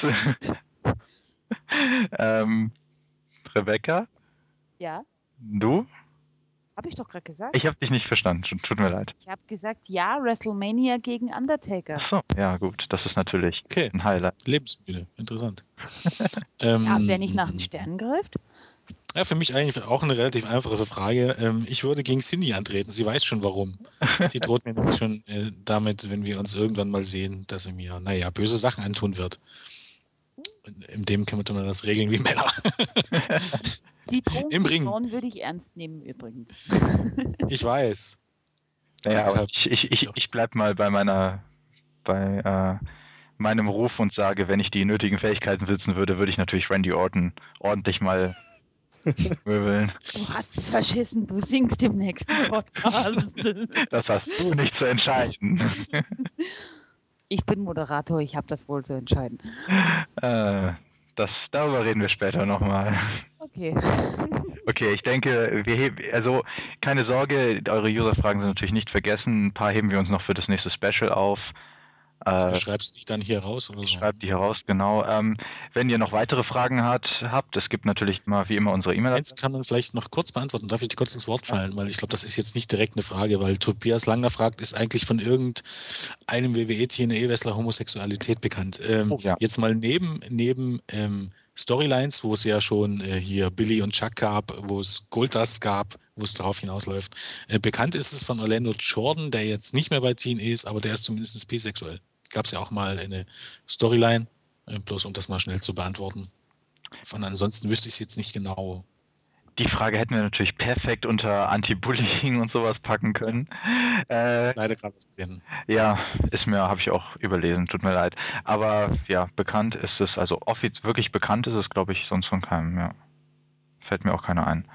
ähm, Rebecca, Ja, du? habe ich doch gerade gesagt. Ich habe dich nicht verstanden, tut mir leid. Ich habe gesagt, ja, WrestleMania gegen Undertaker. Ach so, ja gut, das ist natürlich Okay. ein Highlight. Lebensmüde. Interessant. Ja, ähm, wer nicht nach den Sternen greift? Ja, für mich eigentlich auch eine relativ einfache Frage. Ähm, ich würde gegen Cindy antreten. Sie weiß schon warum. Sie droht mir nämlich schon äh, damit, wenn wir uns irgendwann mal sehen, dass sie mir, naja, böse Sachen antun wird. Und in dem kann man das regeln wie Männer. Die Drohung Im von Ring. Frauen würde ich ernst nehmen übrigens. Ich weiß. Naja, aber Deshalb ich, ich, ich, ich auch- ich bleib mal bei meiner, bei äh, meinem Ruf und sage, wenn ich die nötigen Fähigkeiten besitzen würde, würde ich natürlich Randy Orton ordentlich mal möbeln. Du hast verschissen, du singst im nächsten Podcast. Das hast du nicht zu entscheiden. Ich bin Moderator, ich habe das wohl zu entscheiden. äh, das, darüber reden wir später nochmal. Okay. Okay, ich denke, wir heben, also keine Sorge, eure User-Fragen sind natürlich nicht vergessen. Ein paar heben wir uns noch für das nächste Special auf. Äh, Du schreibst dich dann hier raus oder Ich so? schreibe die heraus, genau. Ähm, wenn ihr noch weitere Fragen hat, habt, es gibt natürlich immer wie immer unsere E-Mail-Adresse. Eins kann man vielleicht noch kurz beantworten. Darf ich dir kurz ins Wort fallen? Weil ich glaube, das ist jetzt nicht direkt eine Frage, weil Tobias Langner fragt, ist eigentlich von irgendeinem W W E-T N A-Wrestler Homosexualität bekannt? Ähm, Oh, ja. Jetzt mal neben, neben ähm, Storylines, wo es ja schon äh, hier Billy und Chuck gab, wo es Goldust gab, wo es darauf hinausläuft. Äh, bekannt ist es von Orlando Jordan, der jetzt nicht mehr bei T N A ist, aber der ist zumindest bisexuell. Gab es ja auch mal eine Storyline, äh, bloß um das mal schnell zu beantworten. Von ansonsten wüsste ich es jetzt nicht genau. Die Frage hätten wir natürlich perfekt unter Anti-Bullying und sowas packen können. Äh, Leider gerade was gesehen. ja, ist mir, habe ich auch überlesen, tut mir leid. Aber ja, bekannt ist es, also offiziell wirklich bekannt ist es, glaube ich, sonst von keinem, ja. Fällt mir auch keiner ein.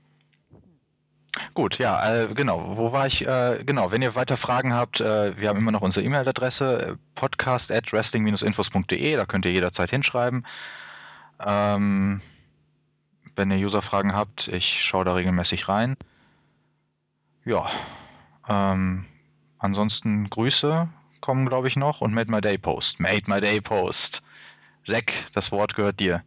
Gut, ja, äh, genau. Wo war ich? Äh, genau, wenn ihr weiter Fragen habt, äh, wir haben immer noch unsere E-Mail-Adresse, äh, podcast at wrestling infos punkt de, da könnt ihr jederzeit hinschreiben. Ähm, wenn ihr User-Fragen habt, ich schaue da regelmäßig rein. Ja, ähm, ansonsten Grüße kommen, glaube ich, noch und Made My Day Post. Made My Day Post. Zack, das Wort gehört dir.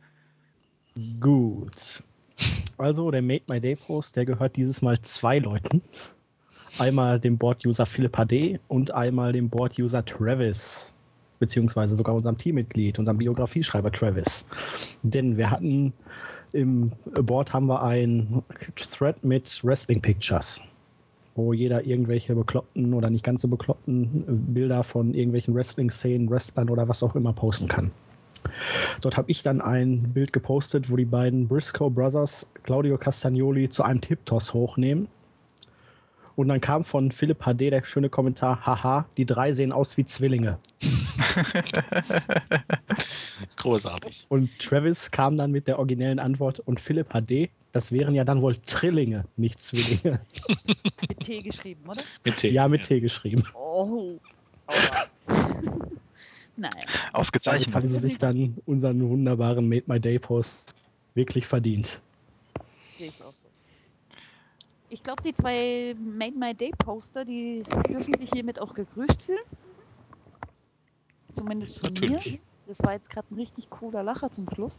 Gut. Also der Made My Day Post, der gehört dieses Mal zwei Leuten. Einmal dem Board-User Philipp H D und einmal dem Board-User Travis. Beziehungsweise sogar unserem Teammitglied, unserem Biografieschreiber Travis. Denn wir hatten im Board haben wir ein Thread mit Wrestling Pictures. wo jeder irgendwelche bekloppten oder nicht ganz so bekloppten Bilder von irgendwelchen Wrestling-Szenen, Wrestlern oder was auch immer posten kann. Dort habe ich dann ein Bild gepostet, wo die beiden Briscoe Brothers Claudio Castagnoli zu einem Tip-Toss hochnehmen. Und dann kam von Philipp H D der schöne Kommentar, haha, die drei sehen aus wie Zwillinge. Großartig. Und Travis kam dann mit der originellen Antwort und Philipp H D, das wären ja dann wohl Trillinge, nicht Zwillinge. Mit T geschrieben, oder? Mit T. Ja, mit T geschrieben. Oh. Aua. Naja. Damit Ausgezeichnet. haben sie sich dann unseren wunderbaren Made My Day Post wirklich verdient. Sehe ich auch so. Ich glaube, die zwei Made My Day Poster, die dürfen sich hiermit auch gegrüßt fühlen. Zumindest von Natürlich. mir. Das war jetzt gerade ein richtig cooler Lacher zum Schluss.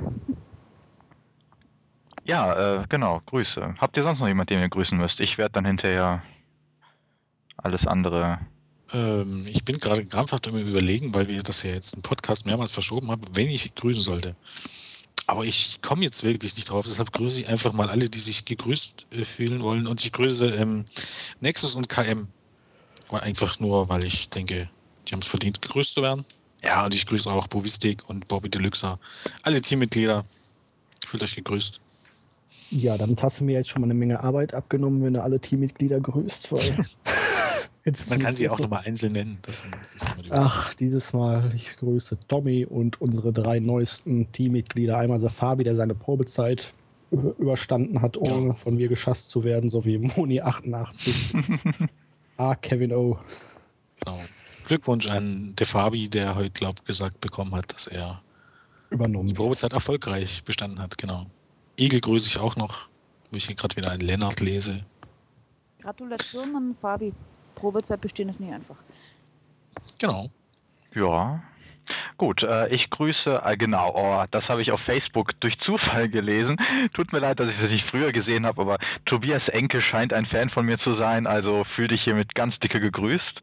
Ja, äh, genau, Grüße. Habt ihr sonst noch jemanden, den ihr grüßen müsst? Ich werde dann hinterher alles andere. Ähm, ich bin gerade krampfhaft immer überlegen, weil wir das ja jetzt einen Podcast mehrmals verschoben haben, wen ich grüßen sollte. Aber ich komme jetzt wirklich nicht drauf, deshalb grüße ich einfach mal alle, die sich gegrüßt äh, fühlen wollen. Und ich grüße ähm, Nexus und K M. Einfach nur, weil ich denke, die haben es verdient, gegrüßt zu werden. Ja, und ich grüße auch Bovistik und Bobby Deluxe. Alle Teammitglieder. Fühlt euch gegrüßt. Ja, damit hast du mir jetzt schon mal eine Menge Arbeit abgenommen, wenn du alle Teammitglieder grüßt. Weil jetzt Man kann sie jetzt auch noch- nochmal einzeln nennen. Das, das ist immer die Ach, dieses Mal, ich grüße Tommy und unsere drei neuesten Teammitglieder. Einmal Safabi, der seine Probezeit ü- überstanden hat, ohne Ja. von mir geschasst zu werden, sowie Moni achtundachtzig. Ah, Kevin O. Genau. Glückwunsch an De Fabi, der heute, glaubt, gesagt bekommen hat, dass er die übernommen. Probezeit erfolgreich bestanden hat. Genau. Igel grüße ich auch noch, wo ich hier gerade wieder einen Lennart lese. Gratulation an Fabi. Probezeit bestehen ist nicht einfach. Genau. Ja. Gut, äh, ich grüße, äh, genau, oh, das habe ich auf Facebook durch Zufall gelesen. Tut mir leid, dass ich das nicht früher gesehen habe, aber Tobias Enke scheint ein Fan von mir zu sein, also fühl dich hiermit ganz dicke gegrüßt.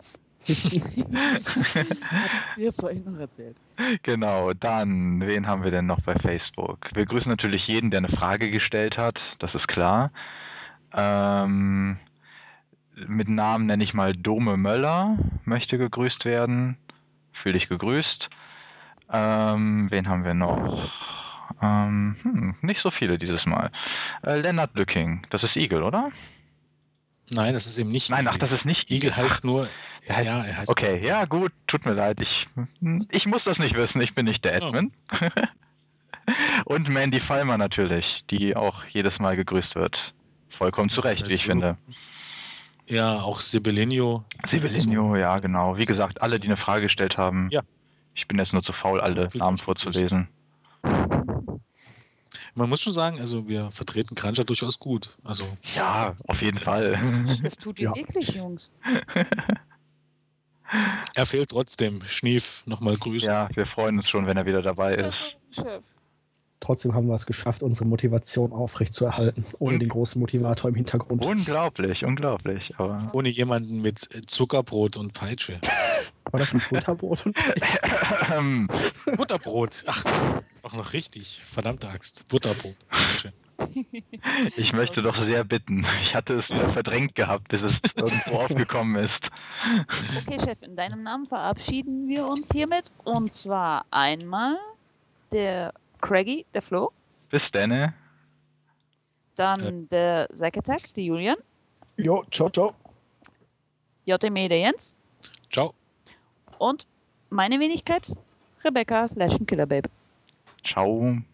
Hattest du ja vorhin noch erzählt. Genau, dann, wen haben wir denn noch bei Facebook? Wir grüßen natürlich jeden, der eine Frage gestellt hat, das ist klar. Ähm, mit Namen nenne ich mal Dome Möller, möchte gegrüßt werden. Fühl dich gegrüßt. Ähm, wen haben wir noch? Ähm, hm, nicht so viele dieses Mal. Äh, Lennart Lücking, das ist Igel, oder? Nein, das ist eben nicht Nein, Igel. ach, das ist nicht Igel. Igel heißt nur, Er heißt- ja, er heißt Okay, nur, ja gut, tut mir leid, ich, ich muss das nicht wissen, ich bin nicht der Admin. Und Mandy Fallmer natürlich, die auch jedes Mal gegrüßt wird. Vollkommen zu Recht, wie ich finde. Ja, auch Sibelinho. Sibelinho, ja genau. Wie gesagt, alle, die eine Frage gestellt haben. Ja. Ich bin jetzt nur zu faul, alle Fühlt Namen euch gegrüßt. vorzulesen. Man muss schon sagen, also wir vertreten Cruncher durchaus gut. Also Ja, auf jeden Fall. Das tut ihr Ja. wirklich, Jungs. er fehlt trotzdem. Schnief, nochmal grüßen. Ja, wir freuen uns schon, wenn er wieder dabei ist. Chef. Trotzdem haben wir es geschafft, unsere Motivation aufrechtzuerhalten, ohne Und- den großen Motivator im Hintergrund. Unglaublich, unglaublich. Aber Ohne jemanden mit Zuckerbrot und Peitsche. War das nicht Butterbrot und Peitsche? ähm, Butterbrot. Ach Gott, ist auch noch richtig. Verdammte Axt. Butterbrot. Peitsche. ich möchte doch sehr bitten. Ich hatte es nur verdrängt gehabt, bis es irgendwo aufgekommen ist. Okay, Chef, in deinem Namen verabschieden wir uns hiermit. Und zwar einmal der Craigie, der Flo, Bis dann. dann der Zack Attack, der Julian, Jo, ciao, ciao. J M E, der Jens Ciao. und meine Wenigkeit, Rebecca, Lash Killer Babe. Ciao.